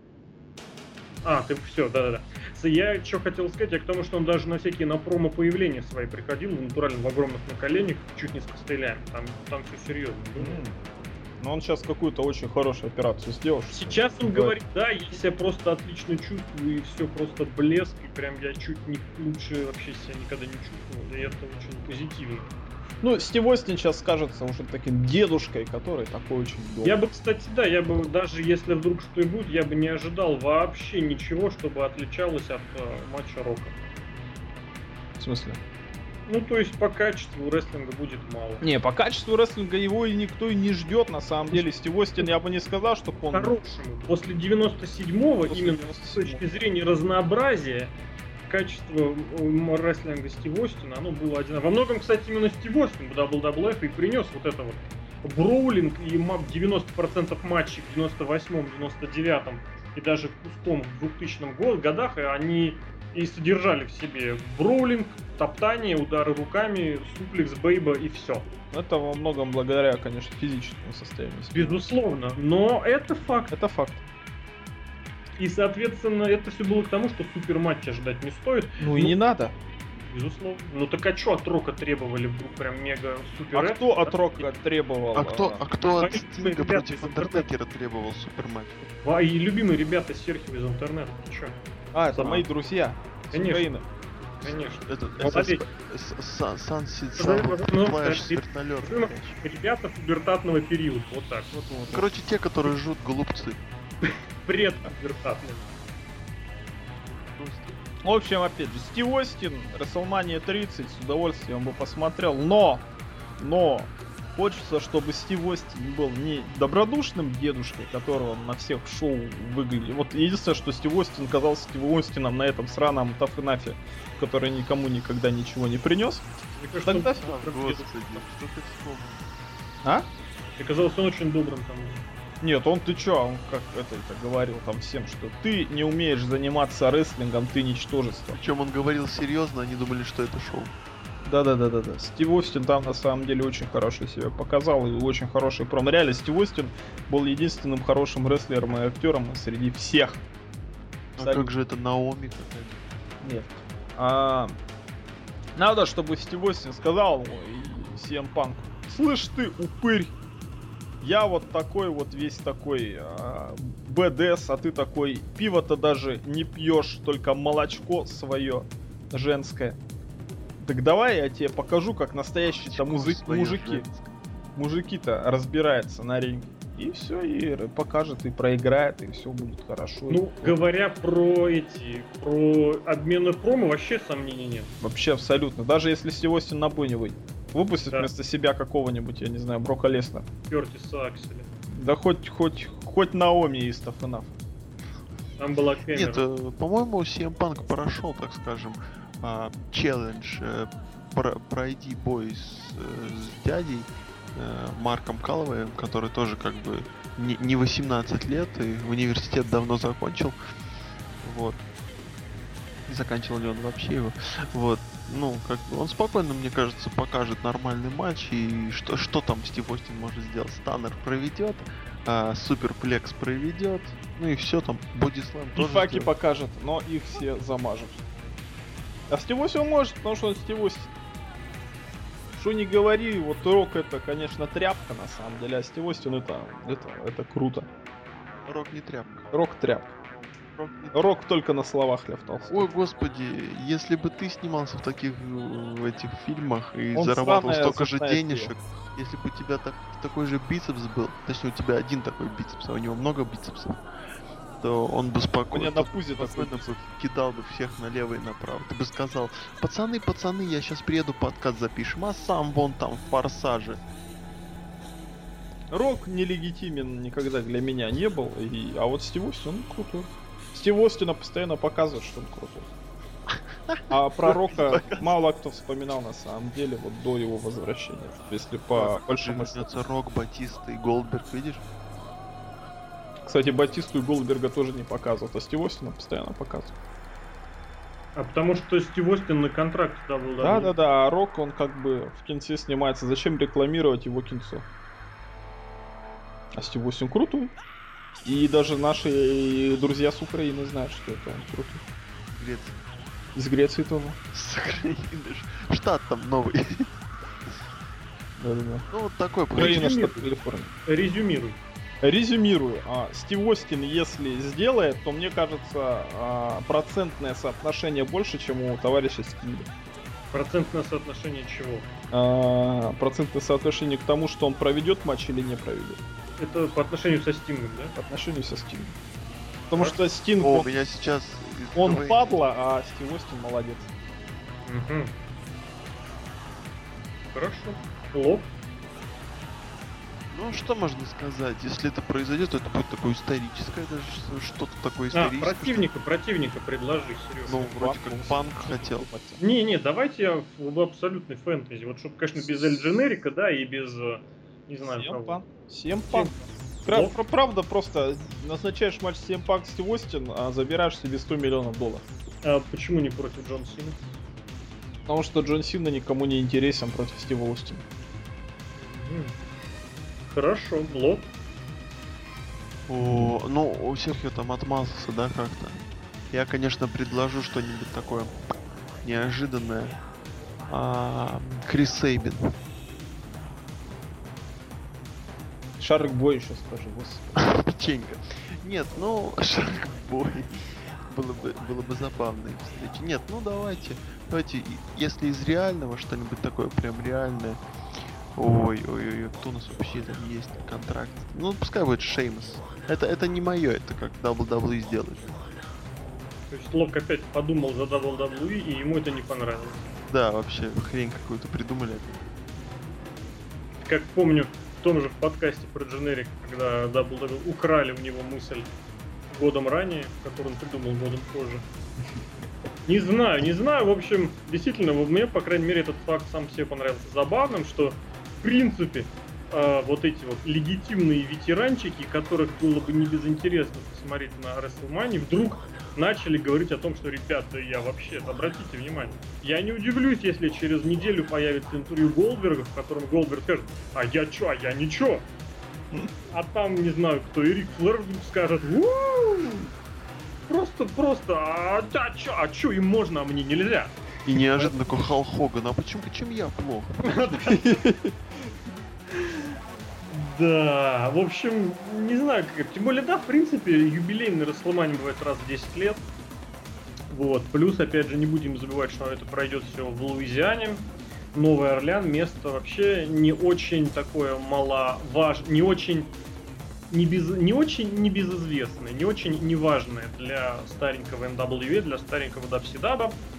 А, ты все, да-да-да. С- Я что хотел сказать, я к тому, что он даже на всякие на промо появления свои приходил, натурально в огромных наколенниках, чуть не с костылями. Там, там все серьезно было. М. Но он сейчас какую-то очень хорошую операцию сделал. что- Сейчас он Да. говорит, да, я себя просто отлично чувствую, и все просто блеск, и прям я чуть не лучше вообще себя никогда не чувствовал, и это очень позитивно. Ну, Стив Остин сейчас кажется уже таким дедушкой, который такой очень добрый. Я бы, кстати, да, я бы, даже если вдруг что и будет, я бы не ожидал вообще ничего, чтобы отличалось от э, матча Рока. В смысле? Ну, то есть по качеству рестлинга будет мало. Не, по качеству рестлинга его и никто и не ждет, на самом деле. Стив Остин, я бы не сказал, что он... Хорошему. После девяносто седьмого, После именно девяносто с седьмого. точки зрения разнообразия, качество м, рестлинга Стив Остина, оно было один. Во многом, кстати, именно Стив Остин в дабл ю дабл ю эф и принес вот это вот броулинг и ма- девяносто процентов матчей в девяносто восьмом, девяносто девятом и даже в пустом двухтысячном го- годах, и они и содержали в себе броулинг, топтание, удары руками, суплекс, бейба и все. Это во многом благодаря, конечно, физическому состоянию. Безусловно, но это факт. Это факт. И, соответственно, это все было к тому, что супер матча ждать не стоит. Ну и Ну, не надо. Безусловно. Ну так а что от Рока требовали вдруг прям мега супер? А это, кто да? от Рока требовал? А кто, а кто от Конечно, Стинга ребята против из интернета. Андертекера требовал суперматч? А, и любимые ребята Серхио из интернета, ты чё? А, это А. мои друзья. с Конечно. Украины. Конечно. Это, Молодец. Сансит Ну, Флэш да, вертолет. любимых Ребята пубертатного периода, вот так. Вот, вот, вот. Короче, те, которые жрут голубцы. Пред пубертатный. В общем, опять же, Стив Остин, WrestleMania тридцать, с удовольствием бы посмотрел, но, но, хочется, чтобы Стив Остин был не добродушным дедушкой, которого он на всех шоу выглядит. Вот единственное, что Стив Остин казался Стивом Остином на этом сраном Tough Enough, который никому никогда ничего не принес. Мне кажется, Тогда- он А, прям господи, дедушка. что ты вспомнил? А? Мне казалось, он очень добрым там. Нет, он ты чё, он как это, это говорил там всем, что ты не умеешь заниматься рестлингом, ты ничтожество. Причем он говорил серьезно, они думали, что это шоу. Да-да-да-да-да. Стив Остин там на самом деле очень хорошо себя показал и очень хороший промо. Реально, Стив Остин был единственным хорошим рестлером и актером среди всех. А Абсолютно. как же это Наоми какая-то? Нет. А, надо, чтобы Стив Остин сказал и си эм Punk: слышь ты, упырь, я вот такой вот весь такой а, бэ дэ эс, а ты такой пиво-то даже не пьешь, только молочко свое женское. Так давай я тебе покажу, как настоящие-то музы- Своё мужики, женское. мужики-то разбираются на ринге. И все, и покажет, и проиграет, и все будет хорошо. Ну, И- говоря про эти, про обмены промо, вообще сомнений нет. Вообще абсолютно. Даже если Стив Остин на бой не выйдет. Выпустит Да. вместо себя какого-нибудь, я не знаю, Брока Леснера. Кертиса Акселя. Да хоть, хоть, хоть Наоми из Tough Enough. Там была Кэмерон. Нет, э, по-моему, си эм Punk прошел, так скажем, а, челлендж э, про- пройди бой с, э, с дядей э, Марком Калловеем, который тоже как бы не, не восемнадцать лет и университет давно закончил. Вот. Не заканчивал ли он вообще его. Вот. Ну, как бы он спокойно, мне кажется, покажет нормальный матч. И что, что там Стив Остин может сделать? Станнер проведет, а, Суперплекс проведет. Ну и все там. Бодислэм И тоже Факи сделает. покажет, но их все замажут. А Стив Остин может, потому что он Стив Остин. Что не говори, вот Рок это, конечно, тряпка на самом деле, а Стив Остин это, это, это круто. Рок не тряпка. Рок тряпка. Рок не тряпка. Рок только на словах, Лев Толстой. Ой, господи, если бы ты снимался в таких э, в этих фильмах и Он зарабатывал сраная столько же зубная денежек, если бы у тебя так, такой же бицепс был, точнее у тебя один такой бицепс, а у него много бицепсов, то он бы У спокойно, меня на пузе такой спокойно бы кидал бы всех налево и направо. Ты бы сказал: пацаны, пацаны, я сейчас приеду, подкаст запишем, а сам вон там в Форсаже. Рок нелегитимен никогда для меня не был, и... а вот Стив Остин, он крутой. Стив Остина постоянно показывает, что он крутой. А про Рока мало кто вспоминал на самом деле вот до его возвращения. Если по большому счету. Начнется Рок, Батиста и Голдберг, видишь? Кстати, Батисту и Голдберга тоже не показывают, а Стив Остина постоянно показывают. А потому что Стив Остин на контракте дабл ю дабл ю и. Да-да-да, а Рок, он как бы в кинце снимается. Зачем рекламировать его кинцо? А Стив Остин крутой. И даже наши друзья с Украины знают, что это он крутой. Греция. Из Греции тоже. С Украины. Штат там новый. Да-да-да. Ну вот такой Украина, Резюмируй. штат Калифорния. Резюмируй. Резюмирую. А, Стив Остин, если сделает, то мне кажется, а, процентное соотношение больше, чем у товарища Стинга. Процентное соотношение чего? А, процентное соотношение к тому, что он проведет матч или не проведет. Это по отношению со Стингом, да? По отношению со Стингом. Потому что Стинг, О, он, меня сейчас... он КВН падла, а Стив Остин молодец. Угу. Хорошо. Лоб. Ну, что можно сказать? Если это произойдет, то это будет такое историческое, даже что-то такое А, историческое. противника, противника предложи, серьезно. Ну, вроде как Панк хотел. Не-не, давайте я в абсолютной фэнтези. Вот чтобы, конечно, без Эль Дженерика, да, и без, э, не знаю, кого. Семпан. Семпан. Пра- пра- правда, просто назначаешь матч Семпанк Стив Остин, а забираешь себе сто миллионов долларов. А почему не против Джона Сина? Потому что Джон Сина никому не интересен против Стива Остина. М. Хорошо, Лоб. О, ну, у всех я там отмазался, да, как-то. Я, конечно, предложу что-нибудь такое неожиданное. А, Крис Сейбин. Шарк Бой еще скажи, господи. Печенька. Нет, ну, Шаркбой. Было бы, было бы забавная встреча. Нет, ну давайте. Давайте, и- если из реального что-нибудь такое прям реальное. Ой, ой, ой, ой, кто у нас вообще там есть на контракте? Ну, пускай будет Шеймус. Это, это не мое, это как дабл ю дабл ю и сделает. То есть Лок опять подумал за дабл ю дабл ю и, и ему это не понравилось. Да, вообще, хрень какую-то придумали. Как помню, в том же в подкасте про Дженерик, когда дабл ю дабл ю украли у него мысль годом ранее, которую он придумал годом позже. Не знаю, не знаю, в общем, действительно, вот мне, по крайней мере, этот факт сам себе понравился забавным, что, в принципе, э, вот эти вот легитимные ветеранчики, которых было бы не безинтересно посмотреть на WrestleMania, вдруг начали говорить о том, что, ребята, я вообще, обратите внимание, я не удивлюсь, если через неделю появится интервью Голдберга, в котором Голдберг скажет: а я чё, а я ничего. А там, не знаю, кто, Эрик Флэр вдруг скажет: «У-у-у, просто, просто, а, а чё, а чё им можно, а мне нельзя?» И неожиданно такой Халк Хоган. А почему, чем я плохо? Да, в общем, не знаю, как, тем более, да, в принципе, юбилейный WrestleMania бывает раз в десять лет. Вот, плюс, опять же, не будем забывать, что это пройдет все в Луизиане. Новый Орлеан, место вообще не очень такое маловажное, не очень, не, без, не очень небезызвестное, не очень неважное для старенького эн дабл ю и, для старенького даб си даба.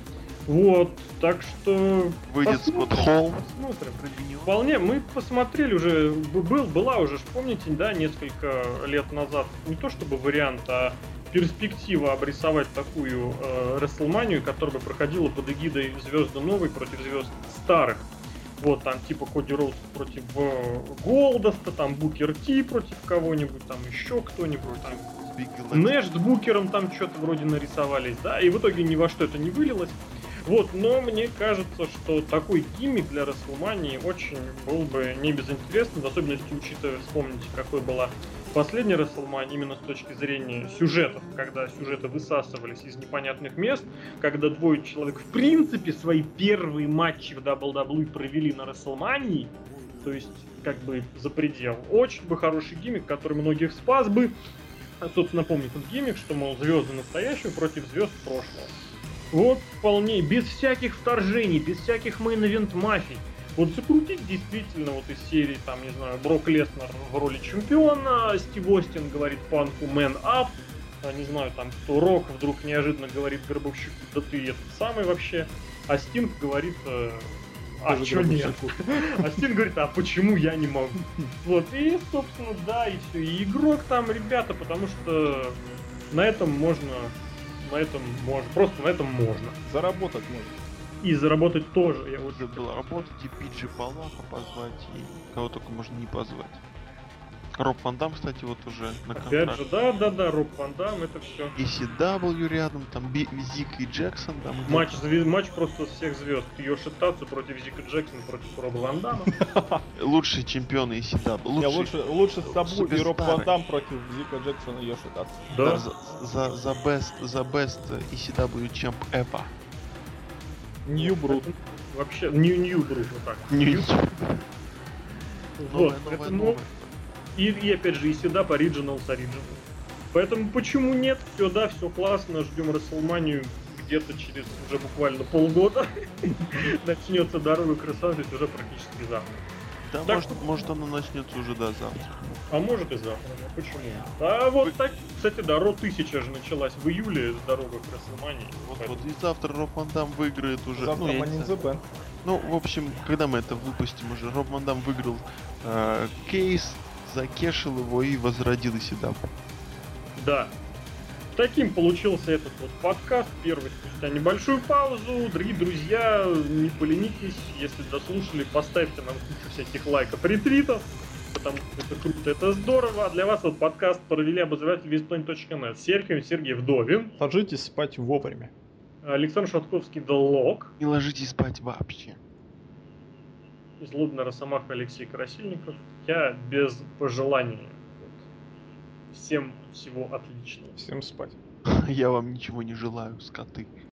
Вот, так что Выйдет посмотрим, Скотт Холм. посмотрим. Пробенил. Вполне, мы посмотрели уже, б- был, была уже, ж, помните, да, несколько лет назад, не то чтобы вариант, а перспектива обрисовать такую э, Рестлманию, которая бы проходила под эгидой звезды новой против звезд старых. Вот, там типа Коди Роуз против э, Голдаста, там Букер Ти против кого-нибудь, там еще кто-нибудь, там Бигги Нэш с Букером там что-то вроде нарисовались, да, и в итоге ни во что это не вылилось. Вот, но мне кажется, что такой гиммик для Расселмании очень был бы не безинтересным, в особенности учитывая, вспомните, какой была последняя Расселмания именно с точки зрения сюжетов, когда сюжеты высасывались из непонятных мест, когда двое человек в принципе свои первые матчи в дабл ю дабл ю и провели на Расселмании, то есть как бы за предел. Очень бы хороший гиммик, который многих спас бы. А, собственно, помню тот гиммик, что, мол, звезды настоящего против звезд прошлого. Вот вполне, без всяких вторжений, без всяких мейн-эвент мафий. Вот закрутить действительно вот из серии, там, не знаю, Брок Леснер в роли чемпиона, Стив Остин говорит Панку «Man up», а, не знаю, там, кто Рок вдруг неожиданно говорит Гробовщику «Да ты этот самый вообще», а Стинг говорит э, «А Тоже чё нет?» Гробовщику. А Стинг говорит «А почему я не могу?» Вот, и, собственно, да, и все. И игрок там, ребята, потому что на этом можно, на этом можно, просто на этом можно. Заработать можно. И заработать тоже, я вот Уже было работать, и Пиджи Палаха позвать, и кого только можно не позвать. Роб Ван Дам, кстати, вот уже на Опять контракте. же, да, да, да, Роб Ван Дам, это все. И Си Дабл Ю рядом, там Би- Зик и Джексон. Там где-то. Матч, зве- матч просто всех звезд. Йоши Тацу против Зика Джексона против Роба Ван Дамма. Лучшие чемпионы И Си Дабл Ю. Я Лучшие... лучше, лучше с тобой и Роб суперстары. Ван Дам против Зика Джексона и Йоши Тацу. Да, Да. за, за, за best, за best И Си Дабл Ю чемп эпа. Нью Брут. Вообще, Нью Нью Брут, вот так. Нью- Вот, Новое, новое, поэтому... новое. И, и опять же, и Седап Original с Original. Поэтому почему нет? Все, да, все классно, ждем Расселманию где-то через уже буквально полгода. Начнется дорога к Расселманию, уже практически завтра. Да, Так. может, может оно начнется уже до завтра. А может и завтра, да, почему? А вот, так, кстати, да, Ро тысяча же началась в июле, дорога к Расселмании. Вот, Поэтому- вот и завтра Роб Ван Дам выиграет уже. Завтра ну, я не Money in знаю. the Bank. Ну, в общем, когда мы это выпустим уже, Роб Ван Дам выиграл э, кейс, закешил его и возродил И Си Дабл Ю. Да. Таким получился этот вот подкаст, первый спустя небольшую паузу. Дорогие друзья, не поленитесь, если дослушали, поставьте нам кучу всяких лайков, ретвитов, потому что это круто, это здорово. А для вас вот подкаст провели обозреватель весьпланет точка нет. Сергей, Сергей Вдовин, Ложитесь спать вовремя. Александр Шатковский, The Lock, Не ложитесь спать вообще. Злобный Росомаха Алексей Красильников. Я без пожеланий. Вот. Всем всего отличного. Всем спать. Я вам ничего не желаю, скоты.